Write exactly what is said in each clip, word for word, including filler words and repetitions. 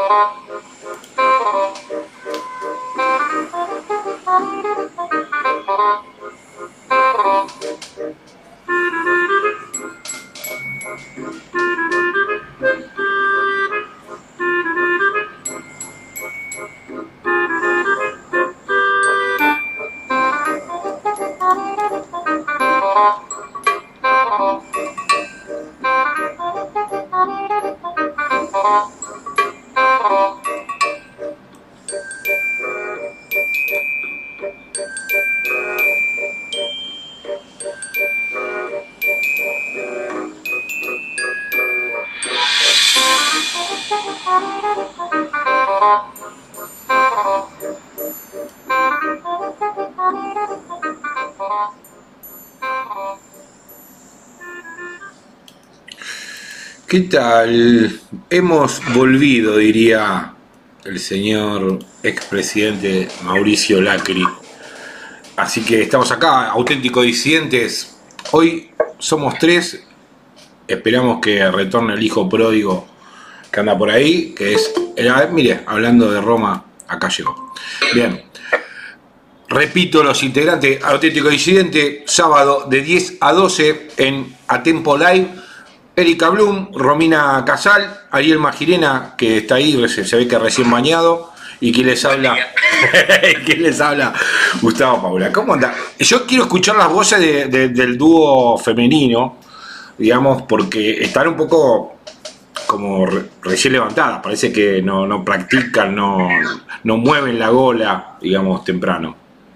¿Qué tal? Hemos volvido, diría el señor expresidente Mauricio Lacri. Así que estamos acá, auténticos disidentes. Hoy somos tres. Esperamos que retorne el hijo pródigo que anda por ahí, que es... El, mire, hablando de Roma, acá llegó. Bien. Repito, los integrantes auténtico disidente, sábado de diez a doce en Atempo Live. Erika Blum, Romina Casal, Ariel Magirena, que está ahí, se, se ve que recién bañado, y quien les habla, quien les habla, Gustavo Paula. ¿Cómo anda? Yo quiero escuchar las voces de, de, del dúo femenino, digamos, porque están un poco como re, recién levantadas, parece que no, no practican, no, no mueven la gola, digamos, temprano.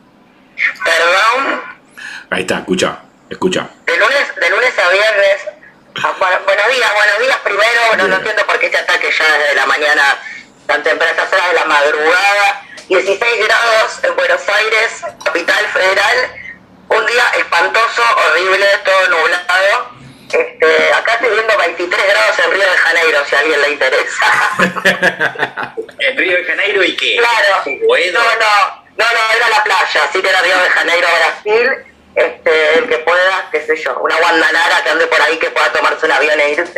Perdón. Ahí está, escucha, escucha. De lunes, de lunes a viernes. Ah, bueno, buenos días, buenos días primero, no, no entiendo por qué este ataque ya desde la mañana, tan tempranas horas de la madrugada, dieciséis grados en Buenos Aires, capital federal, un día espantoso, horrible, todo nublado, este, acá estoy viendo veintitrés grados en Río de Janeiro, si a alguien le interesa. ¿En Río de Janeiro y qué? Claro, ¿Bueno? no, no, no, no, era la playa, sí que era Río de Janeiro, Brasil. Este, el que pueda, qué sé yo, una guandanara que ande por ahí que pueda tomarse un avión e irse.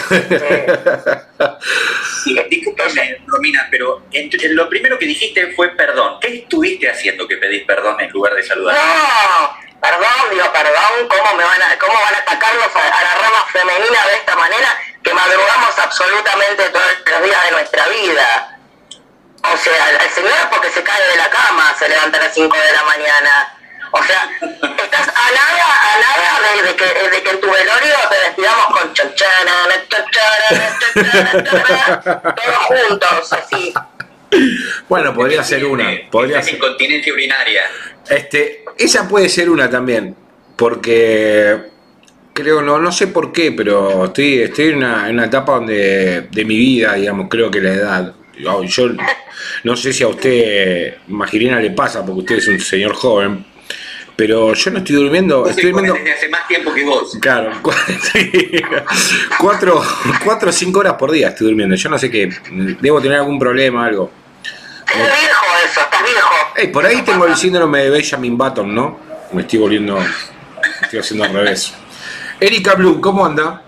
Eh, sí, discúlpame, Romina, pero entre, lo primero que dijiste fue perdón. ¿Qué estuviste haciendo que pedís perdón en lugar de saludar? No, perdón, digo, perdón, ¿cómo, me van a, cómo van a atacarnos a, a la rama femenina de esta manera que madrugamos absolutamente todos los días de nuestra vida? O sea, el señor porque se cae de la cama, se levanta a las cinco de la mañana. O sea, estás a nada, a nada de, de, que, de que en tu velorio te despidamos con chochana, chochana, chochana, todos juntos, así. Bueno, podría ser una. Podría ser. Incontinencia urinaria. Este, esa puede ser una también, porque creo, no, no sé por qué, pero estoy, estoy en una, en una etapa donde de mi vida, digamos, creo que la edad. Yo, yo no sé si a usted, Magirena, le pasa, porque usted es un señor joven. Pero yo no estoy durmiendo, Vos estoy durmiendo... desde hace más tiempo que vos. Claro, cuatro, cuatro o cinco horas por día estoy durmiendo. Yo no sé qué, debo tener algún problema, algo. Es viejo eso, estás viejo. Hey, por ahí tengo el síndrome de Benjamin Button, ¿no? Me estoy volviendo, estoy haciendo al revés. Erika Blum, ¿cómo anda?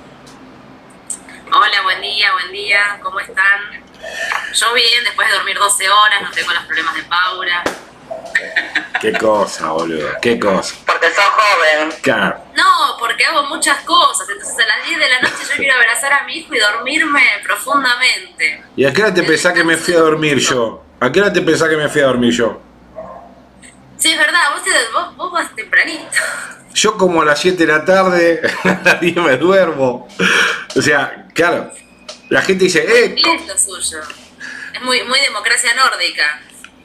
Hola, buen día, buen día, ¿cómo están? Yo bien, después de dormir doce horas, no tengo los problemas de Paula. Qué cosa, boludo, qué cosa. Porque sos joven. Claro. No, porque hago muchas cosas, entonces a las diez de la noche yo quiero abrazar a mi hijo y dormirme profundamente. ¿Y a qué hora te pensás que me fui a dormir yo? ¿A qué hora te pensás que me fui a dormir yo? Sí, es verdad, vos, te, vos, vos vas tempranito. Yo como a las siete de la tarde, a las diez me duermo. O sea, claro, la gente dice, eh... ¿Qué es lo suyo? Es muy, muy democracia nórdica.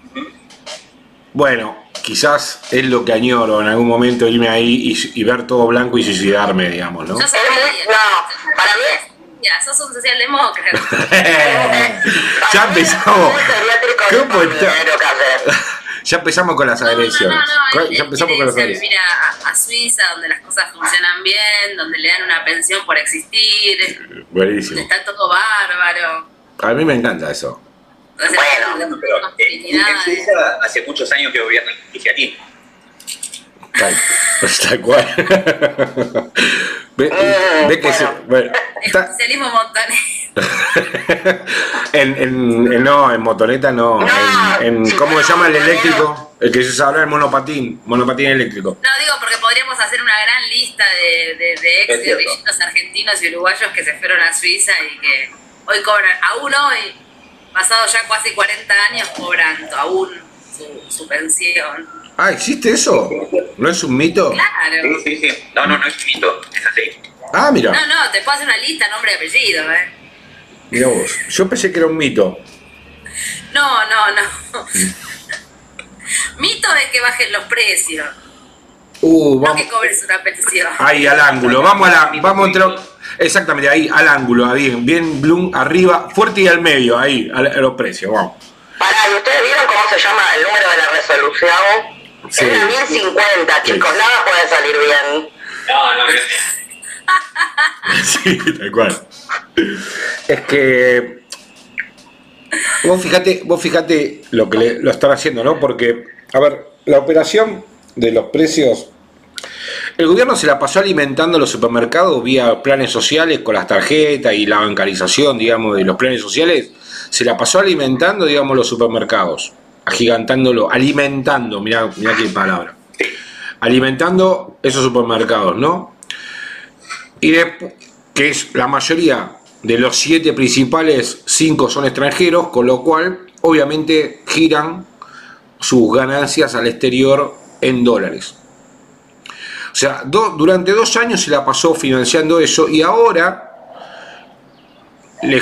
Bueno, quizás es lo que añoro en algún momento, irme ahí y, y ver todo blanco y suicidarme, digamos, ¿no? Yo soy No, para mí ya, sos un socialdemócrata. Ya empezamos. ¿Cómo está? Ya empezamos con las agresiones. No, no, no, Ya empezamos con las agresiones. Vivir a, a Suiza, donde las cosas funcionan bien, donde le dan una pensión por existir. Buenísimo. Está todo bárbaro. A mí me encanta eso. O sea, Bueno, pero en, en Suiza hace muchos años que gobierna el cristianismo. Tal, pues tal cual. ve, ve que se, bueno, el está, socialismo montanero. En, en, en- no, en motoneta no. No, En, en- si ¿Cómo se fuera llama el montonero. eléctrico? El que se usa ahora, el monopatín. Monopatín eléctrico. No, digo porque podríamos hacer una gran lista de, de, de Es ex cierto. guerrilleros argentinos y uruguayos que se fueron a Suiza y que hoy cobran, aún hoy, pasado ya casi cuarenta años, cobran aún su, su pensión. Ah, ¿existe eso? ¿No es un mito? Claro. Sí, sí, sí. No, no, no es un mito. Es así. Ah, mira. No, no, te puedo hacer una lista, nombre y apellido, ¿eh? Mira vos. Yo pensé que era un mito. No, no, no. Mito es que bajen los precios, Uh, no vamos. que cobres una pensión. Ahí al ángulo. Vamos a la. Vamos a entrar. Exactamente, ahí, al ángulo. Ahí, bien, bien, Bloom, arriba, fuerte y al medio, ahí, a, a los precios. Vamos. Pará, ¿y ustedes vieron cómo se llama el número de la resolución? Sí. Es la mil cincuenta, Sí. chicos, nada puede salir bien. No, no, no. Sí, tal cual. Es que vos fíjate, vos fíjate lo que le- lo están haciendo, ¿no? Porque, a ver, la operación de los precios, el gobierno se la pasó alimentando los supermercados vía planes sociales con las tarjetas y la bancarización, digamos, de los planes sociales, se la pasó alimentando, digamos, los supermercados, agigantándolo, alimentando, mirá, mirá qué palabra, alimentando esos supermercados, ¿no? Y después, que es la mayoría de los siete principales, cinco son extranjeros, con lo cual obviamente giran sus ganancias al exterior en dólares. O sea, do- durante dos años se la pasó financiando eso y ahora les-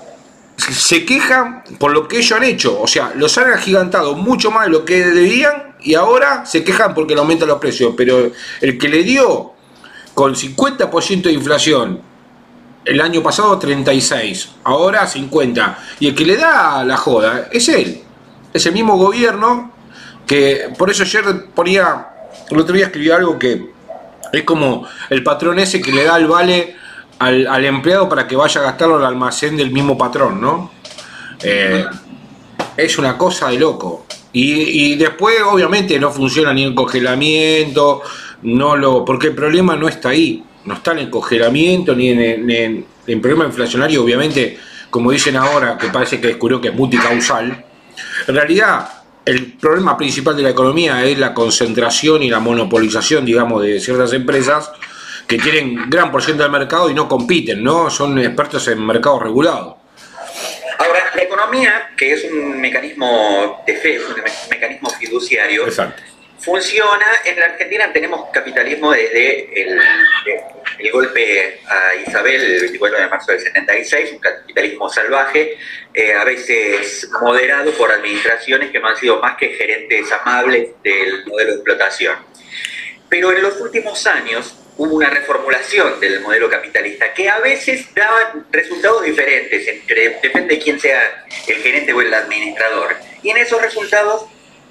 se quejan por lo que ellos han hecho. O sea, los han agigantado mucho más de lo que debían y ahora se quejan porque le aumentan los precios. Pero el que le dio con cincuenta por ciento de inflación el año pasado treinta y seis, ahora cincuenta, y el que le da la joda es él, es el mismo gobierno que, por eso ayer ponía, el otro día escribí algo que es como el patrón ese que le da el vale al, al empleado para que vaya a gastarlo al almacén del mismo patrón, ¿no? Eh, es una cosa de loco. Y, y después obviamente no funciona ni el congelamiento, no lo, porque el problema no está ahí, no está en el congelamiento ni en el, ni en el problema inflacionario, obviamente, como dicen ahora, que parece que descubrió que es multicausal. En realidad, el problema principal de la economía es la concentración y la monopolización, digamos, de ciertas empresas que tienen gran porcentaje del mercado y no compiten, ¿no? Son expertos en mercado regulado. Ahora, la economía, que es un mecanismo de fe, es un me- mecanismo fiduciario, Exacto. funciona. En la Argentina tenemos capitalismo desde el, de- el golpe a Isabel el veinticuatro de marzo del setenta y seis, un capitalismo salvaje, eh, a veces moderado por administraciones que no han sido más que gerentes amables del modelo de explotación. Pero en los últimos años hubo una reformulación del modelo capitalista que a veces daba resultados diferentes, entre, depende de quién sea el gerente o el administrador. Y en esos resultados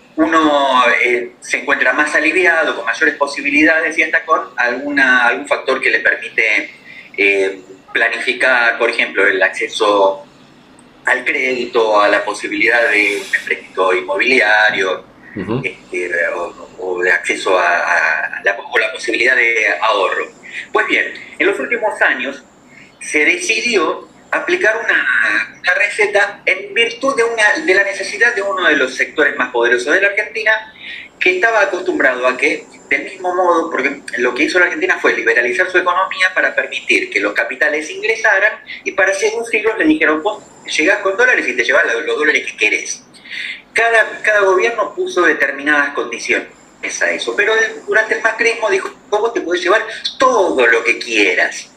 uno eh, se encuentra más aliviado, con mayores posibilidades y hasta con alguna, algún factor que le permite eh, planificar, por ejemplo, el acceso al crédito, a la posibilidad de un empréstito inmobiliario, Uh-huh. este, o, o de acceso a, a la, o la posibilidad de ahorro. Pues bien, en los últimos años se decidió aplicar una, una receta en virtud de, una, de la necesidad de uno de los sectores más poderosos de la Argentina, que estaba acostumbrado a que, del mismo modo, porque lo que hizo la Argentina fue liberalizar su economía para permitir que los capitales ingresaran y para seducirlos le dijeron, vos llegás con dólares y te llevas los, los dólares que querés. Cada, cada gobierno puso determinadas condiciones a eso, pero durante el macrismo dijo, vos te podés llevar todo lo que quieras.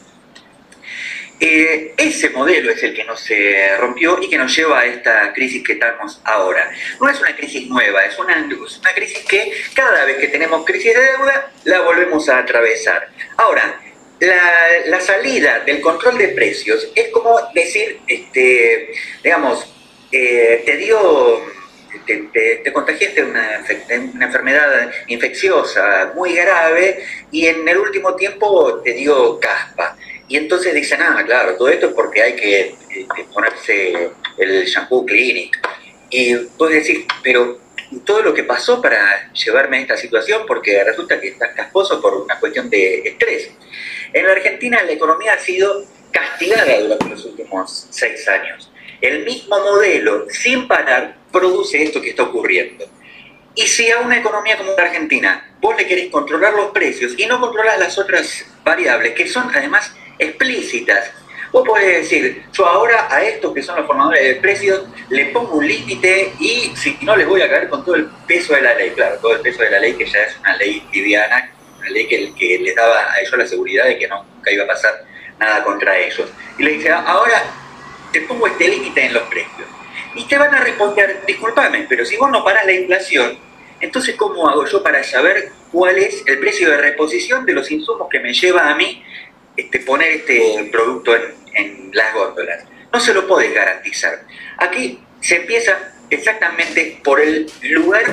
Eh, ese modelo es el que no se rompió y que nos lleva a esta crisis que estamos ahora. No es una crisis nueva, es una, es una crisis que cada vez que tenemos crisis de deuda la volvemos a atravesar. Ahora, la, la salida del control de precios es como decir, este, digamos, eh, te dio... Te, te, te contagiaste de una, una enfermedad infecciosa muy grave y en el último tiempo te dio caspa. Y entonces dicen, ah, claro, todo esto es porque hay que este, ponerse el shampoo Clinic. Y vos decís, pero todo lo que pasó para llevarme a esta situación, porque resulta que estás casposo por una cuestión de estrés. En la Argentina la economía ha sido castigada durante los últimos seis años. el mismo modelo, sin parar, produce esto que está ocurriendo. Y si a una economía como la Argentina vos le querés controlar los precios y no controlás las otras variables, que son además explícitas, vos podés decir, yo ahora a estos que son los formadores de precios le pongo un límite y si no les voy a caer con todo el peso de la ley. Claro, todo el peso de la ley, que ya es una ley liviana, una ley que, que les daba a ellos la seguridad de que no, nunca iba a pasar nada contra ellos. Y le dice, ahora te pongo este límite en los precios. Y te van a responder, discúlpame, pero si vos no parás la inflación, entonces ¿cómo hago yo para saber cuál es el precio de reposición de los insumos que me lleva a mí este, poner este producto en, en las góndolas? No se lo podés garantizar. Aquí se empieza exactamente por el lugar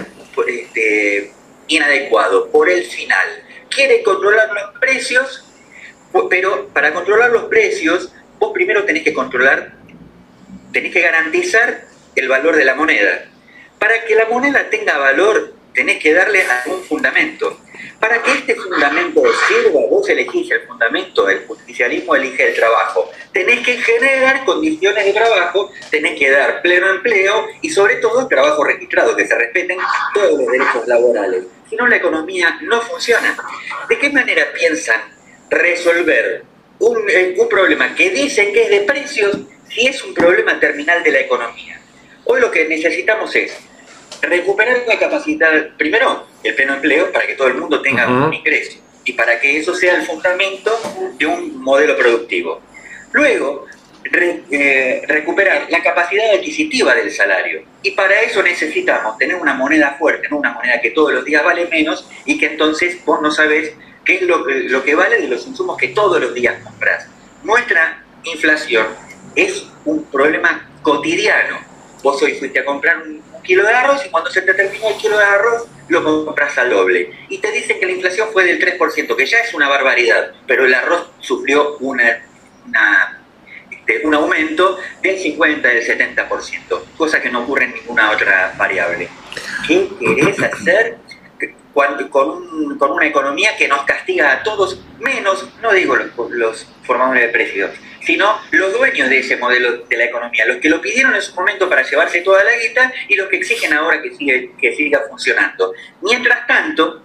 este, inadecuado, por el final. Quiere controlar los precios, pero para controlar los precios, vos primero tenés que controlar, tenés que garantizar el valor de la moneda. Para que la moneda tenga valor, tenés que darle algún fundamento. Para que este fundamento sirva, vos elegís el fundamento, el justicialismo elige el trabajo. Tenés que generar condiciones de trabajo, tenés que dar pleno empleo y sobre todo trabajo registrado, que se respeten todos los derechos laborales. Si no, la economía no funciona. ¿De qué manera piensan resolver un, un problema que dicen que es de precios si es un problema terminal de la economía? Hoy lo que necesitamos es recuperar la capacidad, primero, el pleno empleo para que todo el mundo tenga uh-huh. un ingreso y para que eso sea el fundamento de un modelo productivo. Luego, re, eh, recuperar la capacidad adquisitiva del salario y para eso necesitamos tener una moneda fuerte, no una moneda que todos los días vale menos y que entonces vos no sabés qué es lo, lo que vale de los insumos que todos los días compras. Nuestra inflación es un problema cotidiano. Vos hoy fuiste a comprar un, un kilo de arroz y cuando se te terminó el kilo de arroz lo compras al doble. Y te dicen que la inflación fue del tres por ciento, que ya es una barbaridad, pero el arroz sufrió una, una, este, un aumento del cincuenta, del setenta por ciento, cosa que no ocurre en ninguna otra variable. ¿Qué querés hacer cuando, con, un, con una economía que nos castiga a todos, menos, no digo los, los formadores de precios, sino los dueños de ese modelo de la economía, los que lo pidieron en su momento para llevarse toda la guita y los que exigen ahora que, sigue, que siga funcionando. Mientras tanto,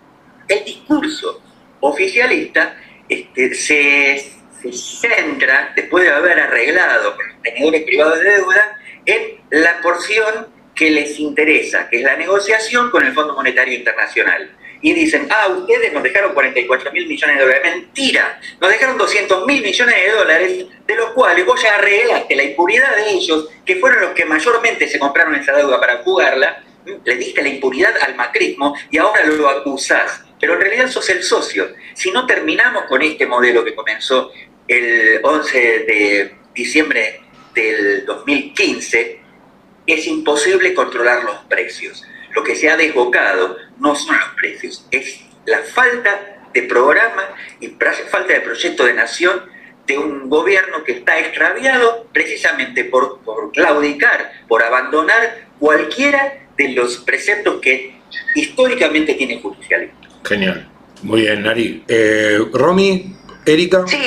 el discurso oficialista este, se, se centra, después de haber arreglado con los tenedores privados de deuda, en la porción que les interesa, que es la negociación con el Fondo Monetario Internacional. Y dicen, ah, ustedes nos dejaron cuarenta y cuatro mil millones de dólares. Mentira, nos dejaron doscientos mil millones de dólares, de los cuales vos ya arreglaste la impunidad de ellos, que fueron los que mayormente se compraron esa deuda para jugarla, le diste la impunidad al macrismo y ahora lo acusás. Pero en realidad sos el socio. Si no terminamos con este modelo que comenzó el once de diciembre del dos mil quince, es imposible controlar los precios. Lo que se ha desbocado no son los precios, es la falta de programa y falta de proyecto de nación de un gobierno que está extraviado precisamente por, por claudicar, por abandonar cualquiera de los preceptos que históricamente tiene judicialismo. Genial. Muy bien, Nari. Eh, Romy, Erika. Sí,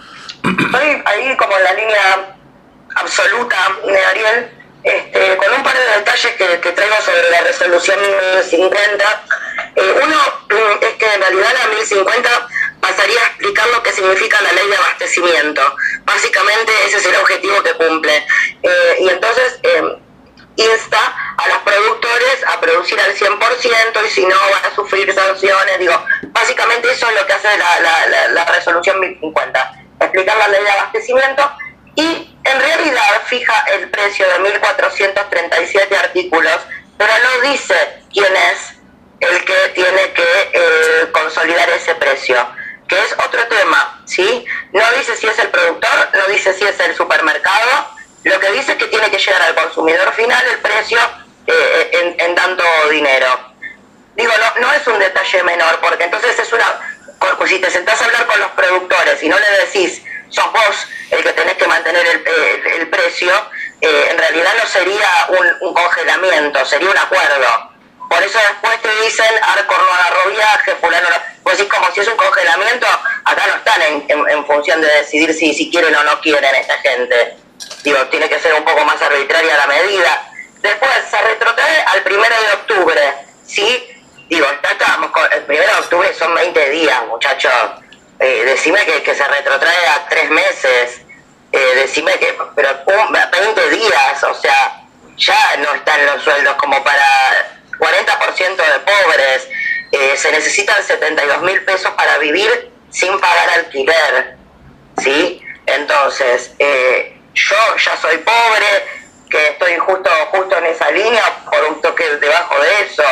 estoy ahí como en la línea absoluta de Ariel. Este, con un par de detalles que, que traigo sobre la resolución mil cincuenta. Eh, uno es que en realidad la mil cincuenta pasaría a explicar lo que significa la ley de abastecimiento. Básicamente ese es el objetivo que cumple. Eh, y entonces eh, insta a los productores a producir al cien por ciento y si no van a sufrir sanciones. Digo, básicamente eso es lo que hace la, la, la, la resolución mil cincuenta, explicar la ley de abastecimiento. Y en realidad fija el precio de mil cuatrocientos treinta y siete artículos, pero no dice quién es el que tiene que eh, consolidar ese precio, que es otro tema, ¿sí? No dice si es el productor, no dice si es el supermercado, lo que dice es que tiene que llegar al consumidor final el precio eh, en, en tanto dinero. Digo, no, no es un detalle menor, porque entonces es una... Si te sentás a hablar con los productores y no le decís, sos vos el que tenés que mantener el, el, el precio, eh, en realidad no sería un, un congelamiento, sería un acuerdo. Por eso después te dicen, Arcor no agarró viaje, fulano no... Pues es como si es un congelamiento, acá no están en, en, en función de decidir si, si quieren o no quieren esta gente. digo, tiene que ser un poco más arbitraria la medida. Después se retrotrae al primero de octubre, ¿sí? Digo, ya estábamos con, el primero de octubre son veinte días, muchachos. Eh, decime que, que se retrotrae a tres meses, eh, decime que, pero um, veinte días, o sea, ya no están los sueldos como para cuarenta por ciento de pobres, eh, se necesitan setenta y dos mil pesos para vivir sin pagar alquiler, ¿sí? Entonces, eh, yo ya soy pobre, que estoy justo justo en esa línea, por un toque debajo de eso,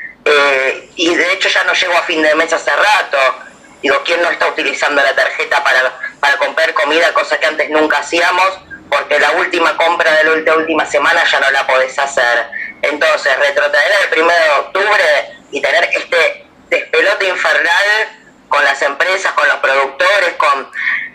eh, y de hecho ya no llego a fin de mes hace rato. Digo, ¿quién no está utilizando la tarjeta para, para comprar comida, cosa que antes nunca hacíamos? Porque la última compra de la última semana ya no la podés hacer. Entonces, retrotraer el primero de octubre y tener este despelote infernal con las empresas, con los productores, con...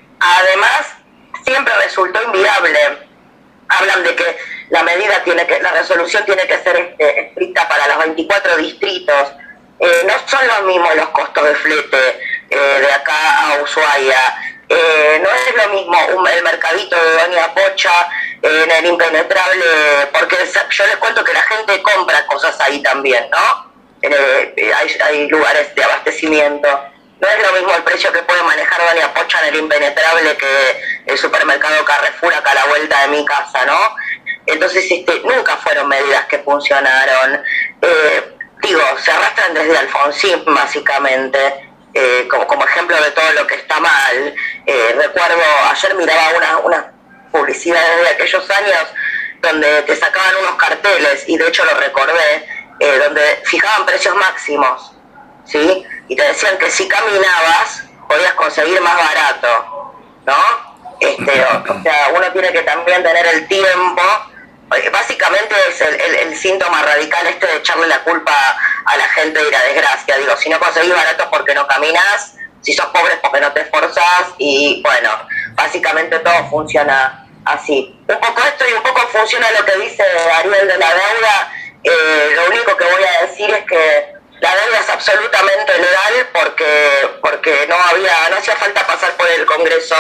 Además, siempre resultó inviable. Hablan de que la medida tiene que, la resolución tiene que ser este, estricta para los veinticuatro distritos. Eh, no son los mismos los costos de flete eh, de acá a Ushuaia. Eh, no es lo mismo un, el mercadito de Doña Pocha eh, en el Impenetrable, porque yo les cuento que la gente compra cosas ahí también, ¿no? Eh, hay, hay lugares de abastecimiento. No es lo mismo el precio que puede manejar Doña Pocha en el Impenetrable que el supermercado Carrefour acá a la vuelta de mi casa, ¿no? Entonces, este, nunca fueron medidas que funcionaron. Eh, digo, se arrastran desde Alfonsín, básicamente, eh, como, como ejemplo de todo lo que está mal. Eh, recuerdo, ayer miraba una, una publicidad de aquellos años donde te sacaban unos carteles, y de hecho lo recordé, eh, donde fijaban precios máximos, ¿sí? Y te decían que si caminabas podías conseguir más barato, ¿no? Este, o, o sea, uno tiene que también tener el tiempo. Básicamente es el, el, el síntoma radical este de echarle la culpa a la gente de la desgracia. Digo, si no conseguís barato porque no caminas, si sos pobre porque no te esforzás, y bueno, básicamente todo funciona así. Un poco esto y un poco funciona lo que dice Ariel de la deuda. Eh, lo único que voy a decir es que la deuda es absolutamente legal porque porque no había no hacía falta pasar por el Congreso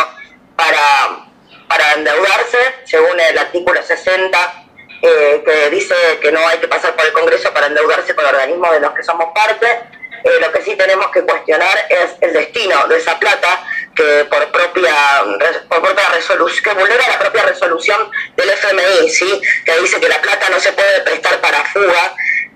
para, para endeudarse, según el artículo sesenta, eh, que dice que no hay que pasar por el Congreso para endeudarse con organismos de los que somos parte. Eh, lo que sí tenemos que cuestionar es el destino de esa plata que por propia por propia resolución, que vulnera la propia resolución del F M I, ¿sí? Que dice que la plata no se puede prestar para fuga,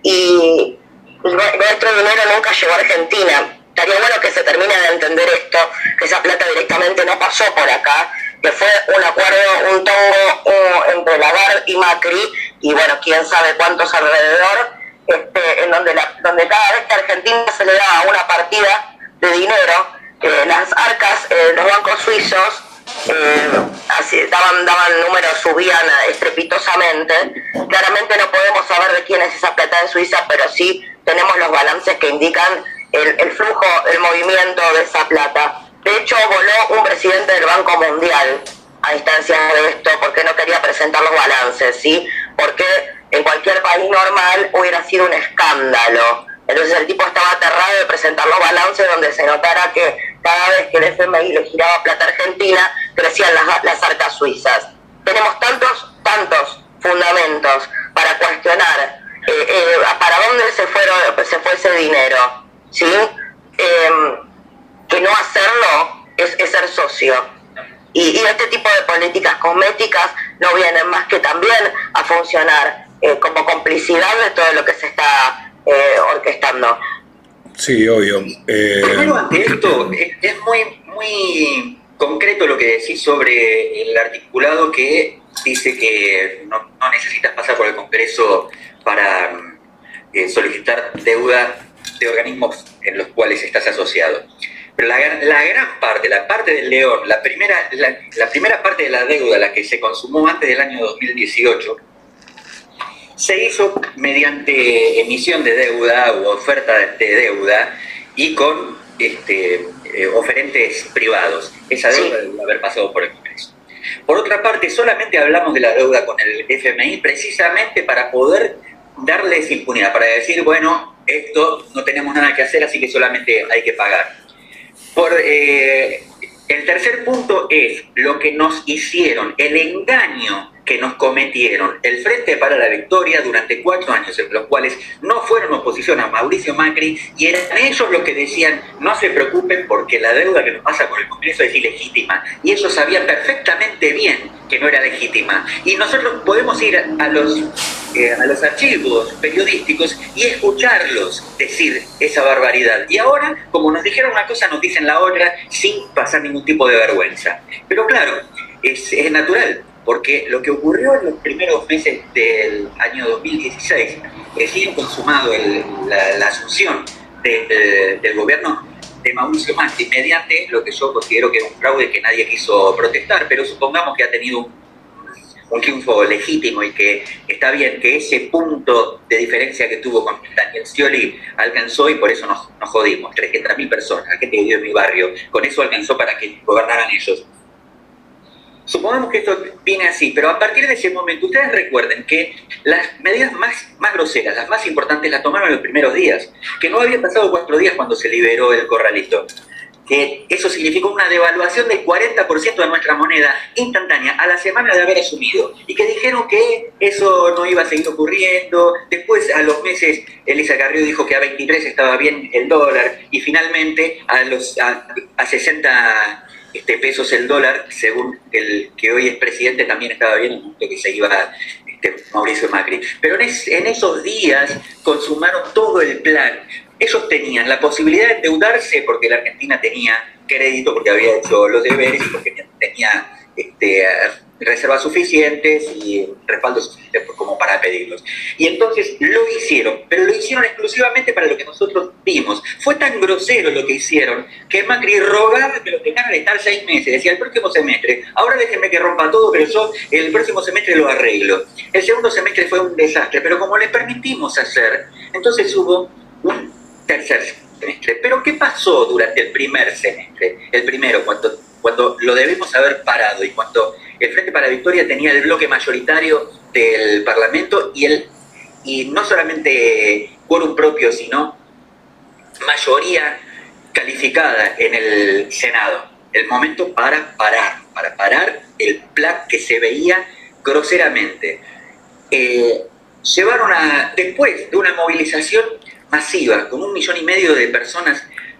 y nuestro dinero nunca llegó a Argentina. Estaría bueno que se termine de entender esto, que esa plata directamente no pasó por acá, que fue un acuerdo, un tongo un, entre Lagarde y Macri, y bueno, quién sabe cuántos alrededor, este, en donde, la, donde cada vez que a Argentina se le daba una partida de dinero, eh, las arcas, eh, los bancos suizos, eh, así, daban, daban números, subían estrepitosamente. Claramente no podemos saber de quién es esa plata en Suiza, pero sí tenemos los balances que indican el, el flujo, el movimiento de esa plata. De hecho, voló un presidente del Banco Mundial a instancias de esto porque no quería presentar los balances, ¿sí? Porque en cualquier país normal hubiera sido un escándalo. Entonces el tipo estaba aterrado de presentar los balances donde se notara que cada vez que el F M I le giraba plata a Argentina, crecían las, las arcas suizas. Tenemos tantos, tantos fundamentos para cuestionar eh, eh, para dónde se, fueron, se fue ese dinero, ¿sí? Eh, que no hacerlo es, es ser socio. Y, y este tipo de políticas cosméticas no vienen más que también a funcionar eh, como complicidad de todo lo que se está eh, orquestando. Sí, obvio. Eh... Primero, ante esto, es, es muy, muy concreto lo que decís sobre el articulado que dice que no, no necesitas pasar por el Congreso para eh, solicitar deuda de organismos en los cuales estás asociado. Pero la, la gran parte, la parte del león, la primera, la, la primera parte de la deuda, la que se consumó antes del año dos mil dieciocho, se hizo mediante emisión de deuda u oferta de deuda y con este, eh, oferentes privados. Esa deuda debe haber pasado por el Congreso. Por otra parte, solamente hablamos de la deuda con el F M I precisamente para poder darles impunidad, para decir, bueno, esto no tenemos nada que hacer, así que solamente hay que pagar. Por, eh, el tercer punto es lo que nos hicieron, el engaño que nos cometieron el Frente para la Victoria durante cuatro años, en los cuales no fueron oposición a Mauricio Macri, y eran ellos los que decían, no se preocupen porque la deuda que nos pasa por el Congreso es ilegítima, y ellos sabían perfectamente bien que no era legítima. Y nosotros podemos ir a los, eh, a los archivos periodísticos y escucharlos decir esa barbaridad. Y ahora, como nos dijeron una cosa, nos dicen la otra sin pasar ningún tipo de vergüenza. Pero claro, es, es natural, porque lo que ocurrió en los primeros meses del año dos mil dieciséis, recién consumado el, la, la asunción de, de, del gobierno de Mauricio Macri, mediante lo que yo considero que es un fraude que nadie quiso protestar, pero supongamos que ha tenido un, un triunfo legítimo y que está bien, que ese punto de diferencia que tuvo con Daniel Scioli alcanzó, y por eso nos, nos jodimos, trescientas mil personas, la gente que vive en mi barrio, con eso alcanzó para que gobernaran ellos. Supongamos que esto viene así, pero a partir de ese momento, ustedes recuerden que las medidas más, más groseras, las más importantes, las tomaron en los primeros días, que no había pasado cuatro días cuando se liberó el corralito, que eso significó una devaluación del cuarenta por ciento de nuestra moneda instantánea a la semana de haber asumido, y que dijeron que eso no iba a seguir ocurriendo. Después, a los meses, Elisa Carrió dijo que a veintitrés estaba bien el dólar, y finalmente a, los, a, a sesenta Este, pesos el dólar, según el que hoy es presidente, también estaba bien el momento que se iba este, Mauricio Macri. Pero en, es, en esos días consumaron todo el plan. Ellos tenían la posibilidad de endeudarse porque la Argentina tenía crédito, porque había hecho los deberes y porque tenía este, reservas suficientes y respaldos suficientes como para pedirlos. Y entonces lo hicieron, pero lo hicieron exclusivamente para lo que nosotros vimos. Fue tan grosero lo que hicieron que Macri rogaba que los dejaran estar seis meses. Decía, el próximo semestre, ahora déjenme que rompa todo, pero yo el próximo semestre lo arreglo. El segundo semestre fue un desastre, pero como le permitimos hacer, entonces hubo un tercer semestre. Pero ¿qué pasó durante el primer semestre? El primero, cuando, cuando lo debemos haber parado y cuando el Frente para la Victoria tenía el bloque mayoritario del Parlamento y, el, y no solamente quórum propio, sino mayoría calificada en el Senado. El momento para parar, para parar el plan que se veía groseramente. Eh, llevaron a, después de una movilización masiva, con un millón y medio de personas,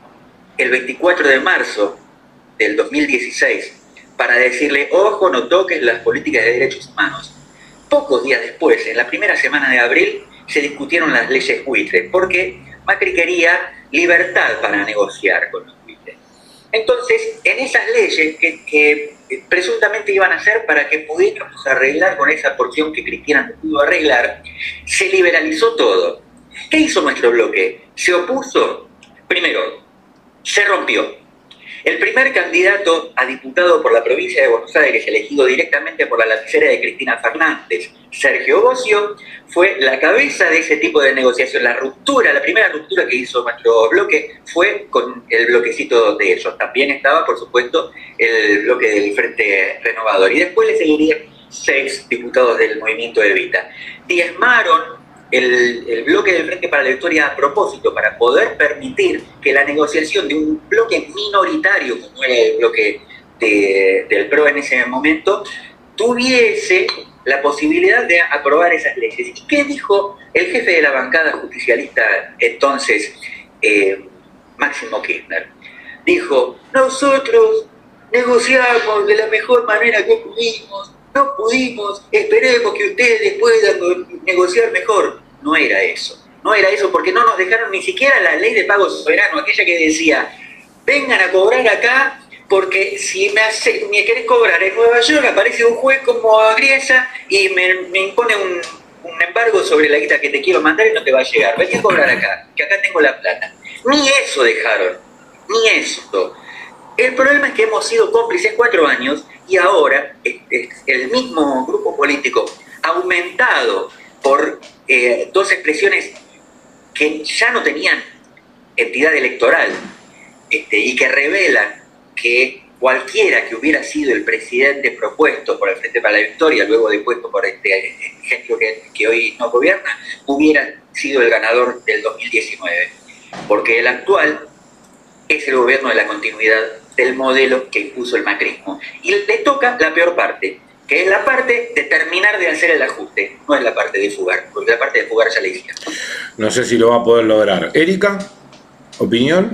el veinticuatro de marzo del dos mil dieciséis, para decirle, ojo, no toques las políticas de derechos humanos. Pocos días después, en la primera semana de abril, se discutieron las leyes buitre, porque Macri quería libertad para negociar con los buitres. Entonces, en esas leyes que, que presuntamente iban a ser para que pudiéramos arreglar con esa porción que Cristina no pudo arreglar, se liberalizó todo. ¿Qué hizo nuestro bloque? Se opuso. Primero, se rompió. El primer candidato a diputado por la provincia de Buenos Aires, elegido directamente por la lapicera de Cristina Fernández, Sergio Bocio, fue la cabeza de ese tipo de negociación. La ruptura, la primera ruptura que hizo nuestro bloque fue con el bloquecito de ellos. También estaba, por supuesto, el bloque del Frente Renovador. Y después le seguirían seis diputados del Movimiento Evita. Diezmaron El, el bloque del Frente para la Victoria a propósito, para poder permitir que la negociación de un bloque minoritario, como era el bloque de, del P R O en ese momento, tuviese la posibilidad de aprobar esas leyes. ¿Y qué dijo el jefe de la bancada justicialista entonces, eh, Máximo Kirchner? Dijo, nosotros negociamos de la mejor manera que pudimos, no pudimos, esperemos que ustedes puedan negociar mejor. No era eso, no era eso, porque no nos dejaron ni siquiera la ley de pago soberano, aquella que decía, vengan a cobrar acá, porque si me, hace, me querés cobrar en Nueva York, aparece un juez como Griesa y me, me impone un, un embargo sobre la guita que te quiero mandar y no te va a llegar. Ven a cobrar acá, que acá tengo la plata. Ni eso dejaron, ni eso. El problema es que hemos sido cómplices cuatro años y ahora el mismo grupo político, aumentado por eh, dos expresiones que ya no tenían entidad electoral este, y que revelan que cualquiera que hubiera sido el presidente propuesto por el Frente para la Victoria, luego depuesto por este ejemplo que, que hoy no gobierna, hubiera sido el ganador del dos mil diecinueve. Porque el actual es el gobierno de la continuidad del modelo que impuso el macrismo. Y le toca la peor parte, que es la parte de terminar de hacer el ajuste, no es la parte de fugar, porque la parte de fugar ya la hicieron. No sé si lo va a poder lograr. Erika, ¿opinión?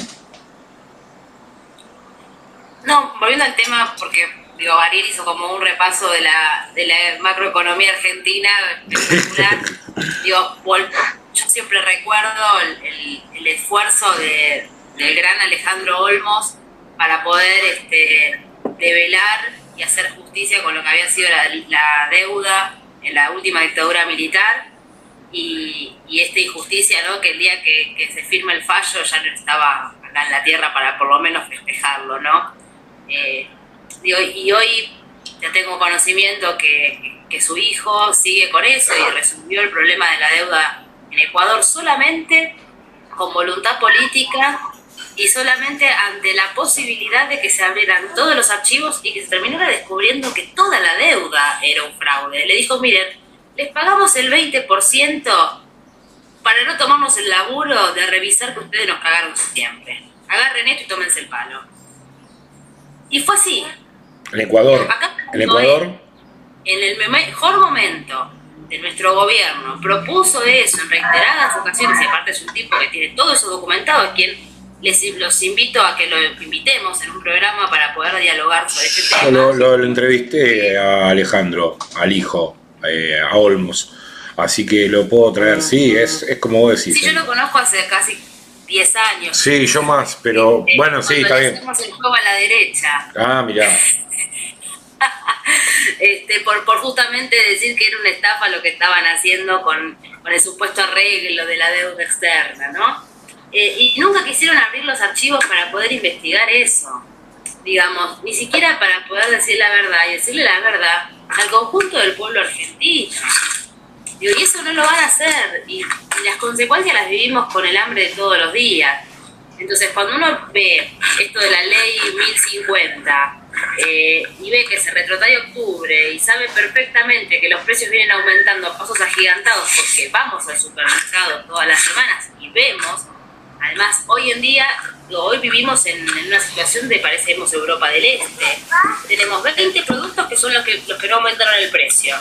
No, volviendo al tema, porque digo, Ariel hizo como un repaso de la, de la macroeconomía argentina espectacular. digo, yo siempre recuerdo el, el, el esfuerzo de, del gran Alejandro Olmos para poder este, develar y hacer justicia con lo que había sido la, la deuda en la última dictadura militar y, y esta injusticia, ¿no? Que el día que, que se firma el fallo ya no estaba acá en la tierra para por lo menos festejarlo, ¿no? Eh, digo, y hoy ya tengo conocimiento que, que su hijo sigue con eso y resolvió el problema de la deuda en Ecuador solamente con voluntad política y solamente ante la posibilidad de que se abrieran todos los archivos y que se terminara descubriendo que toda la deuda era un fraude. Le dijo, miren, les pagamos el veinte por ciento para no tomarnos el laburo de revisar que ustedes nos cagaron siempre. Agarren esto y tómense el palo. Y fue así. En Ecuador. Acá, en Ecuador. En el mejor momento de nuestro gobierno propuso eso en reiteradas ocasiones, y aparte es un tipo que tiene todo eso documentado, a quien les los invito a que lo invitemos en un programa para poder dialogar sobre este tema. Lo, lo, lo entrevisté a Alejandro, al hijo, eh, a Olmos, así que lo puedo traer, sí, es, es como vos decís. Sí, yo lo conozco hace casi diez años. Sí, yo más, pero eh, bueno, sí, está bien. Hacemos el juego a la derecha. Ah, mirá. este, por, por justamente decir que era una estafa lo que estaban haciendo con, con el supuesto arreglo de la deuda externa, ¿no? Eh, y nunca quisieron abrir los archivos para poder investigar eso, digamos, ni siquiera para poder decir la verdad y decirle la verdad al conjunto del pueblo argentino. Digo, y eso no lo van a hacer, y, y las consecuencias las vivimos con el hambre de todos los días. Entonces, cuando uno ve esto de la ley mil cincuenta eh, y ve que se retrotrae octubre y sabe perfectamente que los precios vienen aumentando a pasos agigantados porque vamos al supermercado todas las semanas y vemos. Además, hoy en día, hoy vivimos en, en una situación de parecemos Europa del Este. Tenemos veinte productos que son los que, los que no aumentaron el precio.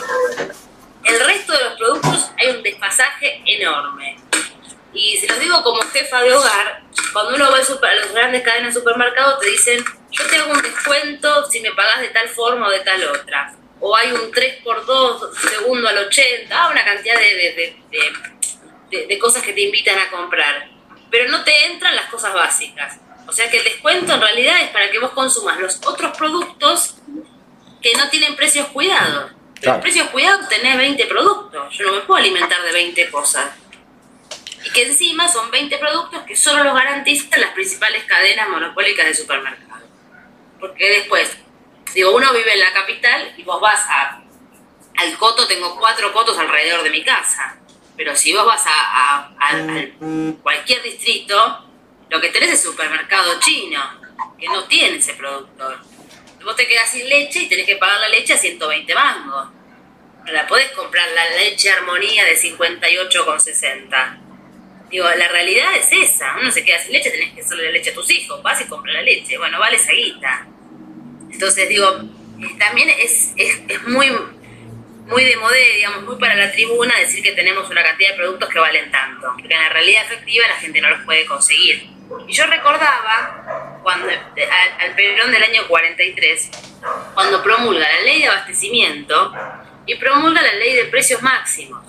El resto de los productos hay un desfasaje enorme. Y se los digo como jefa de hogar, cuando uno va al super, a las grandes cadenas de supermercados te dicen, yo te hago un descuento si me pagás de tal forma o de tal otra. O hay un tres por dos segundo al ochenta, una cantidad de, de, de, de, de, de cosas que te invitan a comprar. Pero no te entran las cosas básicas. O sea que el descuento en realidad es para que vos consumas los otros productos que no tienen precios cuidados. Claro. Los precios cuidados tenés veinte productos. Yo no me puedo alimentar de veinte cosas. Y que encima son veinte productos que solo los garantizan las principales cadenas monopólicas de supermercados. Porque después, digo, uno vive en la capital y vos vas a, al coto, tengo cuatro cotos alrededor de mi casa. Pero si vos vas a, a, a, a cualquier distrito, lo que tenés es supermercado chino, que no tiene ese producto. Vos te quedás sin leche y tenés que pagar la leche a ciento veinte mangos. No la podés comprar la leche Armonía de cincuenta y ocho con sesenta. Digo, la realidad es esa. Uno se queda sin leche, tenés que hacerle la leche a tus hijos. Vas y compras la leche. Bueno, vale esa guita. Entonces, digo, también es, es, es muy... muy de modé, digamos, muy para la tribuna decir que tenemos una cantidad de productos que valen tanto, porque en la realidad efectiva la gente no los puede conseguir. Y yo recordaba, cuando al, al Perón del año cuarenta y tres, cuando promulga la ley de abastecimiento y promulga la ley de precios máximos.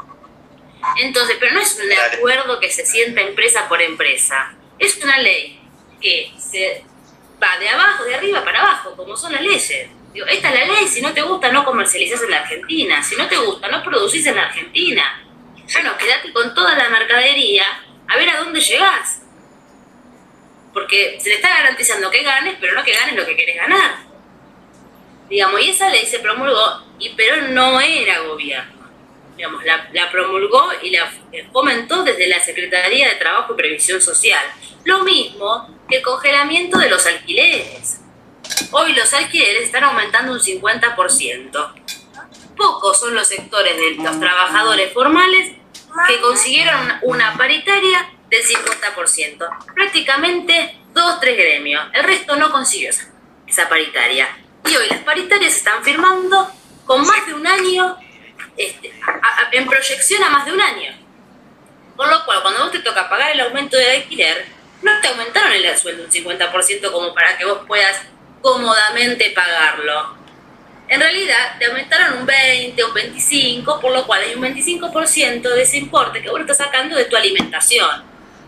Entonces, pero no es un acuerdo que se sienta empresa por empresa, es una ley que se va de abajo, de arriba para abajo, como son las leyes. Digo, esta es la ley, si no te gusta no comercializás en la Argentina, si no te gusta no producís en la Argentina. Bueno, quedate con toda la mercadería a ver a dónde llegás. Porque se le está garantizando que ganes, pero no que ganes lo que querés ganar. Digamos, y esa ley se promulgó, y Perón no era gobierno. Digamos, la, la promulgó y la fomentó desde la Secretaría de Trabajo y Previsión Social. Lo mismo que el congelamiento de los alquileres. Hoy los alquileres están aumentando un cincuenta por ciento. Pocos son los sectores de los trabajadores formales que consiguieron una paritaria del cincuenta por ciento. Prácticamente dos, tres gremios. El resto no consiguió esa, esa paritaria. Y hoy las paritarias se están firmando con más de un año, este, a, a, en proyección a más de un año. Con lo cual, cuando vos te toca pagar el aumento de alquiler, no te aumentaron el sueldo un cincuenta por ciento como para que vos puedas cómodamente pagarlo. En realidad, te aumentaron un veinte, un veinticinco por ciento, por lo cual hay un veinticinco por ciento de ese importe que vos estás sacando de tu alimentación.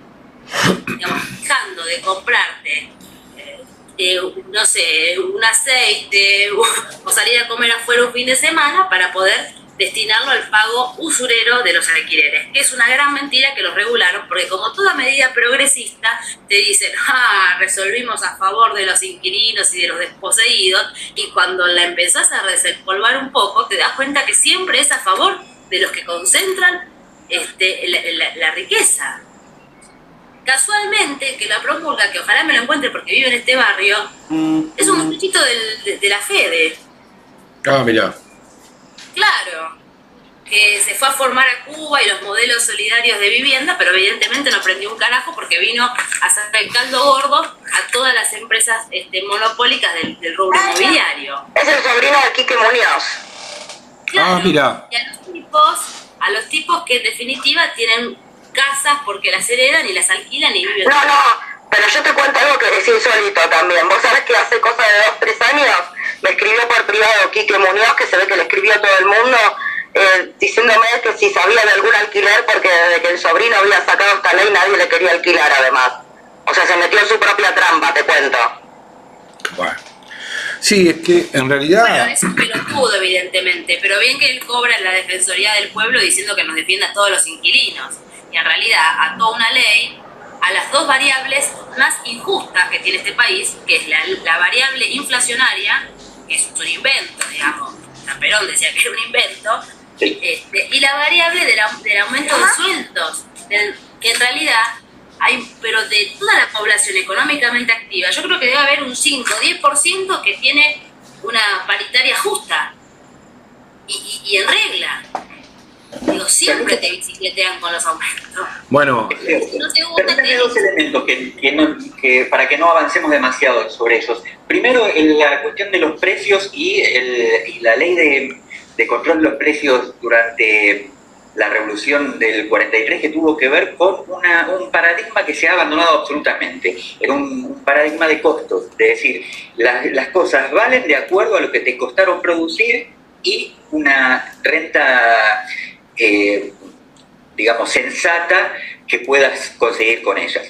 Digamos, dejando de comprarte, eh, eh, no sé, un aceite o salir a comer afuera un fin de semana para poder destinarlo al pago usurero de los alquileres, que es una gran mentira que los regularon, porque como toda medida progresista te dicen, ah, resolvimos a favor de los inquilinos y de los desposeídos, y cuando la empezás a desempolvar un poco, te das cuenta que siempre es a favor de los que concentran este, la, la, la riqueza. Casualmente, que la promulga, que ojalá me lo encuentre porque vive en este barrio, es un muchachito del, de, de la Fede. Ah, mirá. Claro, que se fue a formar a Cuba y los modelos solidarios de vivienda, pero evidentemente no aprendió un carajo porque vino a hacer el caldo gordo a todas las empresas este, monopólicas del, del rubro inmobiliario. Es el sobrino de Quique Muñoz. Claro, ah, mira. Y a los tipos, a los tipos que en definitiva tienen casas porque las heredan y las alquilan y viven. No, no, pero yo te cuento algo que es insólito también. Vos sabés que hace cosa de dos, tres años me escribió por privado Quique Muñoz, que se ve que le escribió a todo el mundo, eh, diciéndome que si sabía de algún alquiler, porque desde que el sobrino había sacado esta ley nadie le quería alquilar además. O sea, se metió en su propia trampa, te cuento. Bueno. Sí, es que en realidad... Bueno, es un pelotudo, evidentemente, pero bien que él cobra en la Defensoría del Pueblo diciendo que nos defienda a todos los inquilinos. Y en realidad ató una ley a las dos variables más injustas que tiene este país, que es la, la variable inflacionaria, que es un invento, digamos, San Perón decía que era un invento, sí. este, y la variable del, del aumento de sueldos, del, que en realidad hay, pero de toda la población económicamente activa, yo creo que debe haber un cinco o diez por ciento que tiene una paritaria justa y, y, y en regla. Digo, siempre te bicicletean con los aumentos. Bueno, si no te gusta, pero hay dos elementos que, que no, que para que no avancemos demasiado sobre ellos. Primero, en la cuestión de los precios y, el, y la ley de, de control de los precios durante la revolución del cuarenta y tres, que tuvo que ver con una, un paradigma que se ha abandonado absolutamente. Era un, un paradigma de costos, de decir, las, las cosas valen de acuerdo a lo que te costaron producir y una renta... Eh, digamos, sensata que puedas conseguir con ellas.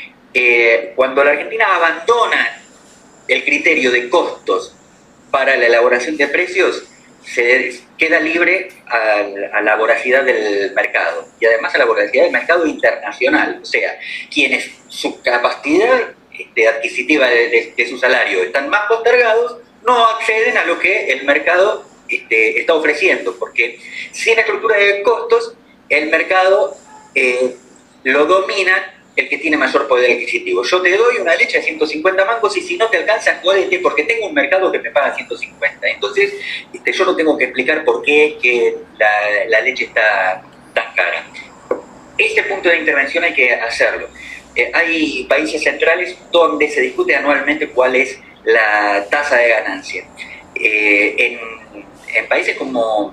Eh, cuando la Argentina abandona el criterio de costos para la elaboración de precios, se queda libre a, a la voracidad del mercado y además a la voracidad del mercado internacional. O sea, quienes su capacidad este, adquisitiva de, de, de su salario están más postergados, no acceden a lo que el mercado Este, está ofreciendo, porque sin estructura de costos el mercado eh, lo domina el que tiene mayor poder adquisitivo. Yo te doy una leche a ciento cincuenta mangos y si no te alcanza, jódete, porque tengo un mercado que me paga ciento cincuenta. Entonces este, yo no tengo que explicar por qué que la, la leche está tan cara. Este punto de intervención hay que hacerlo. Eh, hay países centrales donde se discute anualmente cuál es la tasa de ganancia. Eh, en En países como,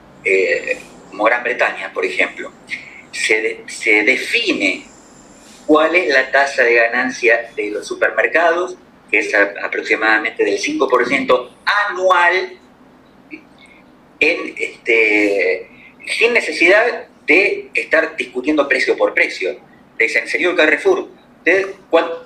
eh, como Gran Bretaña, por ejemplo, se, de, se define cuál es la tasa de ganancia de los supermercados, que es a, aproximadamente del cinco por ciento anual, en, este, sin necesidad de estar discutiendo precio por precio. Le dicen, señor Carrefour, ¿usted cuánto?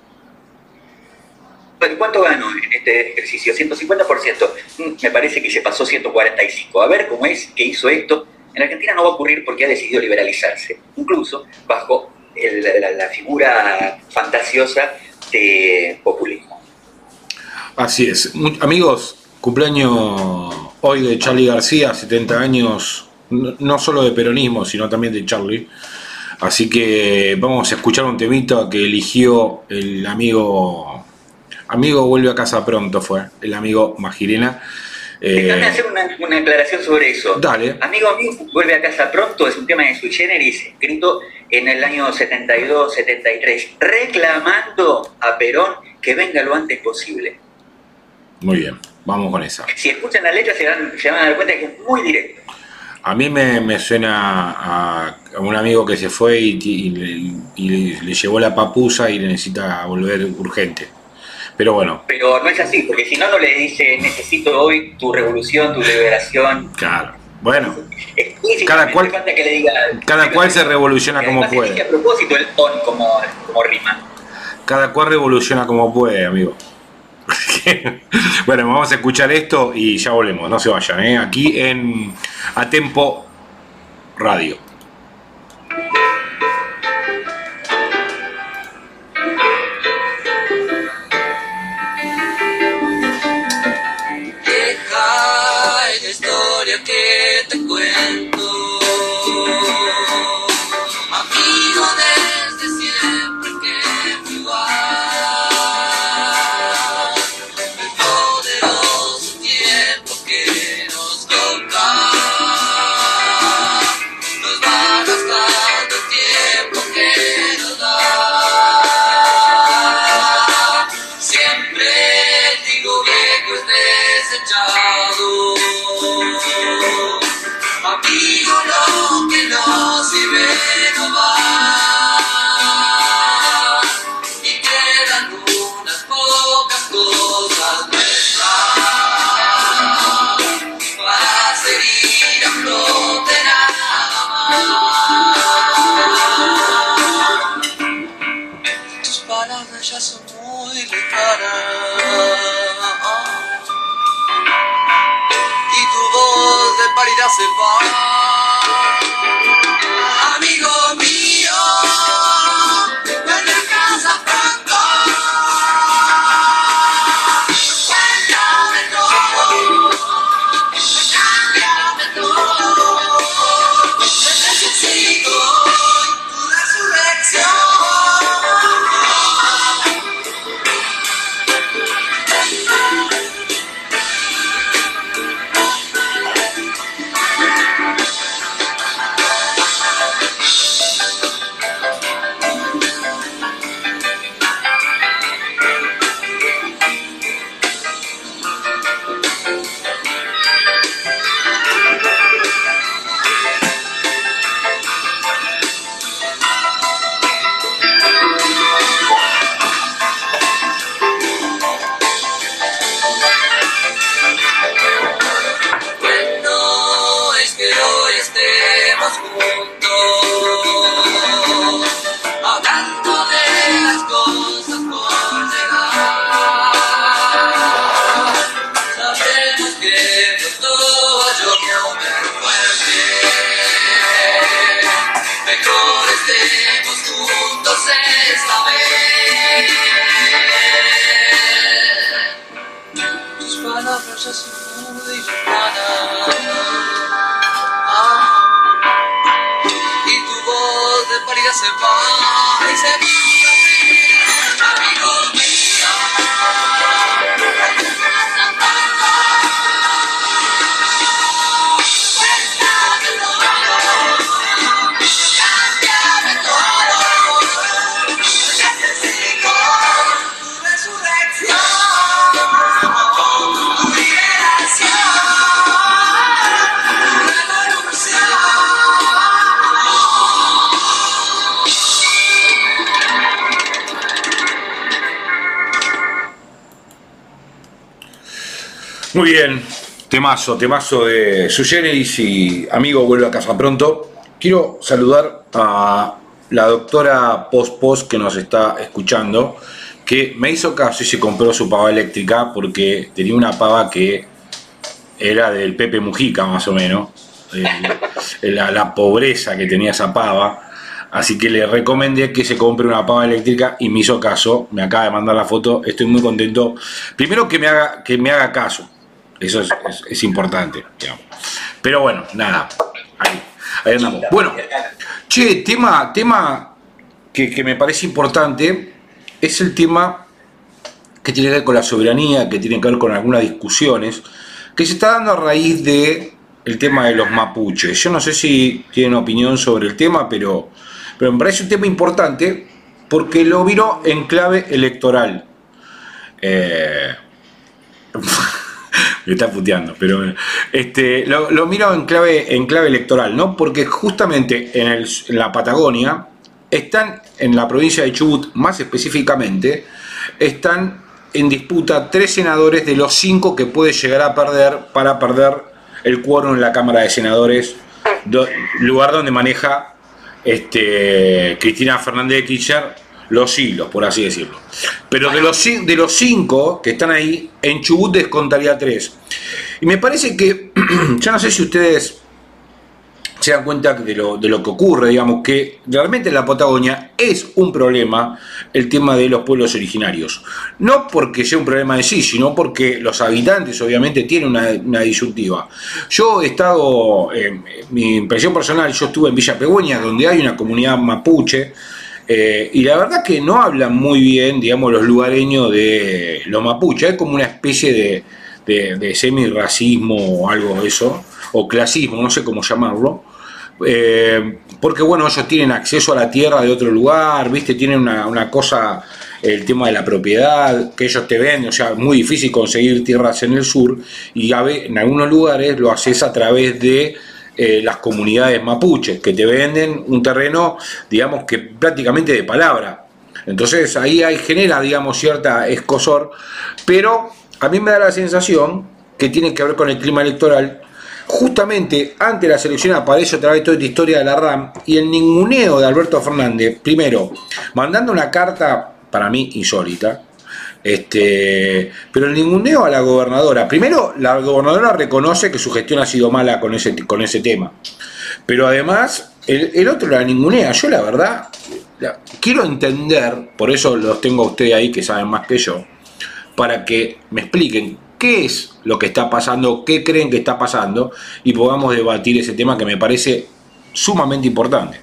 ¿Cuánto ganó en este ejercicio? ciento cincuenta por ciento. Me parece que se pasó ciento cuarenta y cinco. A ver cómo es que hizo esto. En Argentina no va a ocurrir porque ha decidido liberalizarse, incluso bajo el, la, la figura fantasiosa de populismo. Así es. Amigos, cumpleaños hoy de Charly García, setenta años, no solo de peronismo, sino también de Charly. Así que vamos a escuchar un temita que eligió el amigo... Amigo vuelve a casa pronto, fue el amigo Magirena. Eh, Déjame hacer una, una aclaración sobre eso. Dale. Amigo amigo vuelve a casa pronto es un tema de sui generis, escrito en el año setenta y dos, setenta y tres, reclamando a Perón que venga lo antes posible. Muy bien. Vamos con esa. Si escuchan la letra se van, se van a dar cuenta que es muy directo. A mí me, me suena a, a un amigo que se fue y, y, y, y le llevó la papusa y necesita volver urgente. Pero bueno. Pero no es así, porque si no, no le dice necesito hoy tu revolución, tu liberación. Claro. Bueno. Es cada cual, que le diga, cada cual se revoluciona como puede. A propósito el ton como, como rima. Cada cual revoluciona como puede, amigo. Bueno, vamos a escuchar esto y ya volvemos, no se vayan, ¿eh? Aquí en A Tempo Radio. Deja la historia que te cuento, amigo desde siempre que fui igual. Amigo, lo que no sirve no va, y quedan unas pocas cosas nuestras para seguir a flote nada más. Tus palabras ya son muy lejanas y tu voz de paridad se va. Amigo mío, ven a casa pronto. Cuéntame todo, cámbiame todo. Necesito tu resurrección. Muy bien, temazo, temazo de Sui Generis y amigo vuelve a casa pronto. Quiero saludar a la doctora Post Post que nos está escuchando, que me hizo caso y se compró su pava eléctrica porque tenía una pava que era del Pepe Mujica más o menos, el, la, la pobreza que tenía esa pava. Así que le recomendé que se compre una pava eléctrica y me hizo caso, me acaba de mandar la foto, estoy muy contento. Primero que me haga, que me haga caso. Eso es, es, es importante, digamos. Pero bueno, nada, ahí, ahí andamos. Bueno, che, tema, tema que, que me parece importante es el tema que tiene que ver con la soberanía, que tiene que ver con algunas discusiones que se está dando a raíz de el tema de los mapuches. Yo no sé si tienen opinión sobre el tema, pero, pero me parece un tema importante porque lo viro en clave electoral. Eh... Me está puteando, pero bueno. Este, lo, lo miro en clave, en clave electoral, ¿no? Porque justamente en, el, en la Patagonia están, en la provincia de Chubut más específicamente, están en disputa tres senadores de los cinco que puede llegar a perder para perder el quórum en la Cámara de Senadores, do, lugar donde maneja este, Cristina Fernández de Kirchner los hilos, por así decirlo. Pero de los, de los cinco que están ahí, en Chubut descontaría tres. Y me parece que, yo no sé si ustedes se dan cuenta de lo, de lo que ocurre, digamos, que realmente en la Patagonia es un problema el tema de los pueblos originarios. No porque sea un problema de sí, sino porque los habitantes obviamente tienen una, una disyuntiva. Yo he estado, eh, mi impresión personal, yo estuve en Villa Pegüeña, donde hay una comunidad mapuche, Eh, y la verdad que no hablan muy bien, digamos, los lugareños de los mapuches. Es como una especie de, de, de semi-racismo o algo de eso, o clasismo, no sé cómo llamarlo. Eh, porque, bueno, ellos tienen acceso a la tierra de otro lugar, ¿viste? Tienen una, una cosa, el tema de la propiedad, que ellos te venden, o sea, es muy difícil conseguir tierras en el sur, y a ver, en algunos lugares lo haces a través de Eh, las comunidades mapuches que te venden un terreno, digamos que prácticamente de palabra. Entonces ahí hay, genera, digamos, cierta escozor, pero a mí me da la sensación que tiene que ver con el clima electoral. Justamente antes de las elecciones aparece otra vez toda esta historia de la RAM y el ninguneo de Alberto Fernández, primero mandando una carta para mí insólita. Este, pero el ninguneo a la gobernadora. Primero, la gobernadora reconoce que su gestión ha sido mala con ese, con ese tema. Pero además, el, el otro la ningunea. Yo la verdad, la, quiero entender, por eso los tengo a ustedes ahí que saben más que yo, para que me expliquen qué es lo que está pasando, qué creen que está pasando, y podamos debatir ese tema que me parece sumamente importante.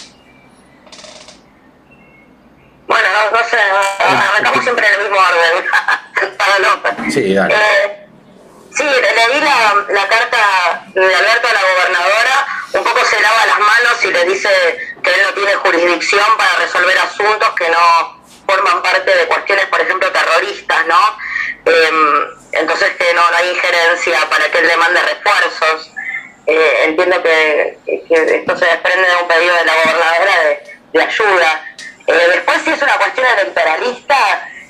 Bueno, no, no sé, arrancamos siempre en el mismo orden. Para López. Sí, dale. Eh, sí, leí la, la carta de Alberto a la gobernadora, un poco se lava las manos y le dice que él no tiene jurisdicción para resolver asuntos que no forman parte de cuestiones, por ejemplo, terroristas, ¿no? Eh, entonces que no, no hay injerencia para que él demande refuerzos. Eh, entiendo que, que esto se desprende de un pedido de la gobernadora de, de ayuda. Eh, después, si es una cuestión electoralista,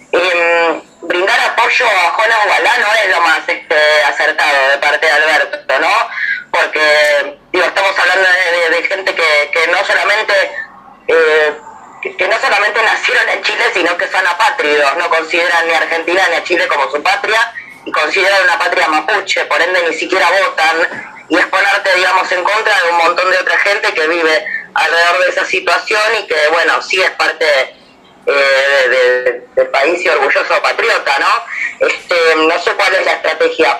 eh, brindar apoyo a Jonas Gualá no es lo más este, acertado de parte de Alberto, ¿no? Porque, digo, estamos hablando de, de, de gente que, que no solamente eh, que, que no solamente nacieron en Chile, sino que son apátridos, no consideran ni a Argentina ni a Chile como su patria, y consideran una patria mapuche, por ende ni siquiera votan, y es ponerte, digamos, en contra de un montón de otra gente que vive alrededor de esa situación y que, bueno, sí es parte eh, de, de, del país y orgulloso patriota, ¿no? Este, no sé cuál es la estrategia,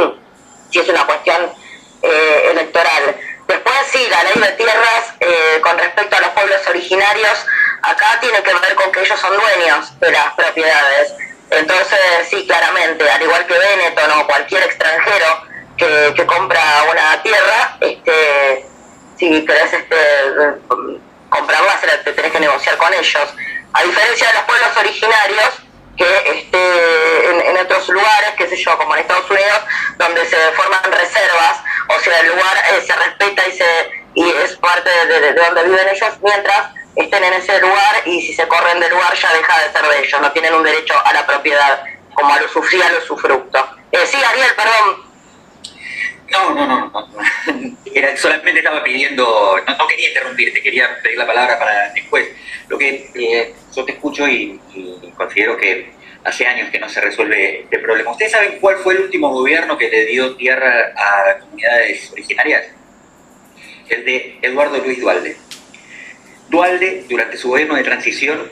si es una cuestión eh, electoral. Después, sí, la ley de tierras, eh, con respecto a los pueblos originarios, acá tiene que ver con que ellos son dueños de las propiedades. Entonces, sí, claramente, al igual que Benetton o cualquier extranjero que, que compra una tierra, este, si querés este, comprarla, te tenés que negociar con ellos. A diferencia de los pueblos originarios, que este, en, en otros lugares, qué sé yo, como en Estados Unidos, donde se forman reservas, o sea, el lugar eh, se respeta y, se, y es parte de, de, de donde viven ellos, mientras estén en ese lugar, y si se corren del lugar ya deja de ser de ellos, no tienen un derecho a la propiedad, como al usufructo, al usufructo. Eh, sí, Ariel, perdón. No, no, no, no. Era, solamente estaba pidiendo, no, no quería interrumpirte, quería pedir la palabra para después. Lo que eh, yo te escucho y, y considero que hace años que no se resuelve este problema. ¿Ustedes saben cuál fue el último gobierno que le dio tierra a comunidades originarias? El de Eduardo Luis Duhalde. Duhalde, durante su gobierno de transición,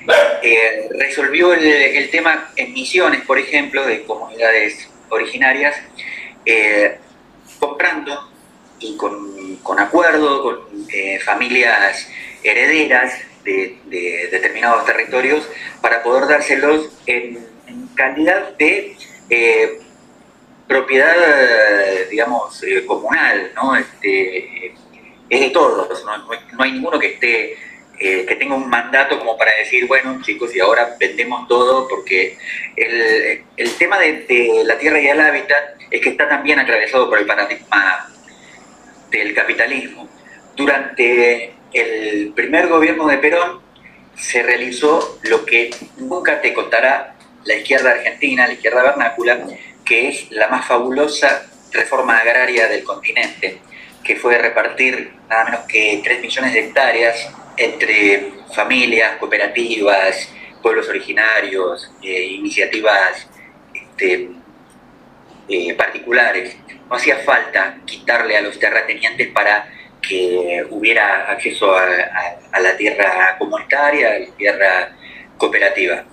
eh, resolvió el, el tema en Misiones, por ejemplo, de comunidades originarias, eh, comprando y con, con acuerdo con eh, familias herederas de, de determinados territorios para poder dárselos en, en calidad de eh, propiedad, digamos, eh, comunal, ¿no? Este, es de todos, no, no, hay, no hay ninguno que esté eh, que tenga un mandato como para decir, bueno, chicos, y ahora vendemos todo, porque el, el tema de, de la tierra y el hábitat es que está también atravesado por el paradigma del capitalismo. Durante el primer gobierno de Perón se realizó lo que nunca te contará la izquierda argentina, la izquierda vernácula, que es la más fabulosa reforma agraria del continente, que fue repartir nada menos que tres millones de hectáreas entre familias, cooperativas, pueblos originarios, eh, iniciativas este, eh, particulares. No hacía falta quitarle a los terratenientes para que hubiera acceso a, a, a la tierra comunitaria, a la tierra cooperativa.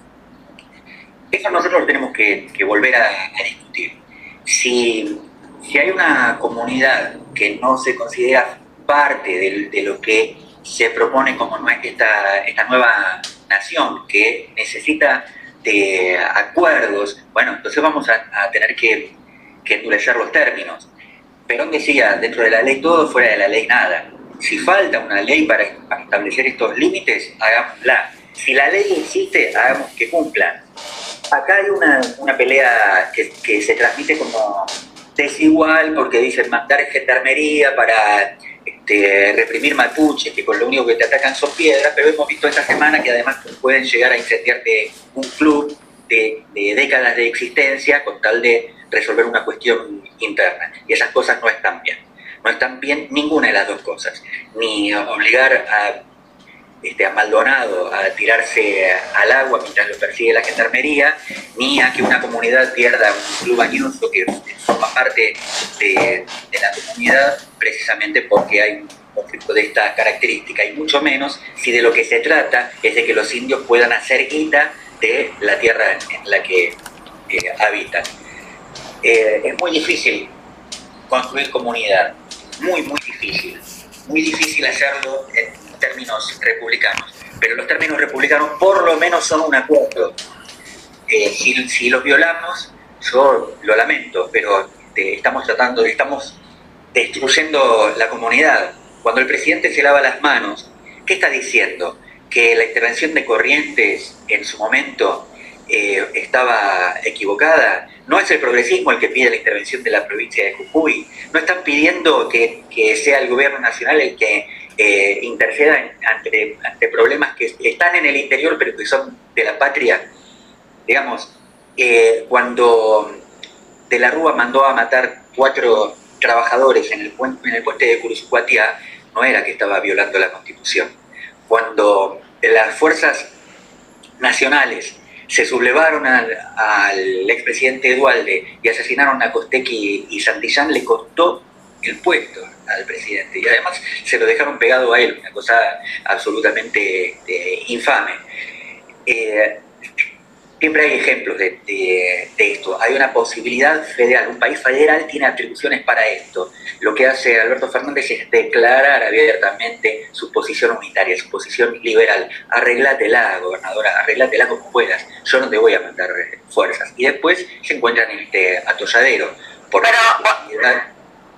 Eso nosotros tenemos que, que volver a, a discutir. Si, si hay una comunidad que no se considera parte de, de lo que se propone como esta, esta nueva nación, que necesita de acuerdos, bueno, entonces vamos a, a tener que, que endurecer los términos. Perón decía, dentro de la ley todo, fuera de la ley nada. Si falta una ley para, para establecer estos límites, hagámosla. Si la ley existe, hagamos que cumplan. Acá hay una, una pelea que, que se transmite como desigual, porque dicen mandar gendarmería para este, reprimir mapuches, que con lo único que te atacan son piedras, pero hemos visto esta semana que además pueden llegar a incendiarte un club de, de décadas de existencia con tal de resolver una cuestión interna. Y esas cosas no están bien. No están bien ninguna de las dos cosas. Ni obligar a, este, a Maldonado a tirarse al agua mientras lo persigue la gendarmería, ni a que una comunidad pierda un club añoso que forma parte de, de la comunidad precisamente porque hay un conflicto de esta característica, y mucho menos si de lo que se trata es de que los indios puedan hacer guita de la tierra en la que eh, habitan. Eh, es muy difícil construir comunidad, muy, muy difícil, muy difícil hacerlo en términos republicanos, pero los términos republicanos por lo menos son un acuerdo. Eh, si, si los violamos, yo lo lamento, pero eh, estamos tratando, estamos destruyendo la comunidad. Cuando el presidente se lava las manos, ¿qué está diciendo? Que la intervención de Corrientes en su momento eh, estaba equivocada. No es el progresismo el que pide la intervención de la provincia de Jujuy. No están pidiendo que, que sea el gobierno nacional el que eh, interceda en, ante, ante problemas que están en el interior pero que son de la patria. Digamos, eh, cuando De la Rúa mandó a matar cuatro trabajadores en el puente, en el puente de Curuzucuatiá, no era que estaba violando la Constitución. Cuando las fuerzas nacionales se sublevaron al, al expresidente Duhalde y asesinaron a Costequi y Santillán, le costó el puesto al presidente, y además se lo dejaron pegado a él, una cosa absolutamente eh, infame. Eh, siempre hay ejemplos de, de, de esto. Hay una posibilidad federal, un país federal tiene atribuciones para esto. Lo que hace Alberto Fernández es declarar abiertamente su posición unitaria, su posición liberal. Arreglátela, gobernadora, arreglátela como puedas. Yo no te voy a mandar fuerzas. Y después se encuentran en este atolladero. Por Pero, la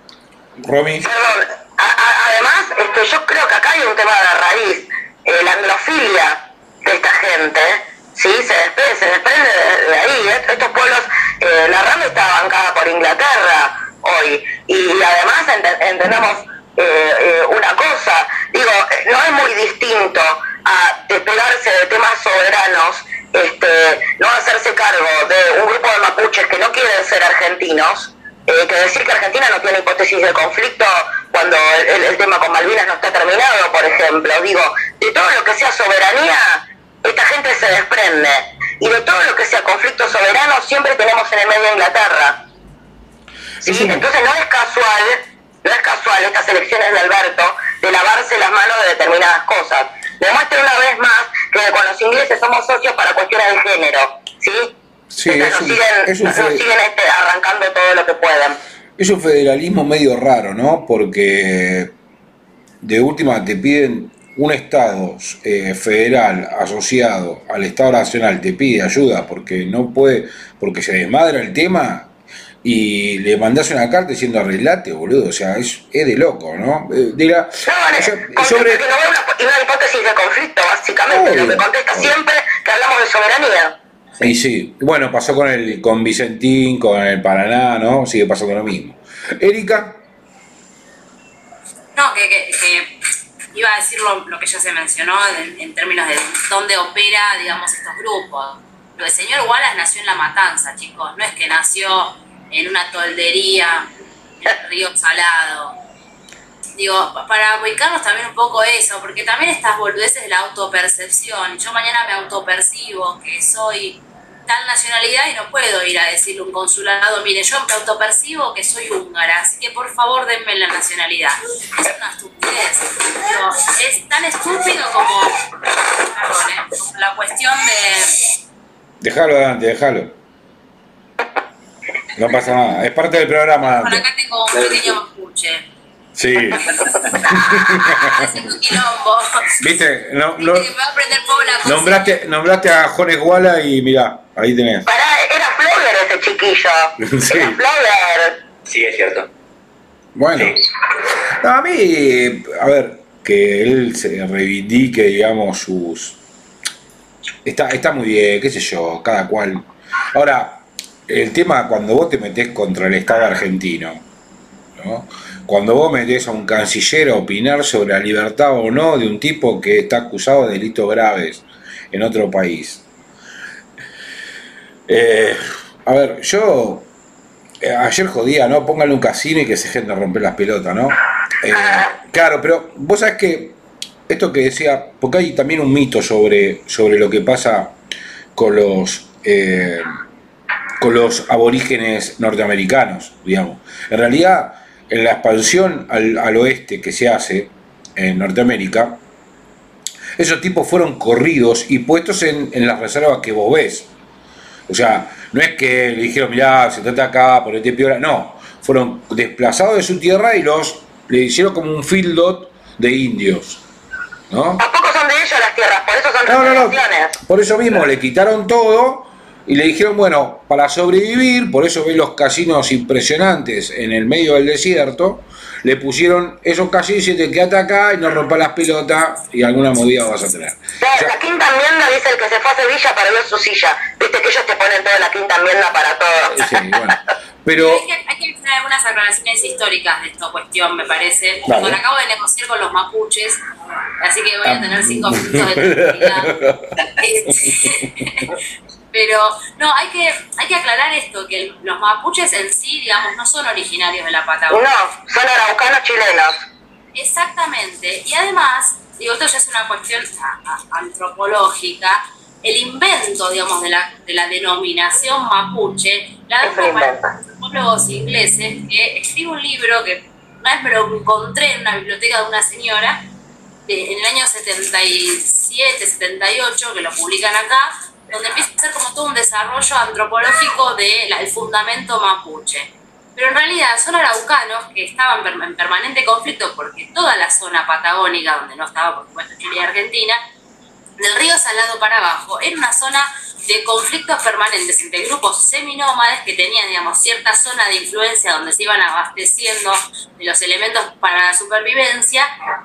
Romy. Perdón, a, a, además, este, yo creo que acá hay un tema de raíz. Eh, la anglofilia de esta gente, ¿sí? Se desprende, se desprende de, de ahí. ¿eh? Estos pueblos, eh, la R A M está bancada por Inglaterra hoy. Y además ent entendamos eh, eh, una cosa, digo, no es muy distinto a despegarse de temas soberanos, este, no hacerse cargo de un grupo de mapuches que no quieren ser argentinos, eh, que decir que Argentina no tiene hipótesis de conflicto cuando el, el, el tema con Malvinas no está terminado, por ejemplo. Digo, de todo lo que sea soberanía, esta gente se desprende, y de todo lo que sea conflicto soberano siempre tenemos en el medio Inglaterra. ¿Sí? Sí. Entonces no es casual, no es casual estas elecciones de Alberto de lavarse las manos de determinadas cosas. Demuestra una vez más que con los ingleses somos socios para cuestiones de género, ¿sí? Sí, Entonces es nos un, siguen, es un nos fe... siguen este, arrancando todo lo que pueden. Es un federalismo medio raro, ¿no? Porque de última te piden un Estado eh, federal asociado al Estado Nacional, te pide ayuda porque no puede, porque se desmadra el tema, y le mandás una carta diciendo arreglate, boludo, o sea, es, es de loco, ¿no? Eh, De la, No, vale, o sea, contesta sobre... que no veo una, una hipótesis de conflicto, básicamente. Obvio, Lo que contesta obvio. siempre que hablamos de soberanía. Y sí, bueno, pasó con el con Vicentín, con el Paraná, ¿no? Sigue pasando lo mismo. Erika, No, que, que, que iba a decir lo, lo que ya se mencionó en, en términos de dónde opera, digamos, estos grupos. Lo del señor Wallace nació en La Matanza, chicos. No es que nació en una toldería en el Río Salado. Digo, para ubicarnos también un poco eso, porque también estas boludeces de la autopercepción. Yo mañana me autopercibo que soy tal nacionalidad y no puedo ir a decirle a un consulado, mire, yo me autopercibo que soy húngara, así que por favor denme la nacionalidad. Es una estupidez. Digo, es tan estúpido como, perdón, ¿eh? Como la cuestión de... déjalo Dante, déjalo. No pasa nada, es parte del programa, Por Dante. acá tengo un pequeño mapuche. Sí. Haciendo quilombo. Viste, no, no, Viste que me va a prender fuego la cosa. nombraste, nombraste a Jones Walla y mirá, ahí tenés. Pará, era Flogger ese chiquillo. Sí. Era Flogger. Sí, es cierto. Bueno, Sí. no, a mí, a ver, que él se reivindique, digamos, sus... Está, está muy bien, qué sé yo, cada cual. Ahora, el tema cuando vos te metés contra el Estado argentino, ¿no? Cuando vos metés a un canciller a opinar sobre la libertad o no de un tipo que está acusado de delitos graves en otro país. Eh, a ver, yo eh, ayer jodía, ¿no? Póngale un casino y que se dejen de romper las pelotas, ¿no? Eh, claro, pero vos sabés que esto que decía, porque hay también un mito sobre, sobre lo que pasa con los eh, con los aborígenes norteamericanos, digamos. En realidad, en la expansión al, al oeste que se hace en Norteamérica, esos tipos fueron corridos y puestos en, en las reservas que vos ves. O sea, no es que le dijeron, mirá, sentate acá, ponete piola, no. Fueron desplazados de su tierra y los le hicieron como un fieldot de indios, ¿no? Tampoco son de ellos las tierras, por eso son No, no, no. reservaciones. Por eso mismo le quitaron todo y le dijeron, bueno, para sobrevivir, por eso ves los casinos impresionantes en el medio del desierto, le pusieron esos casinos y te quedaste acá y no rompas las pelotas y alguna movida vas a tener. La, O sea, la quinta enmienda dice el que se fue a Sevilla para ver su silla. Viste que ellos te ponen toda la quinta enmienda para todo. sí, bueno. Pero, Hay que, hay que hacer algunas aclaraciones históricas de esta cuestión, me parece. Dale. Bueno, acabo de negociar con los mapuches, así que voy Ah. a tener cinco minutos de tranquilidad. Este, Pero, no, hay que, hay que aclarar esto, que los mapuches en sí, digamos, no son originarios de la Patagonia. No, son araucanos chilenos. Exactamente. Y además, digo, esto ya es una cuestión a- a- antropológica. El invento, digamos, de la, de la denominación mapuche la Es dan un para invento. antropólogos ingleses que escribe un libro que una vez me lo encontré en una biblioteca de una señora de- en el año setenta y siete, setenta y ocho, que lo publican acá, donde empieza a hacer como todo un desarrollo antropológico del fundamento mapuche. Pero en realidad son araucanos que estaban per- en permanente conflicto porque toda la zona patagónica, donde no estaba por supuesto Chile y Argentina, del río Salado para abajo, era una zona de conflictos permanentes entre grupos seminómades que tenían, digamos, cierta zona de influencia donde se iban abasteciendo de los elementos para la supervivencia,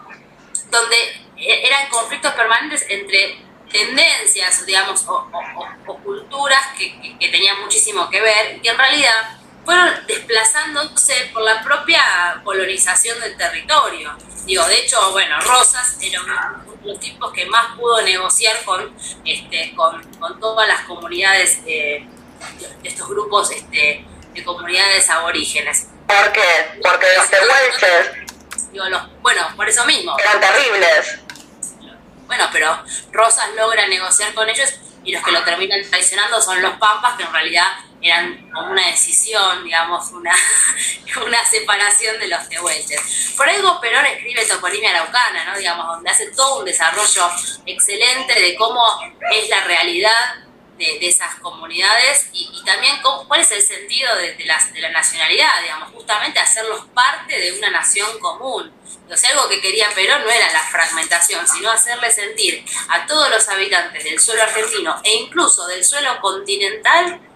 donde e- eran conflictos permanentes entre tendencias, digamos, o, o- o- o culturas que, que- que tenían muchísimo que ver, y que en realidad fueron desplazándose por la propia colonización del territorio. Digo, de hecho, bueno, Rosas era uno de los tipos que más pudo negociar con, este, con, con todas las comunidades, eh, de estos grupos este, de comunidades aborígenes. ¿Por qué? Porque los tehuelches Digo, los, bueno, por eso mismo. eran terribles. Bueno, pero Rosas logra negociar con ellos y los que lo terminan traicionando son los pampas, que en realidad eran como una decisión, digamos, una, una separación de los tehuelches. Por algo Perón escribe Toponimia Araucana, ¿no? Digamos, donde hace todo un desarrollo excelente de cómo es la realidad de, de esas comunidades y, y también cómo, cuál es el sentido de, de, la, de la nacionalidad, digamos, justamente hacerlos parte de una nación común. O sea, algo que quería Perón no era la fragmentación, sino hacerle sentir a todos los habitantes del suelo argentino e incluso del suelo continental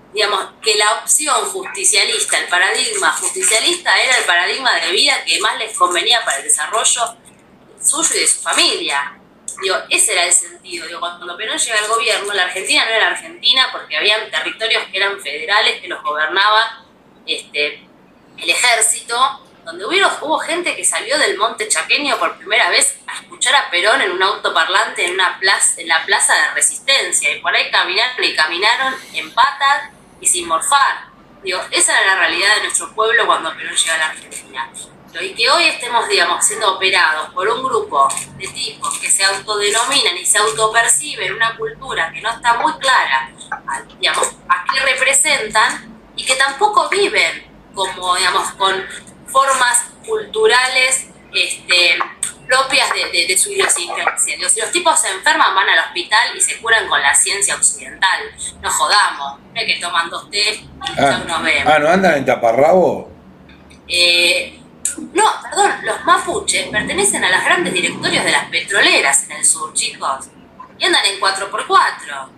digamos, que la opción justicialista, el paradigma justicialista era el paradigma de vida que más les convenía para el desarrollo suyo y de su familia. Digo, ese era el sentido. Digo, cuando Perón llega al gobierno, la Argentina no era Argentina porque había territorios que eran federales, que los gobernaba este, el ejército, donde hubo, hubo gente que salió del Monte Chaqueño por primera vez a escuchar a Perón en un autoparlante en una plaza, en la plaza de Resistencia, y por ahí caminaron y caminaron en patas y sin morfar. Digo, esa era la realidad de nuestro pueblo cuando Perón llega a la Argentina. Y que hoy estemos, digamos, siendo operados por un grupo de tipos que se autodenominan y se autoperciben una cultura que no está muy clara, a, digamos, a qué representan, y que tampoco viven como, digamos, con formas culturales este, propias de, de, de su idiosincrasia. Si los tipos se enferman, van al hospital y se curan con la ciencia occidental. No jodamos, no es que toman dos té y Ah, ya nos vemos. ah, ¿no andan en taparrabo? Eh, no, perdón, los mapuches pertenecen a los grandes directorios de las petroleras en el sur, chicos. Y andan en cuatro por cuatro.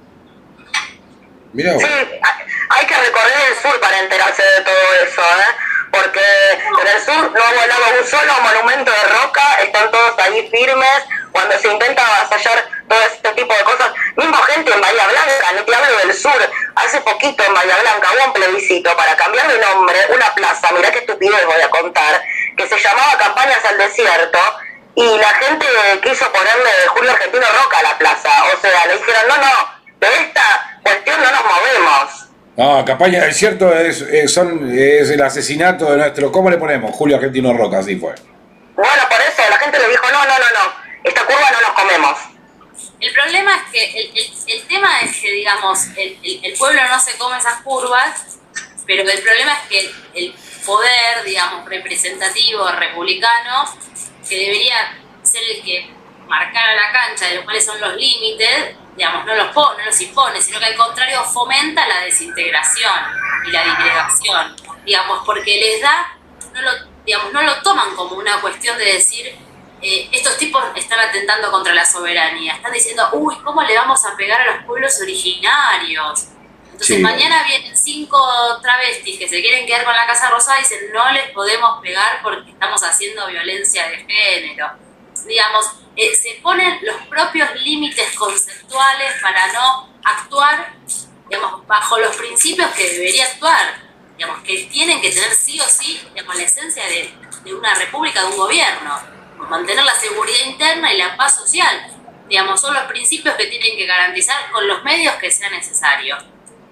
Mirá vos. Sí, hay- hay que recorrer el sur para enterarse de todo eso, ¿eh? Porque en el sur no ha volado un solo monumento de roca, están todos ahí firmes. Cuando se intenta avasallar todo este tipo de cosas, mismo gente en Bahía Blanca, no te hablo del sur, hace poquito en Bahía Blanca hubo un plebiscito para cambiar de nombre una plaza, mirá qué estupidez voy a contar, que se llamaba Campañas al Desierto, y la gente quiso ponerle Julio Argentino Roca a la plaza, o sea, le dijeron, no, no, de esta cuestión no nos movemos. Ah, Campaña del Desierto es, es, son, es el asesinato de nuestro... ¿Cómo le ponemos? Julio Argentino Roca, así fue. Bueno, por eso la gente le dijo, no, no, no, no, esta curva no nos comemos. El problema es que el, el, el tema es que, digamos, el, el, el pueblo no se come esas curvas, pero el problema es que el, el poder, digamos, representativo, republicano, que debería ser el que marcara la cancha de los cuales son los límites, digamos, no los pone, no los impone, sino que al contrario fomenta la desintegración y la disgregación, digamos, porque les da, no lo, digamos, no lo toman como una cuestión de decir, eh, estos tipos están atentando contra la soberanía, están diciendo, uy, ¿cómo le vamos a pegar a los pueblos originarios? Entonces Sí. mañana vienen cinco travestis que se quieren quedar con la Casa Rosada y dicen, no les podemos pegar porque estamos haciendo violencia de género. Digamos, eh, se ponen los propios límites conceptuales para no actuar, digamos, bajo los principios que debería actuar, digamos, que tienen que tener sí o sí, digamos, la esencia de, de una república, de un gobierno, mantener la seguridad interna y la paz social, digamos, son los principios que tienen que garantizar con los medios que sean necesarios.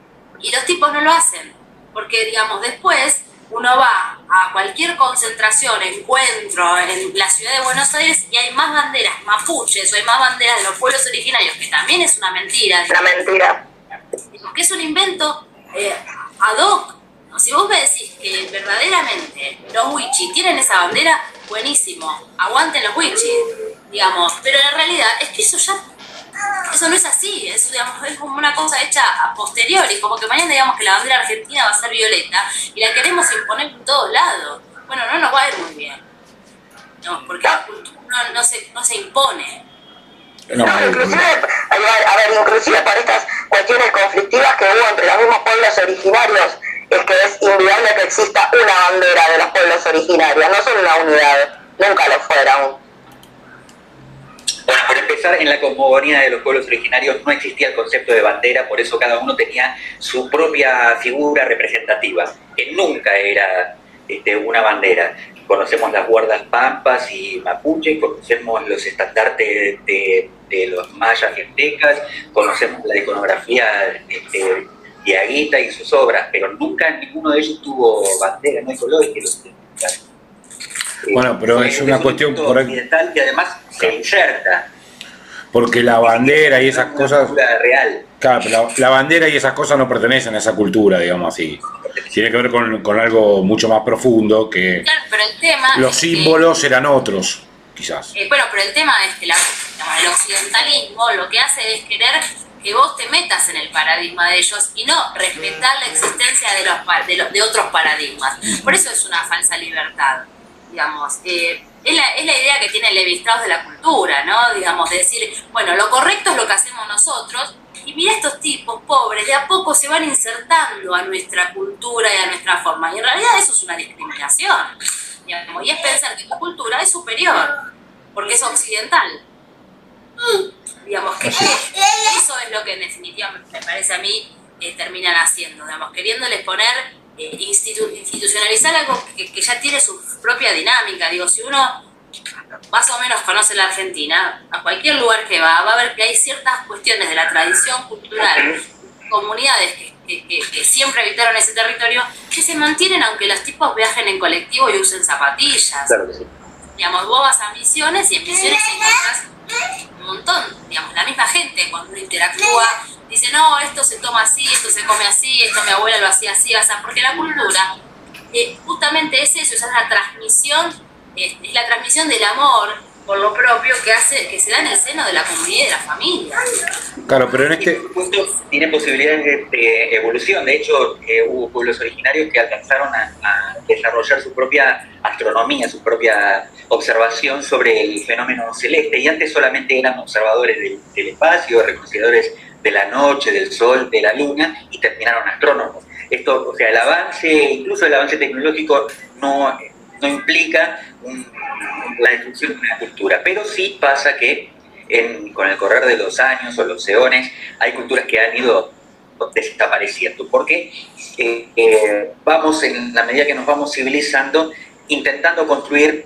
Y los tipos no lo hacen, porque, digamos, después uno va a cualquier concentración, encuentro en la ciudad de Buenos Aires y hay más banderas mapuches o hay más banderas de los pueblos originarios, que también es una mentira, Una mentira. digamos, que es un invento eh, ad hoc. ¿No? Si vos me decís que verdaderamente los wichis tienen esa bandera, buenísimo, aguanten los wichis, digamos, pero la realidad es que eso ya, eso no es así, eso, digamos, es como una cosa hecha a posteriori, como que mañana digamos que la bandera argentina va a ser violeta y la queremos imponer en todos lados. Bueno, no nos va a ir muy bien, digamos, porque la cultura no, no, se, no se impone. No, No, inclusive, a ver, a ver, inclusive para estas cuestiones conflictivas que hubo entre los mismos pueblos originarios, es que es inviable que exista una bandera de los pueblos originarios, no son una unidad, nunca lo fueron. Bueno, para empezar, en la cosmogonía de los pueblos originarios no existía el concepto de bandera, por eso cada uno tenía su propia figura representativa, que nunca era este, una bandera. Conocemos las guardas pampas y mapuche, conocemos los estandartes de, de los mayas y aztecas, conocemos la iconografía este, de Aguita y sus obras, pero nunca ninguno de ellos tuvo bandera, no ecológica. Bueno, pero es una cuestión por ahí- occidental que además se inserta. porque la bandera y esas Una cosas... cultura real. Claro, pero la, la bandera y esas cosas no pertenecen a esa cultura, digamos así. Tiene que ver con, con algo mucho más profundo, que Claro, pero el tema los es que- símbolos eran otros, quizás. Eh, bueno, pero el tema es que la, digamos, el occidentalismo lo que hace es querer que vos te metas en el paradigma de ellos y no respetar la existencia de los, pa- de, los, de otros paradigmas. Por eso es una falsa libertad, digamos. Eh, es la, es la idea que tiene Levi Strauss de la cultura, ¿no? Digamos, de decir, bueno, lo correcto es lo que hacemos nosotros, y mira estos tipos pobres, de a poco se van insertando a nuestra cultura y a nuestra forma, y en realidad eso es una discriminación, digamos, y es pensar que tu cultura es superior, porque es occidental. Digamos que eso es lo que en definitiva me parece a mí eh, terminan haciendo, digamos, queriéndoles poner, eh, institu institucionalizar algo que, que ya tiene su propia dinámica. Digo, si uno más o menos conoce la Argentina, a cualquier lugar que va, va a ver que hay ciertas cuestiones de la tradición cultural, comunidades que, que, que, que siempre habitaron ese territorio, que se mantienen aunque los tipos viajen en colectivo y usen zapatillas. Claro que sí. Digamos, vos vas a Misiones y en Misiones encontrás un montón, digamos, la misma gente cuando uno interactúa dice, no, esto se toma así, esto se come así, esto mi abuela lo hacía así, o sea, porque la cultura eh, justamente es eso, es la transmisión, es, es la transmisión del amor por lo propio que hace, que se da en el seno de la comunidad y de la familia. Claro, pero en este... Tiene posibilidades de, de evolución. De hecho, eh, hubo pueblos originarios que alcanzaron a, a desarrollar su propia astronomía, su propia observación sobre el fenómeno celeste. Y antes solamente eran observadores del, del espacio, reconocedores de la noche, del sol, de la luna, y terminaron astrónomos. Esto, o sea, el avance, incluso el avance tecnológico, no, no implica un, la destrucción de una cultura. Pero sí pasa que En, con el correr de los años o los eones, hay culturas que han ido desapareciendo, porque eh, eh, vamos, en la medida que nos vamos civilizando, intentando construir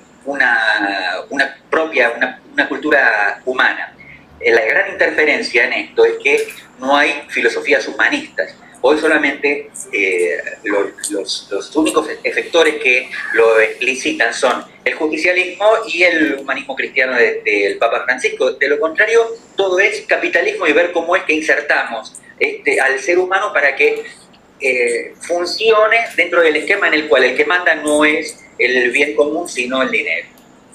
una, una propia, una, una cultura humana. Eh, la gran interferencia en esto es que no hay filosofías humanistas. Hoy solamente eh, los, los, los únicos efectores que lo explicitan son el justicialismo y el humanismo cristiano del de, de Papa Francisco. De lo contrario, todo es capitalismo y ver cómo es que insertamos este, al ser humano para que eh, funcione dentro del esquema en el cual el que manda no es el bien común, sino el dinero.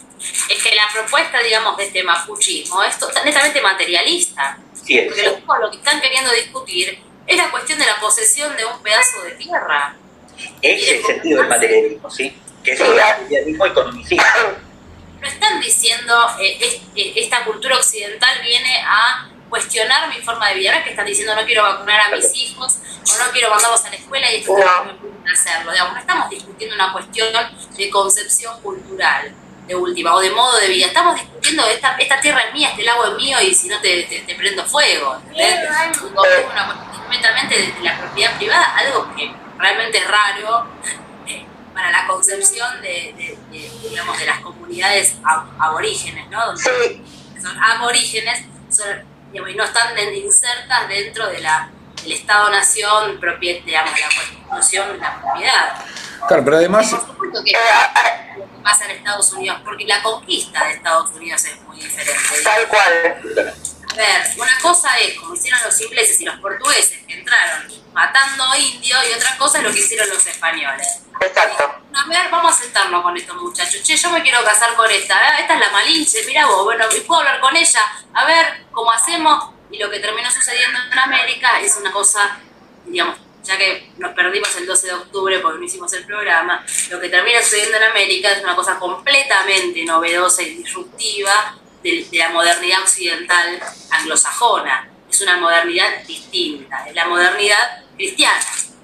Es que la propuesta, digamos, de este mapuchismo es netamente materialista. Sí, es. Porque los tipos lo que están queriendo discutir es la cuestión de la posesión de un pedazo de tierra. Ese es el sentido del materialismo, ¿sí? Que es el materialismo economicista. No están diciendo, eh, es, eh, esta cultura occidental viene a cuestionar mi forma de vida. No es que están diciendo, no quiero vacunar a mis hijos, o no quiero mandarlos a la escuela y esto no me pueden hacerlo. Digamos, no estamos discutiendo una cuestión de concepción cultural, de última, o de modo de vida. Estamos discutiendo, esta, esta tierra es mía, este lago es mío, y si no te, te, te prendo fuego, ¿entendés? Es una cuestión fundamentalmente de la propiedad privada, algo que realmente es raro eh, para la concepción de, de, de, digamos, de las comunidades aborígenes, ¿no? Donde Sí. son aborígenes, son, digamos, y no están insertas dentro de la, del Estado-Nación, digamos, la constitución de la propiedad. Claro, pero además... Por supuesto que Eh, lo que pasa en Estados Unidos, porque la conquista de Estados Unidos es muy diferente. Tal cual. A ver, una cosa es como hicieron los ingleses y los portugueses, que entraron matando indios, y otra cosa es lo que hicieron los españoles. Exacto. A ver, vamos a sentarnos con estos muchachos. Che, yo me quiero casar con esta. Ah, esta es la Malinche, mira vos, bueno, y puedo hablar con ella. A ver cómo hacemos. Y lo que terminó sucediendo en América es una cosa, digamos, ya que nos perdimos el doce de octubre porque no hicimos el programa, lo que termina sucediendo en América es una cosa completamente novedosa y disruptiva de, de la modernidad occidental anglosajona. Es una modernidad distinta, es la modernidad cristiana.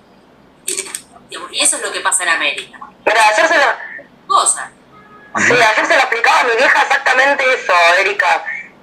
Y, y eso es lo que pasa en América. Mira, ayer se lo, Cosa. sí, ayer se lo explicaba a mi vieja exactamente eso, Erika.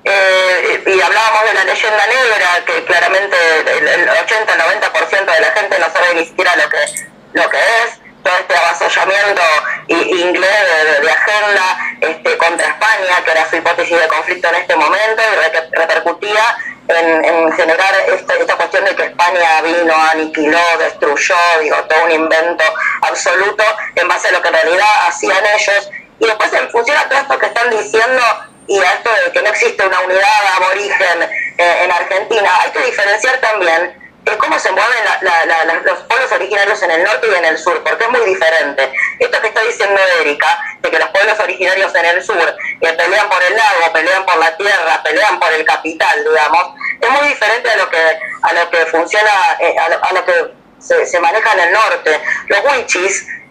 Eh, y hablábamos de la leyenda negra, que claramente el, el ochenta noventa por ciento de la gente no sabe ni siquiera lo que, lo que es. Todo este avasallamiento inglés de, de, de agenda este, contra España, que era su hipótesis de conflicto en este momento, y re, repercutía en, en generar este, esta cuestión de que España vino, aniquiló, destruyó, digo, todo un invento absoluto en base a lo que en realidad hacían ellos. Y después, en función a todo esto que están diciendo y a esto de que no existe una unidad aborigen eh, en Argentina, hay que diferenciar también es cómo se mueven la, la, la, la, los pueblos originarios en el norte y en el sur, porque es muy diferente. Esto que está diciendo Erika, de que los pueblos originarios en el sur eh, pelean por el lago, pelean por la tierra, pelean por el capital, digamos, es muy diferente a lo que a lo que funciona, eh, a, lo, a lo que se, se maneja en el norte. Los wichis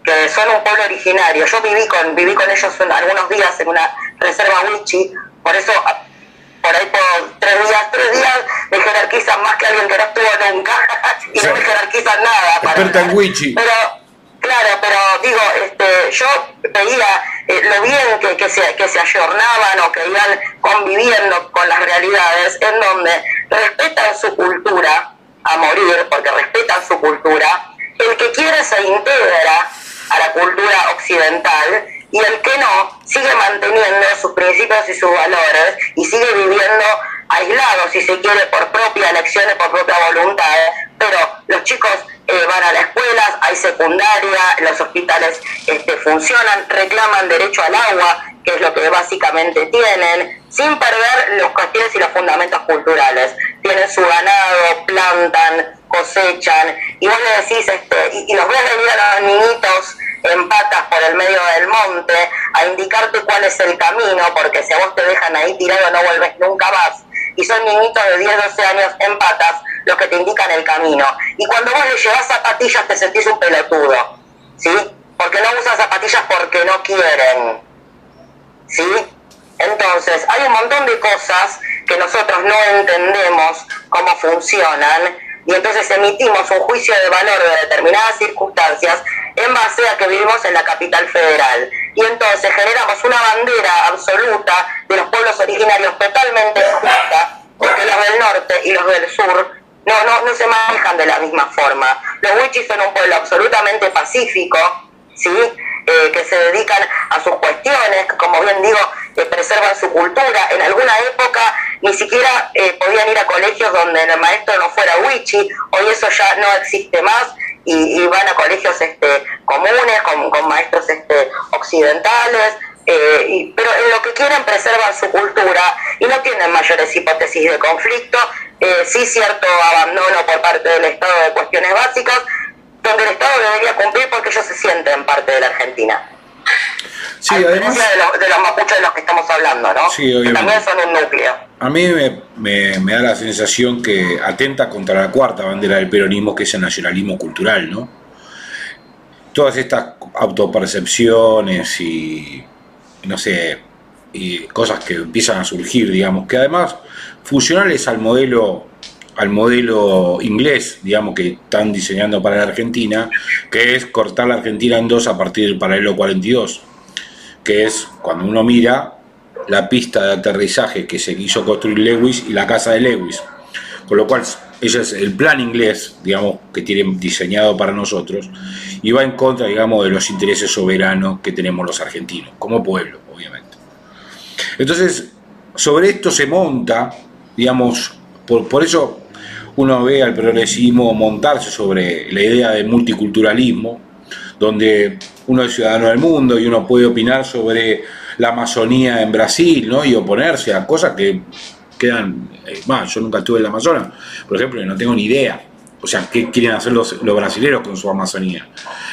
que son un pueblo originario. Yo viví con viví con ellos en, algunos días en una reserva Wichi, por eso por ahí por tres días, tres días me jerarquizan más que alguien que no estuvo nunca y sí. No me jerarquizan nada. Experta en Wichi. Pero, claro, pero digo, este, yo veía eh, lo bien que, que, se, que se ayornaban o que iban conviviendo con las realidades, en donde respetan su cultura a morir, porque respetan su cultura. El que quiere se integra a la cultura occidental y el que no sigue manteniendo sus principios y sus valores y sigue viviendo aislado, si se quiere, por propia elección y por propia voluntad. Pero los chicos eh, van a las escuelas, hay secundaria, los hospitales este, funcionan, reclaman derecho al agua, que es lo que básicamente tienen, sin perder los cuestiones y los fundamentos culturales. Tienen su ganado, plantan, cosechan, y vos le decís, este, y, y los ves venir a los niñitos en patas por el medio del monte a indicarte cuál es el camino, porque si a vos te dejan ahí tirado no vuelves nunca más, y son niñitos de diez, doce años en patas los que te indican el camino, y cuando vos le llevas zapatillas te sentís un pelotudo, ¿sí? Porque no usan zapatillas porque no quieren, ¿sí? Entonces hay un montón de cosas que nosotros no entendemos cómo funcionan, y entonces emitimos un juicio de valor de determinadas circunstancias en base a que vivimos en la capital federal. Y entonces generamos una bandera absoluta de los pueblos originarios totalmente justa, porque los del norte y los del sur no, no, no se manejan de la misma forma. Los wichis son un pueblo absolutamente pacífico, ¿sí? Eh, que se dedican a sus cuestiones, que, como bien digo, eh, preservan su cultura. En alguna época ni siquiera eh, podían ir a colegios donde el maestro no fuera wichi, hoy eso ya no existe más, y, y van a colegios este, comunes, con, con maestros este, occidentales, eh, y, pero en lo que quieren preservan su cultura y no tienen mayores hipótesis de conflicto, eh, sí cierto abandono por parte del Estado de cuestiones básicas, donde el Estado debería cumplir porque ellos se sienten parte de la Argentina. Sí, a además diferencia de los, de los mapuches de los que estamos hablando, ¿no? Sí, obviamente. Que también son un núcleo. A mí me, me, me da la sensación que atenta contra la cuarta bandera del peronismo, que es el nacionalismo cultural, ¿no? Todas estas autopercepciones y, no sé, y cosas que empiezan a surgir, digamos, que además funcionales al modelo al modelo inglés, digamos, que están diseñando para la Argentina, que es cortar la Argentina en dos a partir del paralelo cuarenta y dos, que es cuando uno mira la pista de aterrizaje que se quiso construir Lewis y la casa de Lewis, con lo cual ese es el plan inglés, digamos, que tienen diseñado para nosotros, y va en contra, digamos, de los intereses soberanos que tenemos los argentinos, como pueblo, obviamente. Entonces, sobre esto se monta, digamos, por, por eso uno ve al progresismo montarse sobre la idea del multiculturalismo, donde uno es ciudadano del mundo y uno puede opinar sobre la Amazonía en Brasil, ¿no? Y oponerse a cosas que quedan, eh, más, yo nunca estuve en la Amazonas, por ejemplo, y no tengo ni idea, o sea, qué quieren hacer los, los brasileros con su Amazonía,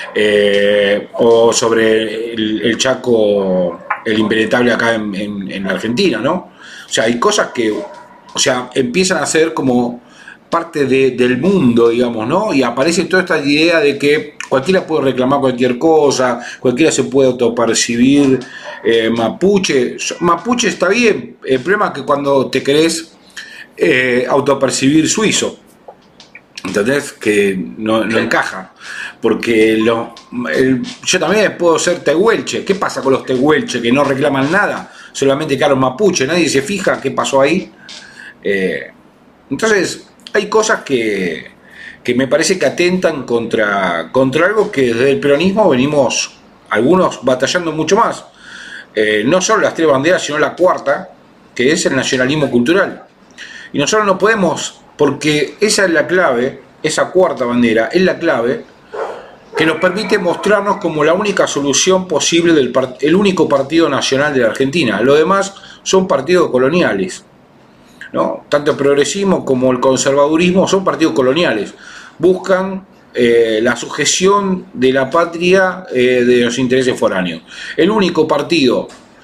eh, o sobre el, el Chaco, el impenetrable acá en, en, en Argentina, ¿no? O sea, hay cosas que, o sea, empiezan a ser como parte de, del mundo, digamos, ¿no? Y aparece toda esta idea de que cualquiera puede reclamar cualquier cosa, cualquiera se puede autopercibir eh, mapuche. Mapuche está bien, el problema es que cuando te querés eh, autopercibir suizo, ¿entendés? Que no, no encaja, porque lo, el, yo también puedo ser tehuelche. ¿Qué pasa con los tehuelches que no reclaman nada? Solamente quedaron mapuche, nadie se fija qué pasó ahí. Eh, entonces hay cosas que, que me parece que atentan contra, contra algo que desde el peronismo venimos algunos batallando mucho más, eh, no solo las tres banderas, sino la cuarta, que es el nacionalismo cultural. Y nosotros no podemos, porque esa es la clave, esa cuarta bandera es la clave que nos permite mostrarnos como la única solución posible del part- el único partido nacional de la Argentina. Lo demás son partidos coloniales, ¿no? Tanto el progresismo como el conservadurismo son partidos coloniales, buscan eh, la sujeción de la patria eh, de los intereses foráneos. El único partido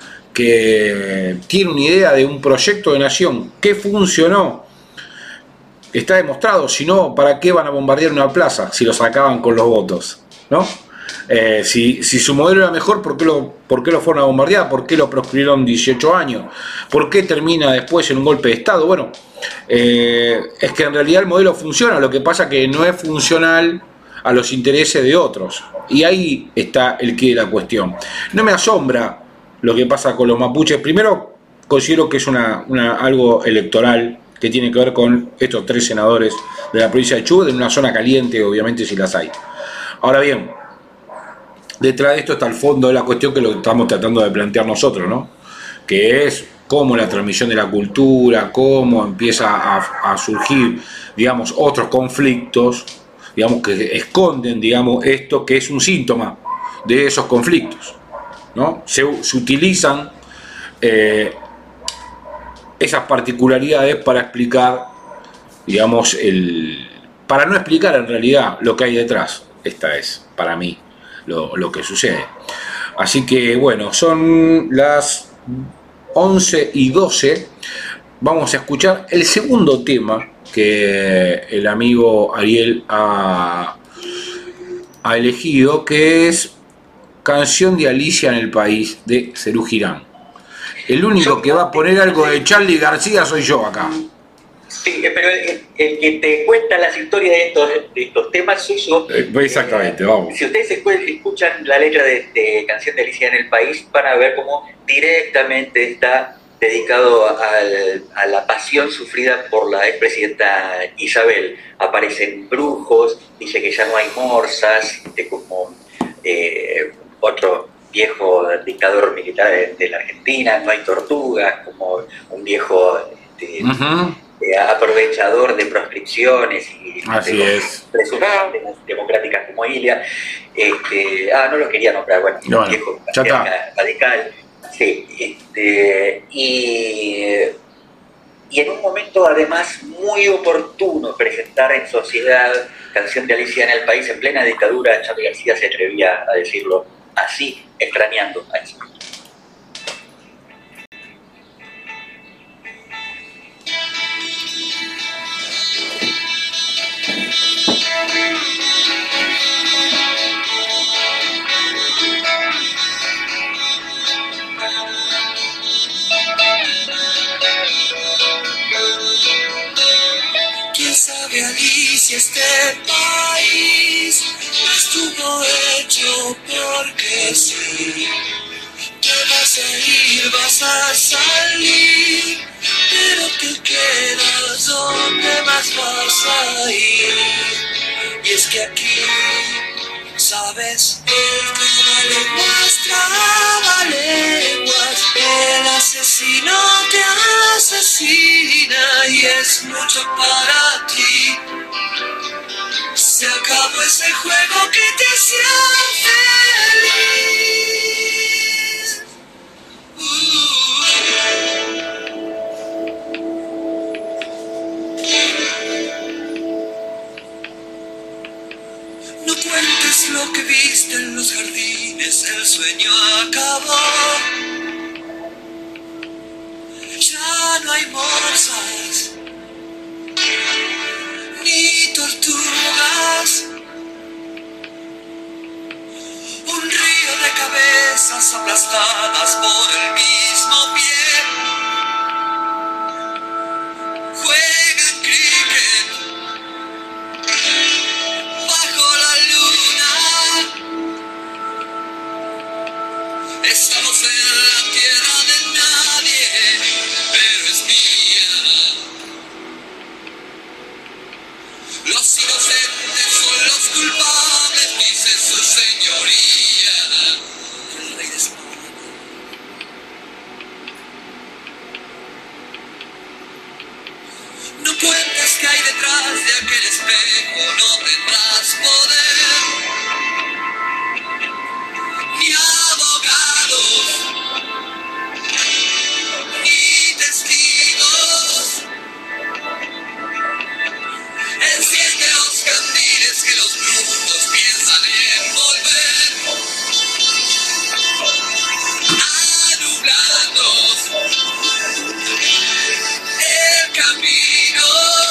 que tiene una idea de un proyecto de nación que funcionó, está demostrado, si no, ¿para qué van a bombardear una plaza si los acaban con los votos? ¿No? Eh, si, si su modelo era mejor, ¿por qué, lo, ¿por qué lo fueron a bombardear? ¿Por qué lo proscribieron dieciocho años? ¿Por qué termina después en un golpe de Estado? Bueno, eh, es que en realidad el modelo funciona, lo que pasa que no es funcional a los intereses de otros. Y ahí está el quid de la cuestión. No me asombra lo que pasa con los mapuches. Primero, considero que es una, una, algo electoral que tiene que ver con estos tres senadores de la provincia de Chubut, en una zona caliente, obviamente, si las hay. Ahora bien, detrás de esto está el fondo de la cuestión que lo estamos tratando de plantear nosotros, ¿no? Que es cómo la transmisión de la cultura, cómo empieza a, a surgir, digamos, otros conflictos, digamos, que esconden, digamos, esto que es un síntoma de esos conflictos, ¿no? Se, se utilizan eh, esas particularidades para explicar, digamos, el, para no explicar en realidad lo que hay detrás. Esta es, para mí, Lo, lo que sucede. Así que bueno, son las once y doce. Vamos a escuchar el segundo tema que el amigo Ariel ha, ha elegido, que es Canción de Alicia en el País, de Serú Girán. El único que va a poner algo de Charly García soy yo acá. Sí, pero el, el que te cuenta las historias de estos, de estos temas soy yo. Exactamente, vamos. Si ustedes escuchan la letra de, de Canción de Alicia en el País, van a ver cómo directamente está dedicado al, a la pasión sufrida por la expresidenta Isabel. Aparecen brujos, dice que ya no hay morsas, de como eh, otro viejo dictador militar de, de la Argentina, no hay tortugas, como un viejo... Este, uh-huh. aprovechador de proscripciones y así de es. presuntamente democráticas como Ilia. Este, ah, no lo quería nombrar, bueno, no, bueno viejo ya radical. Sí, este, y, y en un momento además muy oportuno presentar en sociedad Canción de Alicia en el País en plena dictadura. Charly García se atrevía a decirlo así, extrañando a eso. Alicia, este país no estuvo hecho porque sí. Te vas a ir, vas a salir, pero te quedas donde más vas a ir. Y es que aquí, sabes, el que vale muestra lenguas, el asesino te asesina y es mucho para ti. Se acabó ese juego que te hacía feliz. No cuentes lo que viste en los jardines, el sueño acabó. Ya no hay morsas ni tortugas, un río de cabezas aplastadas por el mismo pie. Juegan cricket bajo la luna. Estamos en la tierra de nadie, pero es mía. Los inocentes son los culpables, dice su señoría, el rey de España. No cuentes que hay detrás de aquel espejo, no tendrás poder, ni abogados, ni testigos. Enciende los candiles que los brujos piensan envolver, anublando el camino.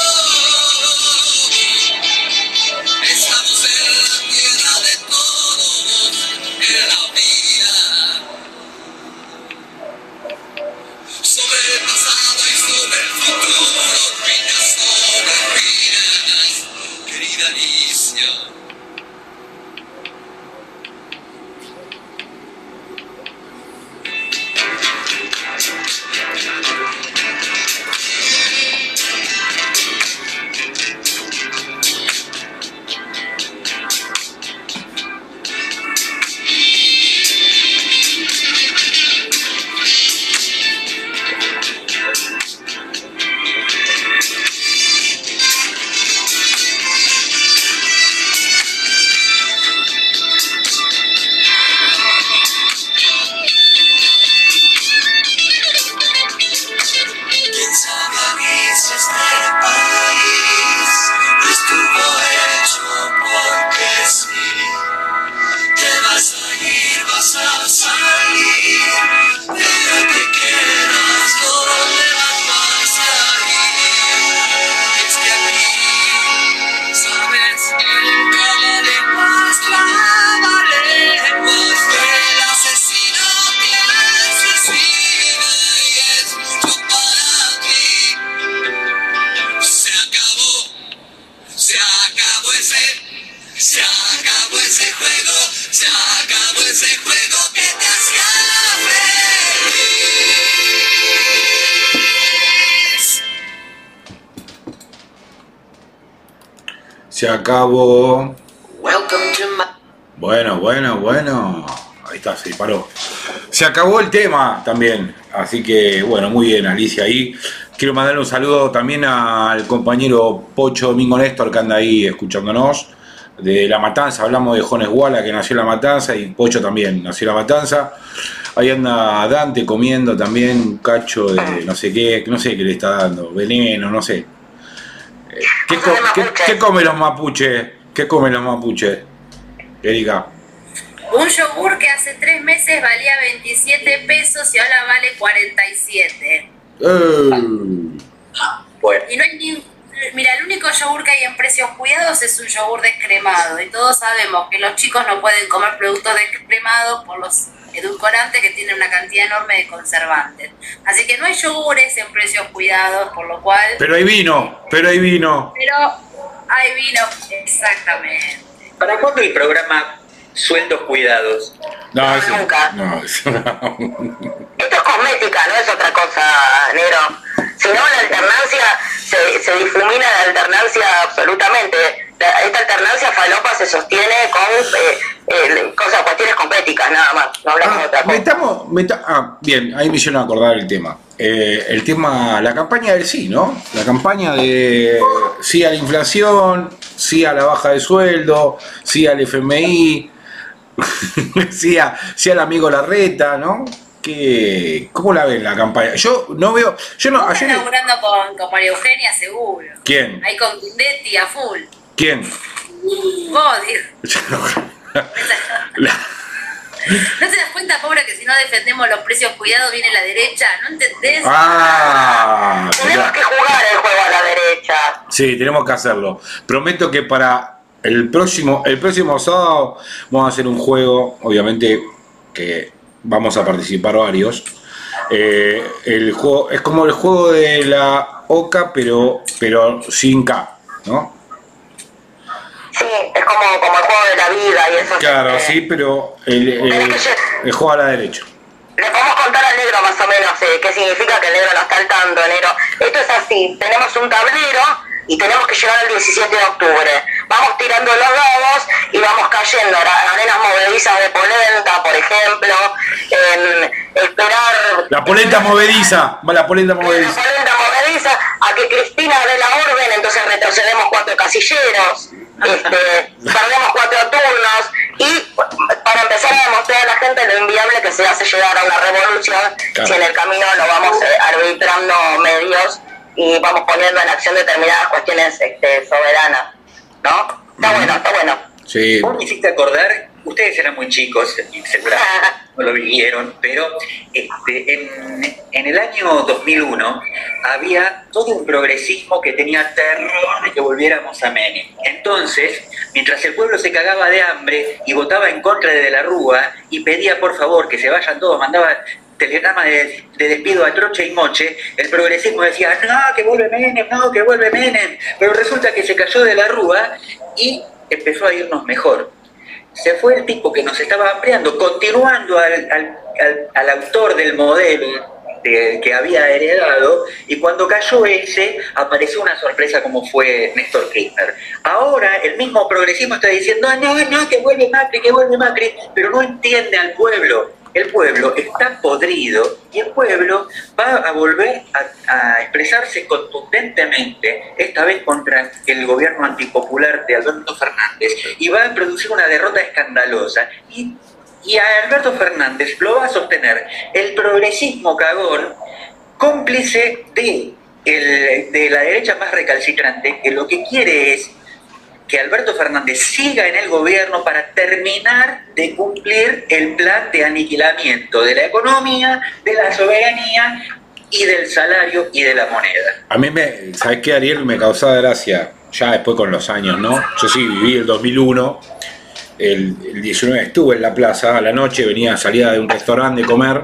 Se acabó. Welcome to my... Bueno, bueno, bueno. Ahí está, se disparó. Se acabó el tema también. Así que, bueno, muy bien, Alicia ahí. Quiero mandarle un saludo también al compañero Pocho Domingo Néstor, que anda ahí escuchándonos. De La Matanza, hablamos de Jones Guala, que nació en La Matanza, y Pocho también nació en La Matanza. Ahí anda Dante comiendo también un cacho de no sé qué, no sé qué le está dando, veneno, no sé. ¿Qué, co qué, qué comen los mapuches? ¿Qué comen los mapuches, Erika? Un yogur que hace tres meses valía veintisiete pesos y ahora vale cuarenta y siete. Eh. Bueno. Y no hay ni... Mira, el único yogur que hay en precios cuidados es un yogur descremado. Y todos sabemos que los chicos no pueden comer productos descremados por los edulcorantes que tienen una cantidad enorme de conservantes. Así que no hay yogures en precios cuidados, por lo cual... Pero hay vino, pero hay vino. Pero hay vino, exactamente. ¿Para cuándo el programa Sueldos Cuidados? No, eso, Nunca. no, eso no. Esto es cosmética, no es otra cosa, Nero. Si no, la alternancia se, se difumina la alternancia absolutamente. La, esta alternancia falopa se sostiene con eh, eh, cosas, cuestiones cosméticas, nada más. No hablamos Ah, de otra cosa. metamos, meta, ah, bien, ahí me hicieron acordar el tema. Eh, el tema, la campaña del sí, ¿no? La campaña de sí a la inflación, sí a la baja de sueldo, sí al F M I, sí, a, sí al amigo Larreta, ¿no? ¿Qué, ¿Cómo la ven la campaña? Yo no veo. Yo no. Estás Ayer, laburando con, con María Eugenia, seguro. ¿quién? Ahí con Guindetti a full. ¿Quién? Vos, digo. La- ¿No te das cuenta, pobre, que si no defendemos los precios cuidados viene la derecha? ¿No entendés? Ah, Tenemos que jugar el juego a la derecha. sí, tenemos que hacerlo. Prometo que para el próximo, el próximo sábado vamos a hacer un juego, obviamente que vamos a participar varios. Eh, el juego es como el juego de la OCA, pero pero sin K, ¿no? Sí, es como, como el juego de la vida y eso. Claro, este, sí, pero el, el, el juego a la derecha. Le podemos contar al negro más o menos eh, qué significa que el negro no está al tanto, negro. Esto es así, tenemos un tablero y tenemos que llegar al diecisiete de octubre. Vamos tirando los dados y vamos cayendo en arenas movedizas de polenta, por ejemplo, en esperar... La polenta movediza, va la polenta La movediza. polenta movediza, a que Cristina dé la orden, entonces retrocedemos cuatro casilleros, este, perdemos cuatro turnos y para empezar a demostrar a la gente lo inviable que se hace llegar a una revolución, Claro. si en el camino lo vamos eh, arbitrando medios y vamos poniendo en acción determinadas cuestiones este, soberanas, ¿no? Está Ujú. bueno, está bueno. Sí. Vos me hiciste acordar, ustedes eran muy chicos, y seguramente no lo vivieron, pero este, en, en el año dos mil uno había todo un progresismo que tenía terror de que volviéramos a Menem. Entonces, mientras el pueblo se cagaba de hambre y votaba en contra de De la Rúa y pedía por favor que se vayan todos, mandaba telegrama de, de despido a troche y moche, el progresismo decía, no, que vuelve Menem, no, que vuelve Menem, pero resulta que se cayó De la Rúa y empezó a irnos mejor. Se fue el tipo que nos estaba ampliando, continuando al, al, al, al autor del modelo de, que había heredado, y cuando cayó ese, apareció una sorpresa como fue Néstor Kirchner. Ahora el mismo progresismo está diciendo, no, no, que vuelve Macri, que vuelve Macri, pero no entiende al pueblo. El pueblo está podrido y el pueblo va a volver a, a expresarse contundentemente, esta vez contra el gobierno antipopular de Alberto Fernández, y va a producir una derrota escandalosa. Y, y a Alberto Fernández lo va a sostener el progresismo cagón, cómplice de, el, de la derecha más recalcitrante, que lo que quiere es que Alberto Fernández siga en el gobierno para terminar de cumplir el plan de aniquilamiento de la economía, de la soberanía y del salario y de la moneda. A mí me, ¿sabes qué, Ariel? Me causaba gracia, ya después con los años, ¿no? Yo sí viví el dos mil uno, el, el diecinueve estuve en la plaza, a la noche venía, salía de un restaurante de comer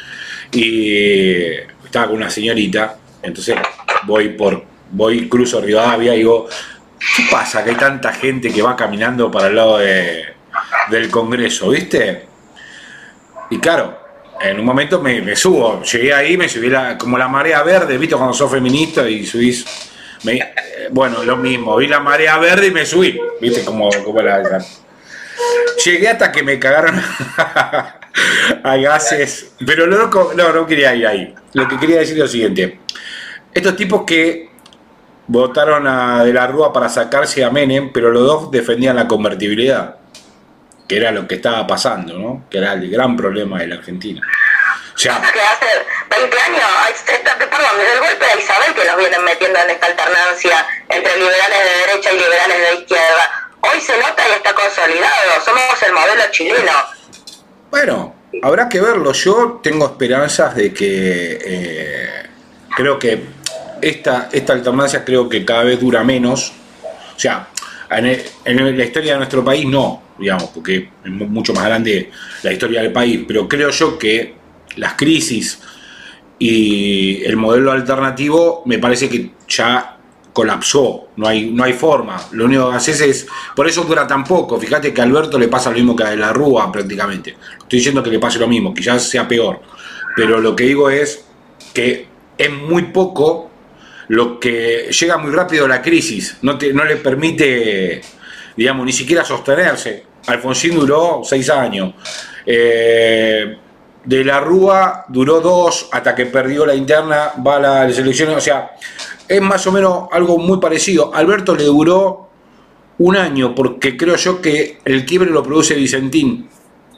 y estaba con una señorita, entonces voy por, voy, cruzo Rivadavia y digo, ¿qué pasa que hay tanta gente que va caminando para el lado de, del Congreso, viste? Y claro, en un momento me, me subo, llegué ahí, me subí la, como la marea verde, viste cuando sos feminista y subís Me, eh, bueno, lo mismo, vi la marea verde y me subí, viste como, como la... Llegué hasta que me cagaron a gases, pero no, no, no quería ir ahí. Lo que quería decir es lo siguiente. Estos tipos que votaron a De la Rúa para sacarse a Menem, pero los dos defendían la convertibilidad, que era lo que estaba pasando, ¿no? Que era el gran problema de la Argentina. O sea, que hace veinte años, perdón, desde el golpe de Isabel que nos vienen metiendo en esta alternancia entre liberales de derecha y liberales de izquierda. Hoy se nota y está consolidado, somos el modelo chileno. Bueno, habrá que verlo. Yo tengo esperanzas de que eh, creo que esta, esta alternancia creo que cada vez dura menos. O sea, en, el, en la historia de nuestro país no, digamos, porque es mucho más grande la historia del país, pero creo yo que las crisis y el modelo alternativo me parece que ya colapsó, no hay, no hay forma. Lo único que haces es, por eso dura tan poco. Fíjate que a Alberto le pasa lo mismo que a De la Rúa prácticamente. Estoy diciendo que le pase lo mismo, quizás sea peor, pero lo que digo es que es muy poco lo que llega muy rápido a la crisis, no, te, no le permite, digamos, ni siquiera sostenerse. Alfonsín duró seis años, eh, De la Rúa duró dos hasta que perdió la interna, va a las elecciones, o sea, es más o menos algo muy parecido. Alberto le duró un año, porque creo yo que el quiebre lo produce Vicentín.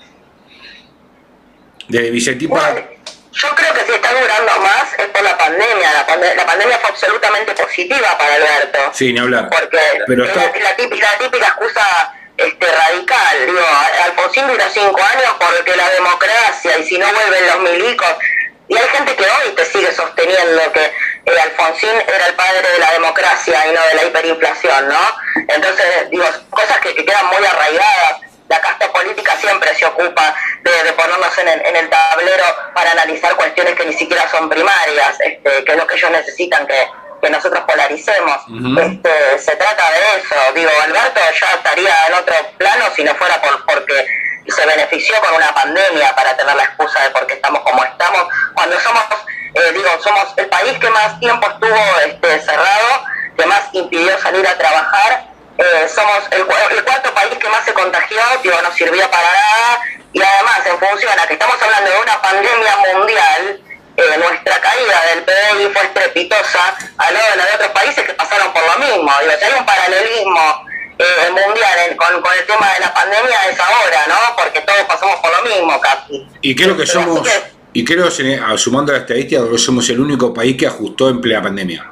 De Vicentín para... Yo creo que si está durando más es por la pandemia. La, pande la pandemia fue absolutamente positiva para Alberto. Sí, ni hablar. Porque pero es está... la, la, típica, la típica excusa este, radical. Digo, Alfonsín dura cinco años porque la democracia, y si no vuelven los milicos. Y hay gente que hoy te sigue sosteniendo que eh, Alfonsín era el padre de la democracia y no de la hiperinflación, ¿no? Entonces, digo, cosas que, que quedan muy arraigadas. La casta política siempre se ocupa de, de ponernos en el, en el tablero para analizar cuestiones que ni siquiera son primarias, este, que es lo que ellos necesitan que, que nosotros polaricemos. Uh-huh. este, se trata de eso. Digo, Alberto ya estaría en otro plano si no fuera por porque se benefició con una pandemia para tener la excusa de por qué estamos como estamos, cuando somos, eh, digo, somos el país que más tiempo estuvo este, cerrado, que más impidió salir a trabajar. Eh, somos el, el cuarto país que más se contagió, digo, no sirvió para nada, y además, en función a que estamos hablando de una pandemia mundial, eh, nuestra caída del P B I fue estrepitosa al lado de la de otros países que pasaron por lo mismo. Digo, si hay un paralelismo eh, mundial en, con, con el tema de la pandemia es ahora, ¿no? Porque todos pasamos por lo mismo casi. Y creo que somos, que, y creo, sumando la estadística, que somos el único país que ajustó en plena pandemia.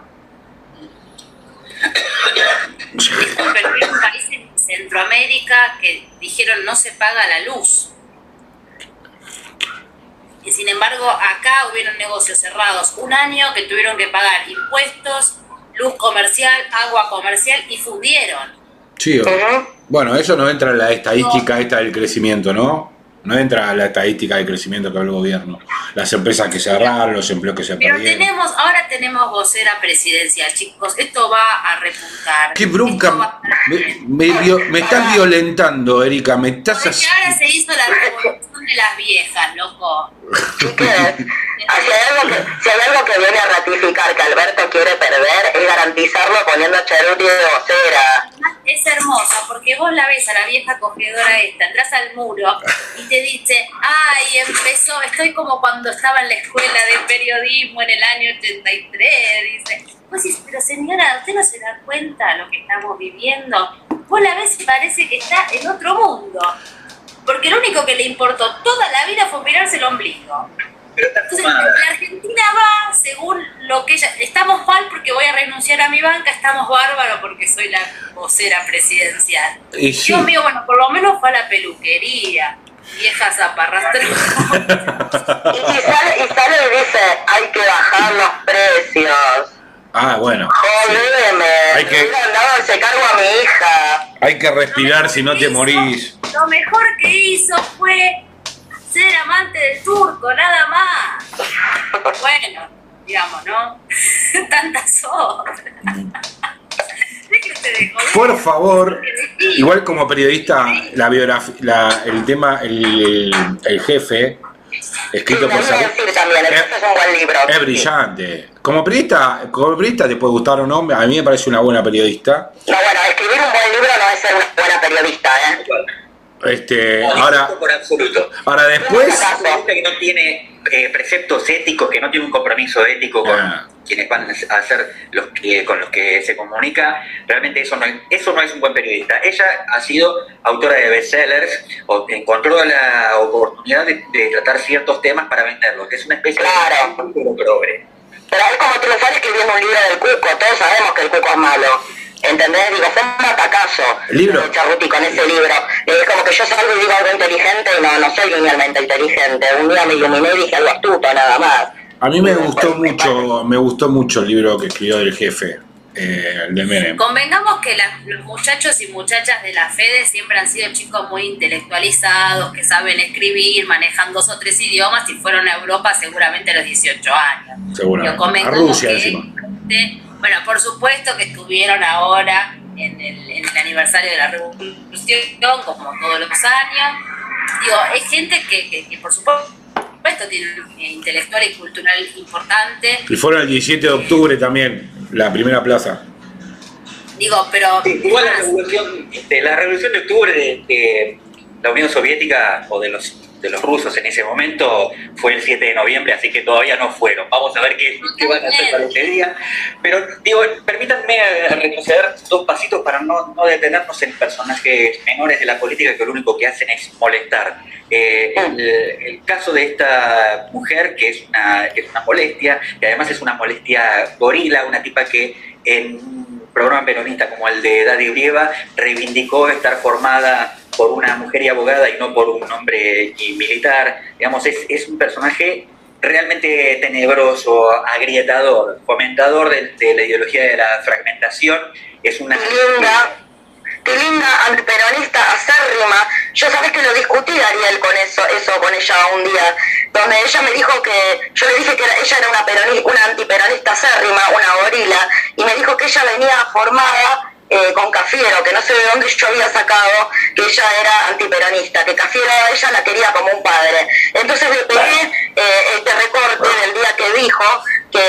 Pero hay un país en Centroamérica que dijeron no se paga la luz. Y sin embargo, acá hubieron negocios cerrados un año que tuvieron que pagar impuestos, luz comercial, agua comercial y fundieron. Sí, uh-huh. Bueno, eso no entra en la estadística no. esta del crecimiento, ¿no? No entra en la estadística del crecimiento que habla el gobierno. Las empresas que cerraron, los empleos que se Pero perdieron. tenemos, ahora tenemos vocera presidencial, chicos. Esto va a repuntar. ¡Qué bronca! A... Me, me, me, me estás violentando, Erika. Me estás Porque ahora se hizo la revolución de las viejas, loco. ¿Qué es? Si hay, algo que, si hay algo que viene a ratificar que Alberto quiere perder es garantizarlo poniendo a Charuti de vocera. Es hermosa porque vos la ves a la vieja cogedora esta, entras al muro y te dice, ay, empezó, estoy como cuando estaba en la escuela de periodismo en el año ochenta y tres, dice. Vos decís, pero señora, ¿usted no se da cuenta de lo que estamos viviendo? Vos la ves y parece que está en otro mundo. Porque lo único que le importó toda la vida fue mirarse el ombligo. Entonces, la Argentina va según lo que ella... Estamos mal porque voy a renunciar a mi banca, estamos bárbaros porque soy la vocera presidencial. Y sí. Dios mío, bueno, por lo menos fue a la peluquería. Vieja zaparrastra. y, y, sale, y sale y dice, hay que bajar los precios. Ah, bueno. Jodeme, sí. Hay que... le han dado ese cargo a mi hija. Hay que respirar si no te hizo, morís. Lo mejor que hizo fue ser amante del turco, nada más. Bueno, digamos, ¿no? Tantas otras. Por favor, igual como periodista, la biografía, la, el tema, el, el jefe, escrito Sí, por me iba a Sarri. decir también, Es, entonces es un buen libro. es Sí. brillante. Como periodista, como periodista te puede gustar o no, a mí me parece una buena periodista. No, bueno, escribir un buen libro no es ser una buena periodista, ¿eh? Este, No, ahora, discuto por absoluto. ahora después, Un periodista que no tiene eh, preceptos éticos, que no tiene un compromiso ético con Ah. quienes van a ser los que con los que se comunica, realmente eso no es, eso no es un buen periodista. Ella ha sido autora de bestsellers, o encontró la oportunidad de, de tratar ciertos temas para venderlos, que es una especie Claro. de pero progre. Pero es como triunfar escribiendo un libro del Cuco, todos sabemos que el Cuco es malo. ¿Entendés? Digo, fue un atacazo ¿Libro? de Cerruti con ese libro. Y es como que yo salgo y digo algo inteligente y no, no soy linealmente inteligente. Un día me iluminé y dije algo astuto, nada más. a mí me gustó mucho, me gustó mucho el libro que escribió del jefe, eh, el de Menem. Convengamos que la- los muchachos y muchachas de la FEDE siempre han sido chicos muy intelectualizados, que saben escribir, manejan dos o tres idiomas y fueron a Europa seguramente a los dieciocho años. Seguramente. Pero convengamos A Rusia que, encima. de- bueno, por supuesto que estuvieron ahora en el, en el aniversario de la Revolución, como todos los años. Digo, es gente que, que, que por supuesto tiene un intelectual y cultural importante. Y fueron el diecisiete de octubre también, la primera plaza. Digo, pero Sí, igual la más, revolución, este, la revolución de octubre de, de la Unión Soviética o de los de los rusos en ese momento fue el siete de noviembre, así que todavía no fueron. Vamos a ver qué, qué van a hacer para ese día. Pero digo, permítanme retroceder dos pasitos para no, no detenernos en personajes menores de la política que lo único que hacen es molestar. Eh, el, el caso de esta mujer, que es una, que es una molestia, y además es una molestia gorila, una tipa que en un programa peronista como el de Daddy Brieva reivindicó estar formada por una mujer y abogada y no por un hombre y militar. Digamos, es, es un personaje realmente tenebroso, agrietador, fomentador de, de la ideología de la fragmentación. Es una... Linda, qué linda antiperonista acérrima. Yo sabes que lo discutí, Ariel, con eso, eso con ella un día, donde ella me dijo que, yo le dije que era- ella era una, peronista, una antiperonista acérrima, una gorila, y me dijo que ella venía formada eh, con Cafiero, que no sé de dónde yo había sacado que ella era antiperonista, que Cafiero a ella la quería como un padre. Entonces le pegué eh, este recorte del día que dijo que,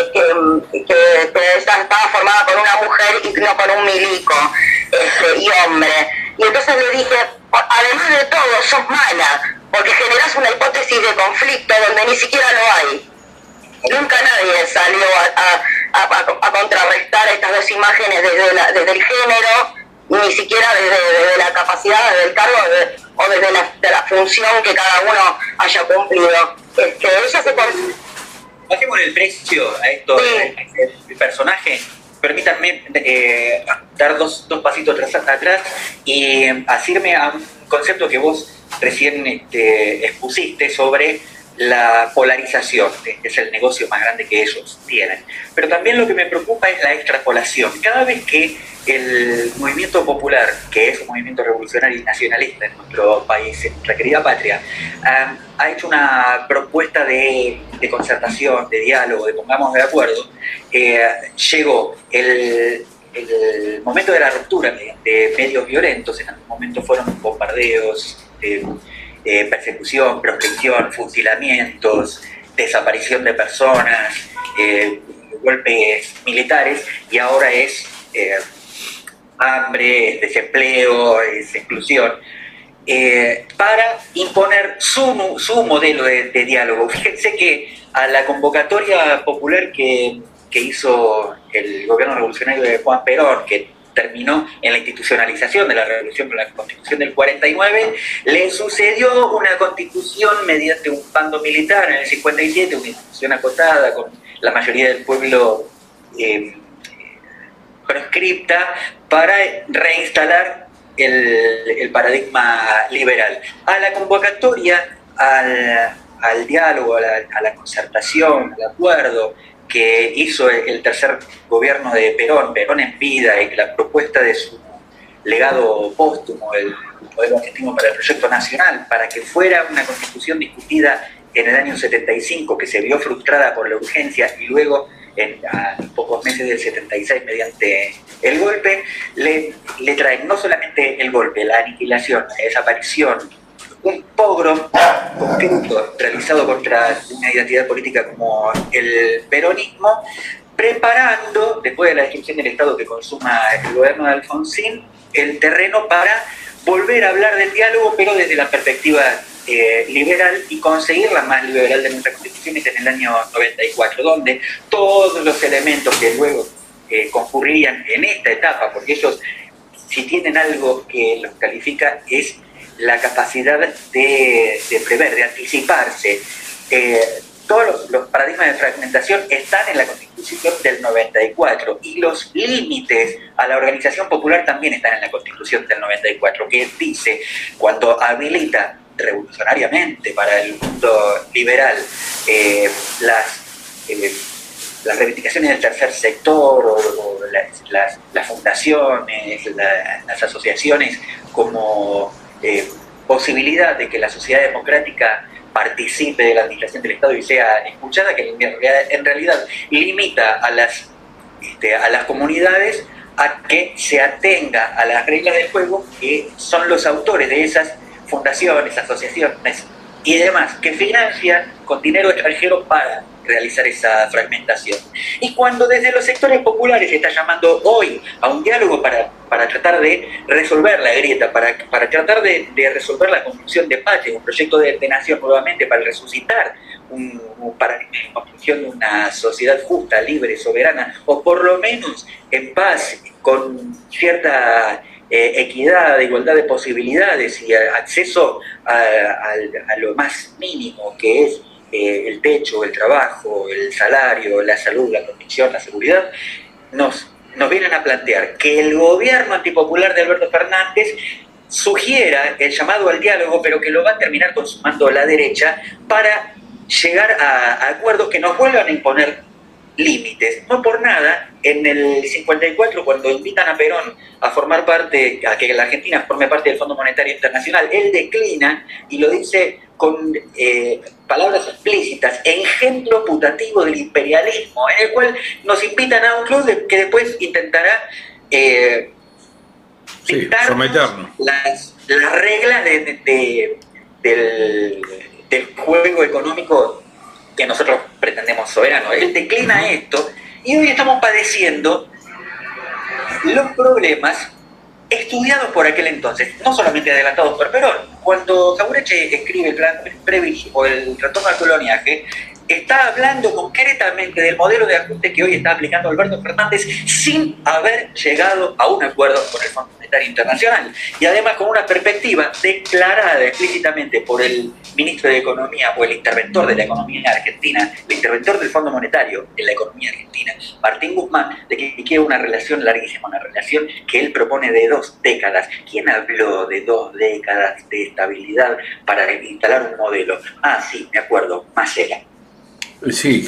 que, que, que esta estaba formada por una mujer y no por un milico este, y hombre. Y entonces le dije, además de todo, sos mala, porque generás una hipótesis de conflicto donde ni siquiera lo hay. Nunca nadie salió a, a, a, a contrarrestar estas dos imágenes desde, la, desde el género, ni siquiera desde, desde la capacidad, desde el cargo de, o desde la, de la función que cada uno haya cumplido. Este, ella se... Bajemos el precio a esto, Sí. a este personaje. Permítanme eh, dar dos, dos pasitos atrás, atrás y eh, asirme a un concepto que vos recién este, expusiste sobre la polarización, que es el negocio más grande que ellos tienen. Pero también lo que me preocupa es la extrapolación. Cada vez que el movimiento popular, que es un movimiento revolucionario y nacionalista en nuestro país, en nuestra querida patria, um, ha hecho una propuesta de, de concertación, de diálogo, de pongamos de acuerdo, eh, llegó el, el momento de la ruptura mediante medios violentos. En algún momento fueron bombardeos, eh, eh, persecución, proscripción, fusilamientos, desaparición de personas, eh, golpes militares, y ahora es eh, hambre, es desempleo, es exclusión, eh, para imponer su, su modelo de, de diálogo. Fíjense que a la convocatoria popular que, que hizo el gobierno revolucionario de Juan Perón, que terminó en la institucionalización de la revolución con la Constitución del cuarenta y nueve, le sucedió una constitución mediante un bando militar en el cincuenta y siete, una institución acotada con la mayoría del pueblo eh, proscripta, para reinstalar el, el paradigma liberal. A la convocatoria, al, al diálogo, a la, a la concertación, al acuerdo que hizo el tercer gobierno de Perón, Perón en vida, y la propuesta de su legado póstumo, el modelo argentino para el proyecto nacional, para que fuera una constitución discutida en el año setenta y cinco, que se vio frustrada por la urgencia, y luego en, a pocos meses del setenta y seis mediante el golpe, le, le traen no solamente el golpe, la aniquilación, la desaparición, un pogrom concreto realizado contra una identidad política como el peronismo, preparando, después de la destrucción del Estado que consuma el gobierno de Alfonsín, el terreno para volver a hablar del diálogo, pero desde la perspectiva eh, liberal, y conseguir la más liberal de nuestras constituciones en el año noventa y cuatro, donde todos los elementos que luego eh, concurrirían en esta etapa, porque ellos, si tienen algo que los califica, es la capacidad de, de prever, de anticiparse. Eh, todos los, los paradigmas de fragmentación están en la Constitución del noventa y cuatro, y los límites a la organización popular también están en la Constitución del noventa y cuatro, que dice, cuando habilita revolucionariamente para el mundo liberal eh, las, eh, las reivindicaciones del tercer sector o, o las, las, las fundaciones, la, las asociaciones como eh, posibilidad de que la sociedad democrática participe de la administración del Estado y sea escuchada, que en realidad, en realidad limita a las, este, a las comunidades a que se atenga a las reglas del juego, que son los autores de esas fundaciones, asociaciones y demás, que financian con dinero extranjero para realizar esa fragmentación. Y cuando desde los sectores populares se está llamando hoy a un diálogo para, para tratar de resolver la grieta, para, para tratar de, de resolver la construcción de patria, un proyecto de, de nación nuevamente, para resucitar un, un paradigma de construcción de una sociedad justa, libre, soberana, o por lo menos en paz, con cierta eh, equidad, igualdad de posibilidades y acceso a, a, a lo más mínimo, que es Eh, el techo, el trabajo, el salario, la salud, la protección, la seguridad, nos, nos vienen a plantear que el gobierno antipopular de Alberto Fernández sugiera el llamado al diálogo, pero que lo va a terminar consumando la derecha para llegar a, a acuerdos que nos vuelvan a imponer límites. No por nada, en el cincuenta y cuatro, cuando invitan a Perón a formar parte, a que la Argentina forme parte del Fondo Monetario Internacional, él declina y lo dice con eh, palabras explícitas, ejemplo putativo del imperialismo, en el cual nos invitan a un club de, que después intentará eh, sí, dictarnos las, las reglas de, de, de, del, del juego económico que nosotros pretendemos soberano. Él declina esto, y hoy estamos padeciendo los problemas estudiados por aquel entonces, no solamente adelantados por Perón. Cuando Jauretche escribe el plan Previs o el retorno al coloniaje, está hablando concretamente del modelo de ajuste que hoy está aplicando Alberto Fernández sin haber llegado a un acuerdo con el Fondo Monetario Internacional, y además con una perspectiva declarada explícitamente por el ministro de Economía o el interventor de la economía argentina, el interventor del Fondo Monetario en la economía argentina, Martín Guzmán, de que quiere una relación larguísima, una relación que él propone de dos décadas. ¿Quién habló de dos décadas de estabilidad para instalar un modelo? Ah, sí, me acuerdo, Masera. Sí,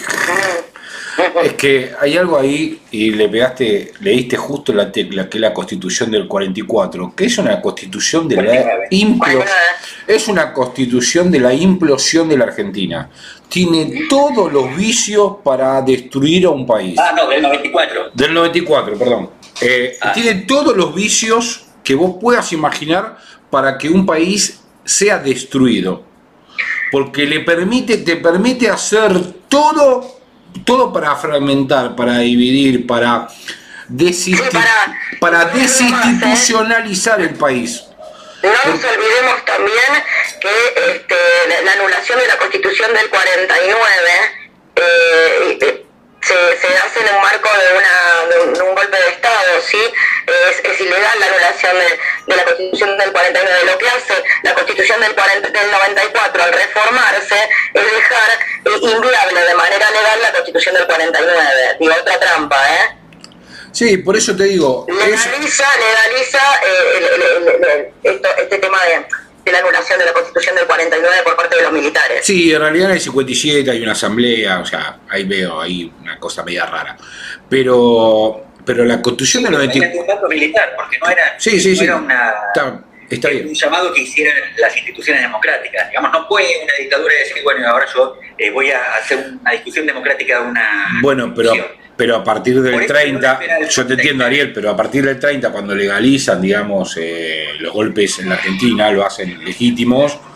es que hay algo ahí, y le pegaste, leíste justo la tecla, que es la Constitución del cuarenta y cuatro, que es una constitución de la implo, es una constitución de la implosión de la Argentina. Tiene todos los vicios para destruir a un país. Ah, no, del noventa y cuatro. Del noventa y cuatro, perdón. Eh, ah. Tiene todos los vicios que vos puedas imaginar para que un país sea destruido. Porque le permite, te permite hacer todo, todo para fragmentar, para dividir, para, desisti sí, para, para desinstitucionalizar el país. No nos olvidemos también que este, la, la anulación de la Constitución del cuarenta y nueve eh, se, se hace en un marco de, una, de, un, de un golpe de Estado, ¿sí? Es, es ilegal la anulación de, de la Constitución del cuarenta y nueve. Lo que hace la Constitución del, cuarenta, del noventa y cuatro al reformarse es dejar eh, inviable de manera legal la Constitución del cuarenta y nueve. Digo, otra trampa, ¿eh? Sí, por eso te digo... Legaliza, es... legaliza eh, el, el, el, el, esto, este tema de, de la anulación de la Constitución del cuarenta y nueve por parte de los militares. Sí, en realidad en el cincuenta y siete hay una asamblea, o sea, ahí veo ahí una cosa media rara. Pero... Pero la Constitución sí, del noventa y cuatro... Era un pacto militar, porque no era, sí, sí, no sí. era una, está, está bien. un llamado que hicieran las instituciones democráticas. Digamos, no puede una dictadura decir, bueno, ahora yo eh, voy a hacer una discusión democrática de una... Bueno, pero, pero a partir del treinta, yo te entiendo, Ariel, pero a partir del treinta, cuando legalizan, digamos, eh, los golpes en la Argentina, lo hacen legítimos,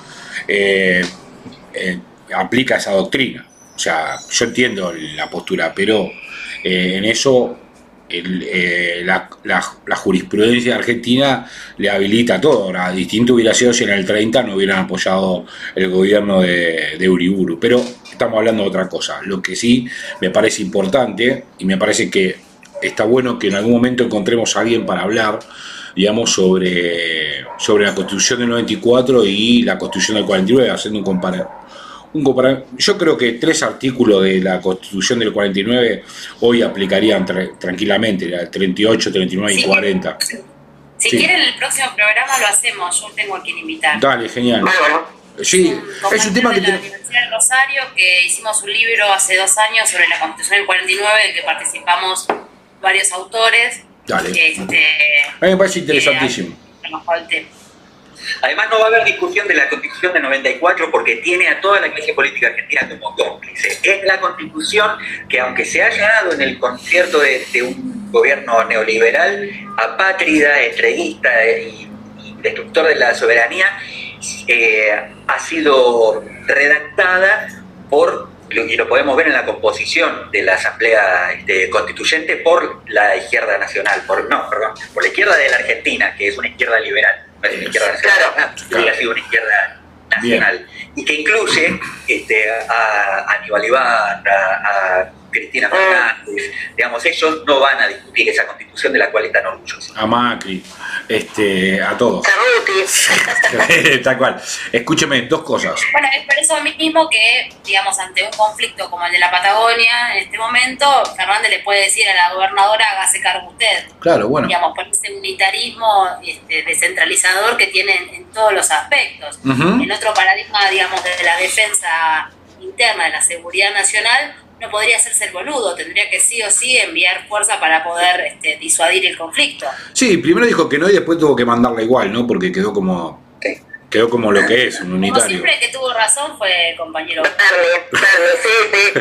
eh, eh, aplica esa doctrina. O sea, yo entiendo la postura, pero eh, en eso el, eh, la, la, la jurisprudencia argentina le habilita todo. Ahora, distinto hubiera sido si en el treinta no hubieran apoyado el gobierno de, de Uriburu, pero estamos hablando de otra cosa. Lo que sí me parece importante, y me parece que está bueno que en algún momento encontremos a alguien para hablar, digamos, sobre, sobre la Constitución del noventa y cuatro y la Constitución del cuarenta y nueve, haciendo un comparación. Un compara- Yo creo que tres artículos de la Constitución del cuarenta y nueve hoy aplicarían tra- tranquilamente, la treinta y ocho, treinta y nueve y Sí. cuarenta. Si Sí. quieren, el próximo programa lo hacemos. Yo tengo a quien invitar. Dale, genial. Bueno, Sí, Un es un tema que compañero de la te- Universidad de Rosario, que hicimos un libro hace dos años sobre la Constitución del cuarenta y nueve, en que participamos varios autores. Dale. Este, A mí me parece interesantísimo. que nos falté. Además, no va a haber discusión de la Constitución del noventa y cuatro porque tiene a toda la clase política argentina como cómplice. Es la Constitución que, aunque se haya dado en el concierto de, de un gobierno neoliberal, apátrida, entreguista y, y destructor de la soberanía, eh, ha sido redactada por, y lo podemos ver en la composición de la Asamblea este, Constituyente, por la izquierda nacional, por, no, perdón, por la izquierda de la Argentina, que es una izquierda liberal. No es una izquierda nacional, Claro. hubiera sido una izquierda nacional, y que incluye este, a Aníbal Ibarra, a Cristina Fernández, digamos, ellos no van a discutir esa constitución de la cual están orgullosos. A Macri, este, a todos. Cerruti. Tal cual. Escúcheme, dos cosas. Bueno, es por eso mismo que, digamos, ante un conflicto como el de la Patagonia, en este momento, Fernández le puede decir a la gobernadora, hágase cargo usted. Claro, bueno. Digamos, por ese unitarismo este, descentralizador que tienen en todos los aspectos. Ujú. En otro paradigma, digamos, de la defensa interna, de la seguridad nacional, no podría hacerse el boludo, tendría que sí o sí enviar fuerza para poder este, disuadir el conflicto. Sí, primero dijo que no y después tuvo que mandarla igual, ¿no? Porque quedó como Sí. quedó como lo que es, un Como unitario. siempre, el que tuvo razón fue el compañero. Bernie, Bernie, sí,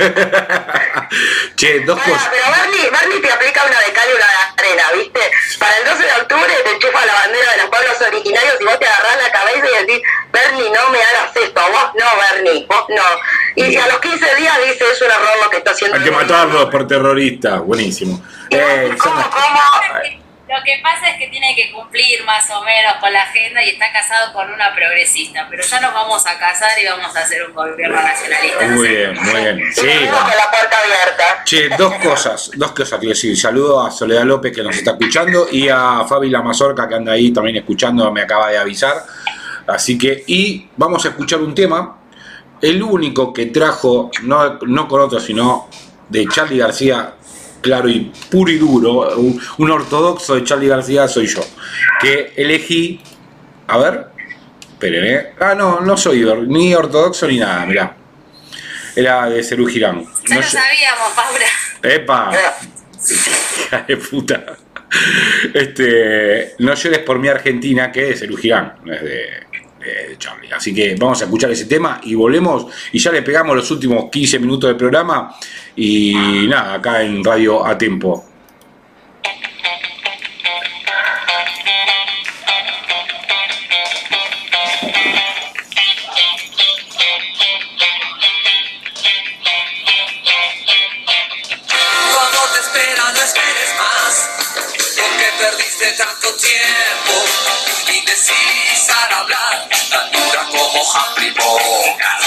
sí. Che, dos Bueno, cosas. pero Bernie, Bernie te aplica una de cal y una de arena, ¿viste? Para el doce de octubre te enchufa la bandera de los pueblos originarios y vos te agarrás la cabeza y decís, Bernie, no me hagas esto, vos no, Bernie, vos no. Y a los quince días dice, es un error lo que está haciendo. Hay que el matarlos gobierno. por terroristas, buenísimo. Y Eh, vos, son ¿Cómo, las- cómo? Lo que pasa es que tiene que cumplir más o menos con la agenda y está casado con una progresista, pero ya nos vamos a casar y vamos a hacer un gobierno nacionalista. Muy bien, muy bien. Y Sí, venimos con la puerta abierta. che, dos cosas, dos cosas quiero decir. Saludo a Soledad López que nos está escuchando y a Fabi La Mazorca que anda ahí también escuchando, me acaba de avisar. Así que, y vamos a escuchar un tema, el único que trajo, no, no con otro, sino de Charly García, claro y puro y duro, un, un ortodoxo de Charly García soy yo, que elegí, a ver, esperen, ¿eh? Ah, no, no soy or- ni ortodoxo ni nada, mirá. Era de Serú Girán. Ya No lo sé- sabíamos, Paula. ¡Epa! Hija de puta. Este, no llores por mi Argentina, que es de Serú Girán, no es de, de Charly. Así que vamos a escuchar ese tema y volvemos y ya le pegamos los últimos quince minutos del programa y nada, acá en Radio A Tempo. Cuando te espera no esperes más, porque perdiste tanto tiempo, indecisa al hablar, tan dura como Humphrey Bogart.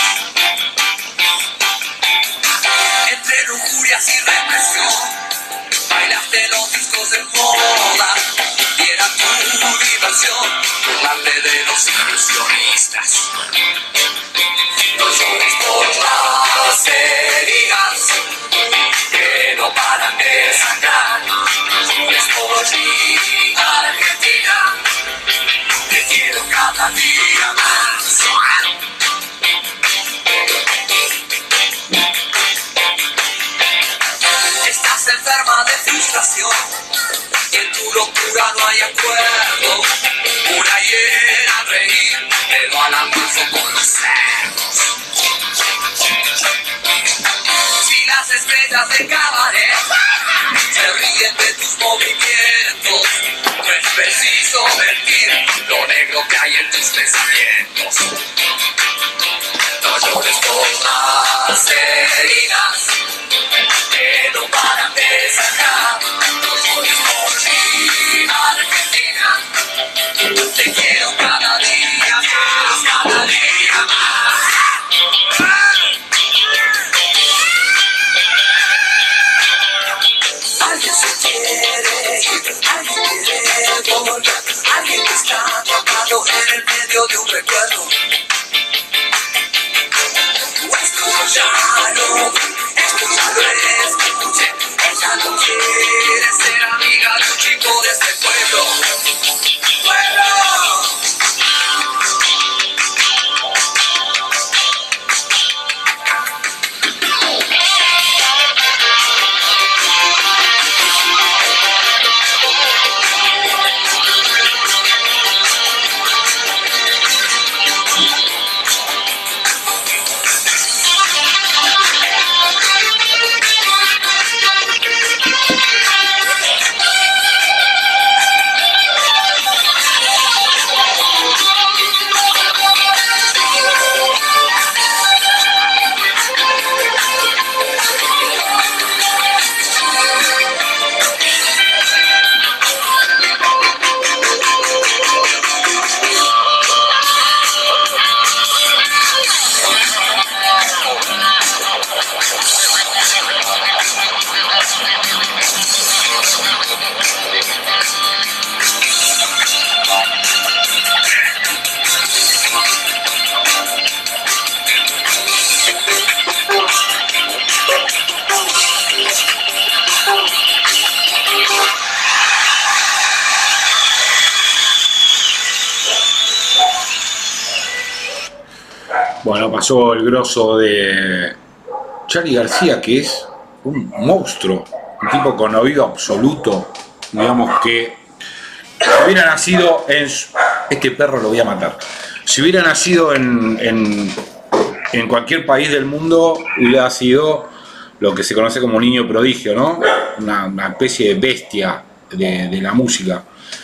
Entre lujurias y represión, bailaste los discos de moda, y era tu diversión, burlarte de los ilusionistas. No llores por las heridas que no paran de sangrar. Es por mi Argentina, te quiero cada día más. Estás enferma de frustración y en tu locura no hay acuerdo. Una hiena al reír, pero al almuerzo con los cerdos. Si las estrellas de cabaret se ríen de tus movimientos, no es preciso mentir lo negro que hay en tus pensamientos. heridas, pero para empezar, por mi Argentina, te quiero cada día más, cada día más. Alguien se quiere ir, alguien quiere volver, alguien que está atrapado en el medio de un recuerdo. Esto ya lo vi, esto ya lo escuché. Ella no quiere ser amiga de un chico de este pueblo. ¡Pueblo! Bueno, pasó el grosso de Charly García, que es un monstruo, un tipo con oído absoluto, digamos que si hubiera nacido en... Este perro lo voy a matar. Si hubiera nacido en, en, en cualquier país del mundo, hubiera sido lo que se conoce como niño prodigio, ¿no? Una, una especie de bestia de, de la música.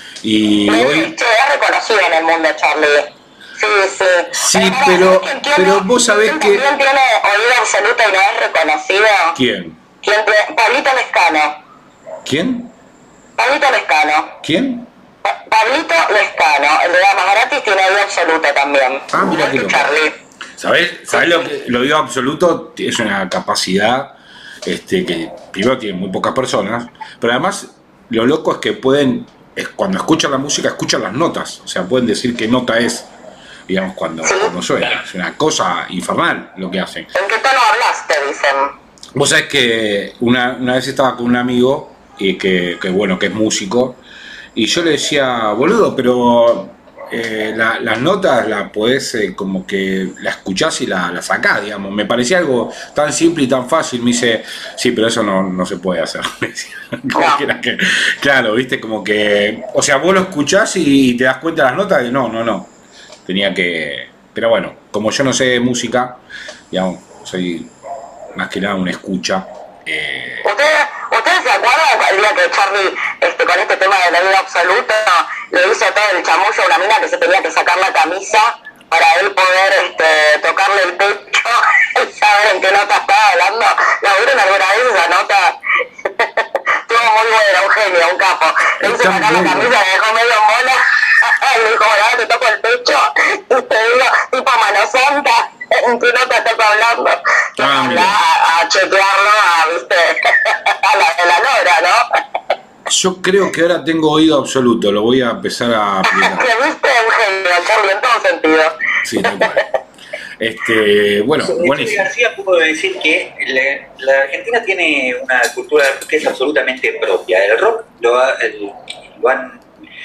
Y hoy... Es reconocido en el mundo, Charly. Sí, sí. Sí, pero, pero vos sabés que... ¿Quién tiene oído absoluto y no es reconocido? ¿Quién? ¿Quién tiene? Pablito Lescano. ¿Quién? Pablito Lescano. ¿Quién? Pa- Pablito Lescano, el de Damas Gratis, tiene oído absoluto también. Ah, mira que lo... Charly. ¿Sabés? ¿Sabés lo que lo oído absoluto? Es una capacidad este, que primero tienen muy pocas personas, pero además lo loco es que pueden, es, cuando escuchan la música, escuchan las notas, o sea, pueden decir qué nota es, digamos, cuando, cuando suena. Es una cosa infernal lo que hacen. ¿En qué tono hablaste, dicen? Vos sabés que una, una vez estaba con un amigo, y que, que bueno, que es músico, y yo le decía, boludo, pero eh, la, las notas las podés, eh, como que la escuchás y la, la sacás, digamos. Me parecía algo tan simple y tan fácil. Me dice, sí, pero eso no, no se puede hacer. Como No. que era que, claro, viste, como que, o sea, vos lo escuchás y, y te das cuenta de las notas, y no, no, no. Tenía que, pero bueno, como yo no sé de música, digamos, soy más que nada una escucha. Eh, ¿Ustedes, ¿Ustedes se acuerdan el día que Charly, este, con este tema del oído absoluto, le hizo todo el chamullo a una mina que se tenía que sacar la camisa para él poder este, tocarle el pecho y saber en qué nota estaba hablando? ¿La vieron alguna vez esa nota? Estuvo muy buena, un genio, un capo. Le hizo Está sacar la bueno. camisa, le dejó medio mona y le dijo, bueno, ahora te toco el pecho y te digo, tipo mano santa, ¿en qué nota estás hablando? Ah, Anda mira. a, a chequearlo, a, ¿viste? a la de la Nora, ¿no? yo creo que ahora tengo oído absoluto, lo voy a empezar a aplicar. Que viste un genio, Charly, en todo sentido. Sí, tal cual. Este, bueno, Charly buenísimo. García pudo decir que la, la Argentina tiene una cultura que es absolutamente propia. El rock lo, ha- el- lo han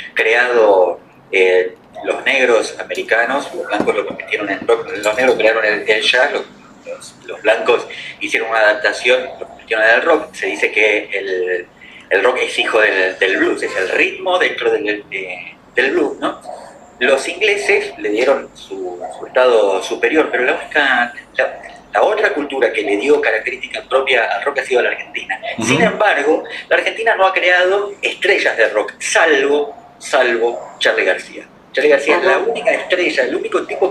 creado eh, los negros americanos, los blancos lo convirtieron en rock, los negros crearon el, el jazz, los, los- los blancos hicieron una adaptación, lo convirtieron en el rock. Se dice que el, el rock es hijo del, del blues, es el ritmo dentro del, de- del blues, ¿no? Los ingleses le dieron su, su estado superior, pero la única, la, la otra cultura que le dio característica propia al rock ha sido la Argentina. Ujú. Sin embargo, la Argentina no ha creado estrellas de rock, salvo, salvo Charly García. Charly García es la única estrella, el único tipo que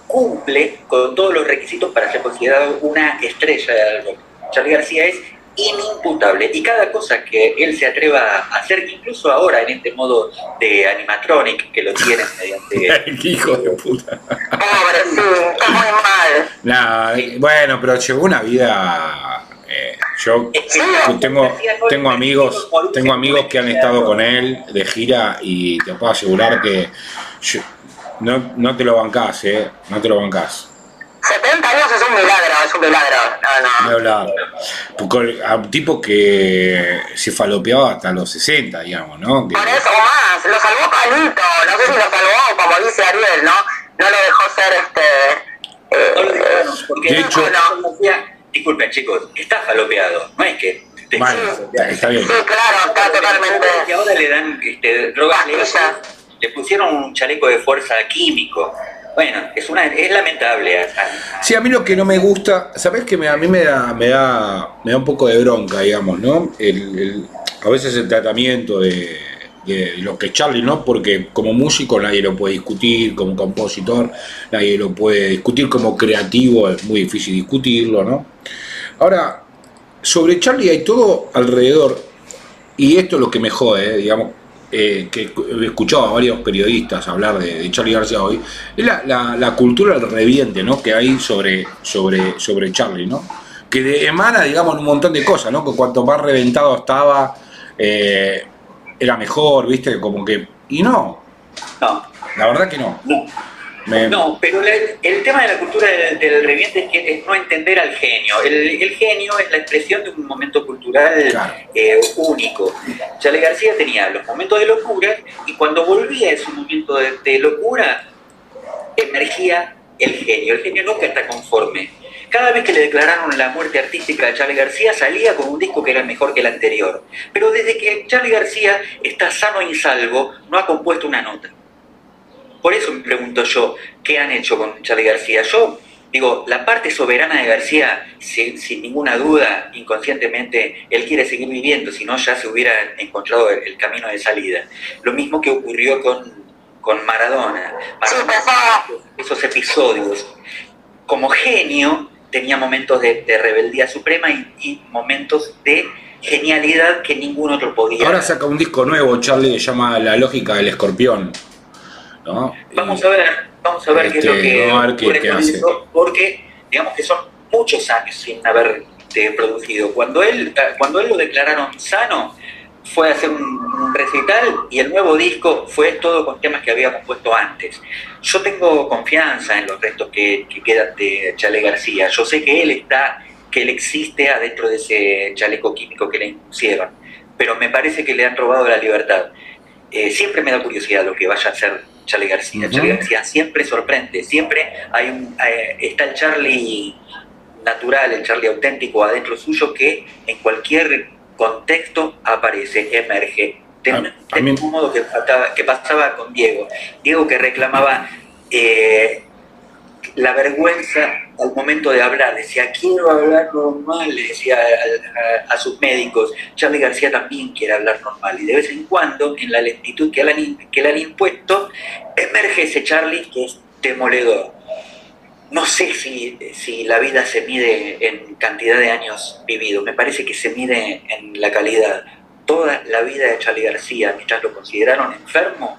cumple con todos los requisitos para ser considerado una estrella del rock. Charly García es inimputable, y cada cosa que él se atreva a hacer, incluso ahora en este modo de animatronic que lo tienen mediante... Hijo de puta. Pobre, sí, está muy mal. Nah, bueno, pero llevó una vida... Eh, yo tengo, tengo amigos tengo amigos que han estado con él de gira y te puedo asegurar que yo, no, no te lo bancás, eh, no te lo bancás. setenta años es un milagro, es un milagro. No, no. No hablar. Porque a un tipo que se falopeaba hasta los sesenta, digamos, ¿no? Que... Por eso más, lo salvó Palito, no sé si lo salvó, como dice Ariel, ¿no? No lo dejó ser este... Eh, no lo dejaron, porque de hecho... No, disculpen chicos, está falopeado, no es que... Te bueno, está, está bien. Sí, claro, está totalmente... Y ahora le dan este, drogas legales, le pusieron un chaleco de fuerza químico. Bueno, es una es lamentable. Sí, a mí lo que no me gusta, ¿sabés que me, a mí me da, me da me da un poco de bronca, digamos, ¿no? El, el, a veces el tratamiento de, de lo que es Charly, ¿no? Porque como músico nadie lo puede discutir, como compositor nadie lo puede discutir, como creativo es muy difícil discutirlo, ¿no? Ahora, sobre Charly hay todo alrededor, y esto es lo que me jode, ¿eh? Digamos, Eh, que he escuchado a varios periodistas hablar de, de Charly García hoy, es la, la, la cultura del reviente, ¿no? Que hay sobre, sobre, sobre Charly, ¿no? Que de, emana, digamos, un montón de cosas, ¿no? Que cuanto más reventado estaba, eh, era mejor, ¿viste? Como que... Y no. No. La verdad que no. No. Me... No, pero la, el tema de la cultura del, del reviente es, que es no entender al genio. El, el genio es la expresión de un momento cultural claro. eh, único. Charly García tenía los momentos de locura y cuando volvía ese momento de, de locura, emergía el genio. El genio nunca está conforme. Cada vez que le declararon la muerte artística a Charly García, salía con un disco que era mejor que el anterior. Pero desde que Charly García está sano y salvo, no ha compuesto una nota. Por eso me pregunto yo, ¿qué han hecho con Charly García? Yo digo, la parte soberana de García, sin, sin ninguna duda, inconscientemente, él quiere seguir viviendo, si no ya se hubiera encontrado el, el camino de salida. Lo mismo que ocurrió con, con Maradona. Maradona. Esos episodios. Como genio, tenía momentos de, de rebeldía suprema y, y momentos de genialidad que ningún otro podía. Ahora saca un disco nuevo, Charly, que se llama La Lógica del Escorpión. ¿No? Vamos a ver, vamos a ver este, qué es lo que no, ocurre qué, con qué eso, porque digamos que son muchos años sin haber eh, producido. Cuando él, cuando él lo declararon sano, fue a hacer un, un recital y el nuevo disco fue todo con temas que había compuesto antes. Yo tengo confianza en los restos que, que quedan de Charly García. Yo sé que él está, que él existe adentro de ese chaleco químico que le impusieron, pero me parece que le han robado la libertad. Eh, siempre me da curiosidad lo que vaya a hacer Charly García. Uh-huh. Charly García siempre sorprende, siempre hay un, eh, está el Charly natural, el Charly auténtico adentro suyo que en cualquier contexto aparece, emerge. De, ah, de mismo modo que, que pasaba con Diego. Diego que reclamaba eh, la vergüenza al momento de hablar, decía quiero hablar normal, le decía a, a, a sus médicos. Charly García también quiere hablar normal y de vez en cuando en la lentitud que le han, que le han impuesto emerge ese Charly que es demoledor. No sé si, si la vida se mide en cantidad de años vividos, me parece que se mide en la calidad. Toda la vida de Charly García, mientras lo consideraron enfermo,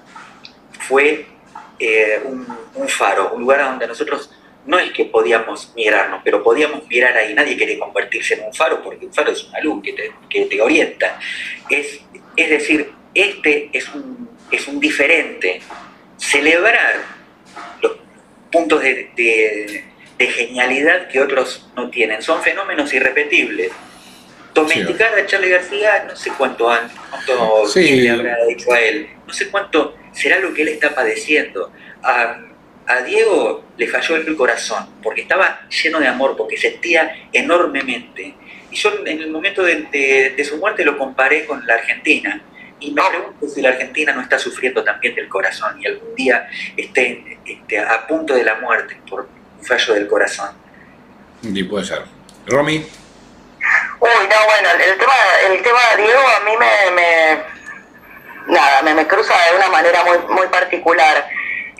fue eh, un, un faro, un lugar a donde nosotros no es que podíamos mirarnos, pero podíamos mirar ahí. Nadie quiere convertirse en un faro, porque un faro es una luz que te, que te orienta. Es, es decir, este es un, es un diferente. Celebrar los puntos de, de, de genialidad que otros no tienen. Son fenómenos irrepetibles. Domesticar sí. a Charly García, no sé cuánto, cuánto sí. le habrá dicho a él, no sé cuánto será lo que él está padeciendo. A, a Diego le falló el corazón, porque estaba lleno de amor, porque sentía enormemente. Y yo en el momento de, de, de su muerte lo comparé con la Argentina, y me pregunto si la Argentina no está sufriendo también del corazón, y algún día esté, esté a punto de la muerte por un fallo del corazón. Sí, puede ser. Romy. Uy, no, bueno, el tema, el tema de Diego a mí me, me nada, me, me cruza de una manera muy, muy particular.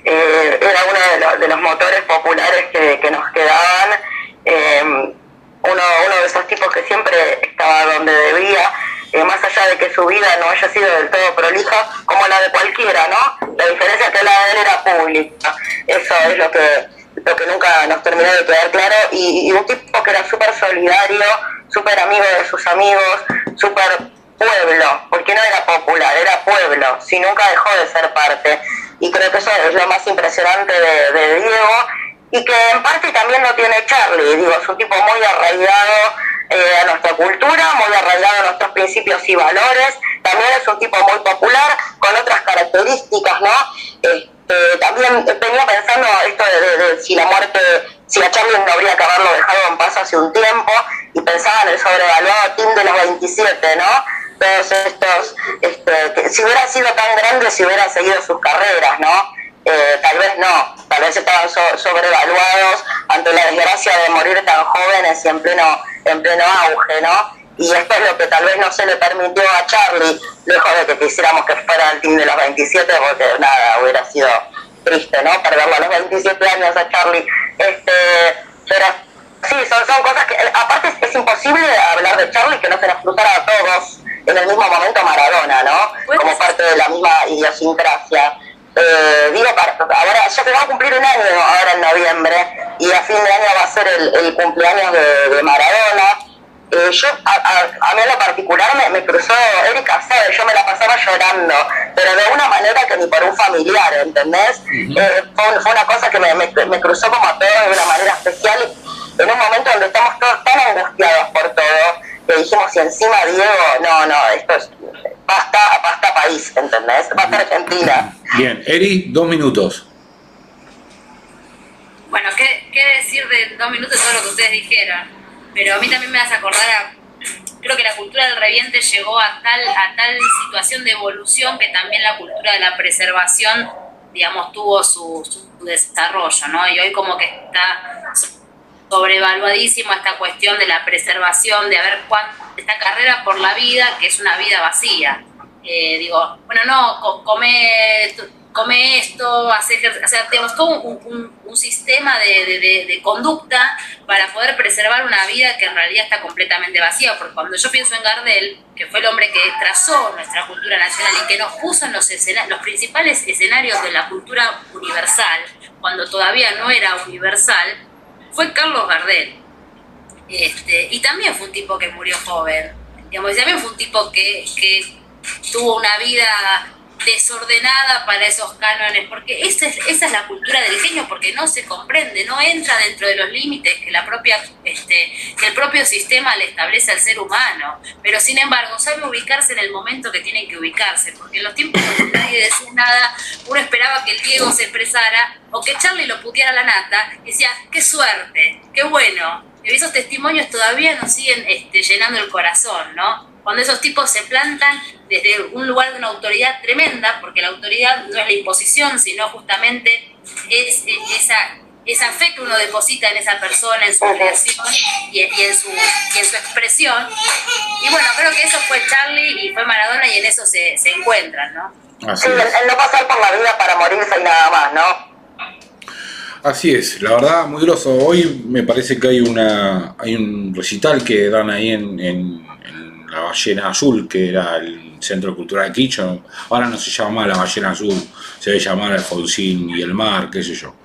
eh, era uno de los, de los motores populares que, que nos quedaban, eh, uno, uno de esos tipos que siempre estaba donde debía, eh, más allá de que su vida no haya sido del todo prolija, como la de cualquiera, ¿no? La diferencia es que la de él era pública, eso es lo que, lo que nunca nos terminó de quedar claro, y, y un tipo que era súper solidario, súper amigo de sus amigos, súper pueblo, porque no era popular, era pueblo, si nunca dejó de ser parte, y creo que eso es lo más impresionante de, de Diego, y que en parte también lo tiene Charlie, digo, es un tipo muy arraigado eh, a nuestra cultura, muy arraigado a nuestros principios y valores, también es un tipo muy popular, con otras características, ¿no? Este, también venía pensando esto de, de, de si la muerte, si a Charlie no habría que haberlo dejado en paz hace un tiempo, y pensaba en el sobrevaluado team de los veintisiete, ¿no? Todos estos, este, que si hubiera sido tan grande, si hubieran seguido sus carreras, ¿no? Eh, tal vez no, tal vez estaban so, sobrevaluados ante la desgracia de morir tan jóvenes y en pleno, en pleno auge, ¿no? Y esto es lo que tal vez no se le permitió a Charlie, lejos de que quisiéramos que fuera el team de los veintisiete, porque nada, hubiera sido triste, ¿no? Perderlo a los veintisiete años a Charlie. Este, pero sí, son, son cosas que, aparte es, es imposible hablar de Charlie que no se nos cruzara a todos en el mismo momento Maradona, ¿no? Como parte de la misma idiosincrasia. Eh, digo, ahora ya se va a cumplir un año ahora en noviembre, y a fin de año va a ser el, el cumpleaños de, de Maradona. Eh, yo, a, a, a mí en lo particular me, me cruzó Erika, ¿sabes? Yo me la pasaba llorando, pero de una manera que ni por un familiar, ¿entendés? Uh-huh. eh, fue, fue una cosa que me, me, me cruzó como a todos de una manera especial, en un momento donde estamos todos tan angustiados por todo, que dijimos, y encima Diego, no, no, esto es, basta, basta país, ¿entendés? Basta Argentina. Bien, Eri, dos minutos. Bueno, ¿qué, qué decir de dos minutos todo lo que ustedes dijeron? Pero a mí también me hace acordar a, creo que la cultura del reviente llegó a tal, a tal situación de evolución que también la cultura de la preservación, digamos, tuvo su, su desarrollo, ¿no? Y hoy como que está sobrevaluadísima esta cuestión de la preservación, de a ver cuánto, esta carrera por la vida, que es una vida vacía. Eh, digo, bueno, no, co come, come esto, hace ejercicio, o sea, tenemos todo un, un, un sistema de, de, de, de conducta para poder preservar una vida que en realidad está completamente vacía, porque cuando yo pienso en Gardel, que fue el hombre que trazó nuestra cultura nacional y que nos puso en los, los principales escenarios de la cultura universal, cuando todavía no era universal, fue Carlos Gardel. Este, y también fue un tipo que murió joven, digamos, y también fue un tipo que, que tuvo una vida desordenada para esos cánones, porque esa es, esa es la cultura del genio, porque no se comprende, no entra dentro de los límites que, la propia, este, que el propio sistema le establece al ser humano, pero sin embargo sabe ubicarse en el momento que tiene que ubicarse, porque en los tiempos donde nadie decía nada, uno esperaba que el Diego se expresara, o que Charlie lo puteara a la nata, y decía, qué suerte, qué bueno, y esos testimonios todavía nos siguen este, llenando el corazón, ¿no? Cuando esos tipos se plantan desde un lugar de una autoridad tremenda, porque la autoridad no es la imposición, sino justamente es, es esa, esa fe que uno deposita en esa persona, en su creación y, y, en su, y en su expresión. Y bueno, creo que eso fue Charlie y fue Maradona, y en eso se, se encuentran, ¿no? Así sí, el, el no pasar por la vida para morirse y nada más, ¿no? Así es, la verdad, muy groso. Hoy me parece que hay una hay un recital que dan ahí en, en, en La Ballena Azul, que era el Centro Cultural de Quicho. Ahora no se llama más La Ballena Azul, se debe llamar Alfonsín y el Mar, qué sé yo.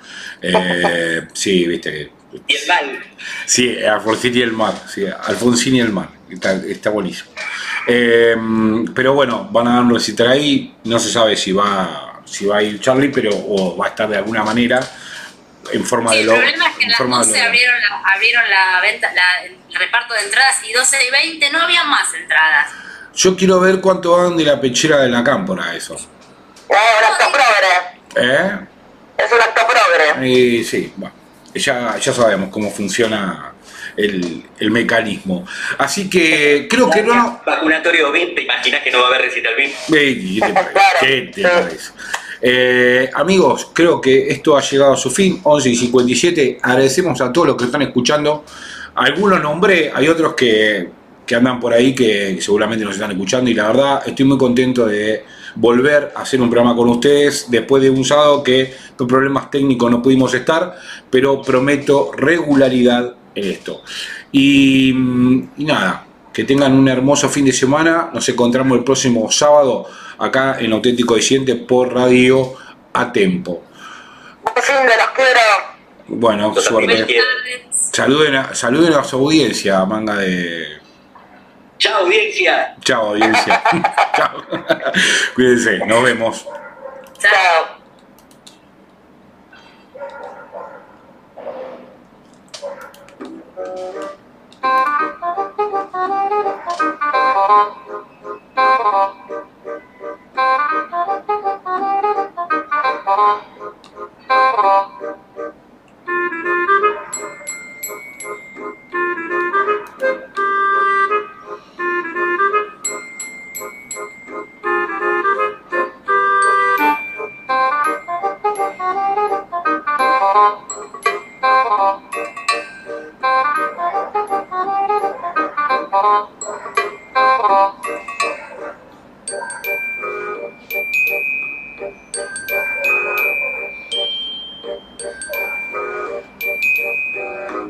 Eh, sí, viste que... Y el mal. Sí, Alfonsín y el Mar, sí, Alfonsín y el Mar, está, está buenísimo. Eh, pero bueno, van a dar un recital ahí, no se sabe si va, si va a ir Charlie, pero o va a estar de alguna manera en forma sí, de lo. El problema es que a las doce abrieron, la, abrieron la venta, la, el reparto de entradas, y doce y veinte no había más entradas. Yo quiero ver cuánto van de la pechera de la cámpora eso. Es un acto progre. ¿Eh? Es un acto progre. Y sí, bueno, ya, ya sabemos cómo funciona el, el mecanismo. Así que creo que no. Vacunatorio B I M, ¿te imaginas que no va a haber recital B I M? ¿Qué te parece? ¿Qué te parece? Eh, amigos, creo que esto ha llegado a su fin, once y cincuenta y siete. Agradecemos a todos los que están escuchando. Algunos nombré, hay otros que, que andan por ahí, que, que seguramente nos están escuchando, y la verdad estoy muy contento de volver a hacer un programa con ustedes después de un sábado que por problemas técnicos no pudimos estar, pero prometo regularidad en esto. Y, y nada, que tengan un hermoso fin de semana. Nos encontramos el próximo sábado acá en Auténtico Disidente por Radio A Tempo. Buen fin de, los quiero. Bueno, Yo también suerte. quiero. Saluden a, saluden a su audiencia, manga de... Chao, audiencia. Chao, audiencia. Chao. Cuídense, nos vemos. Chao.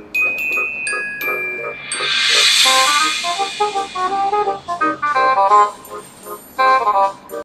Thank you.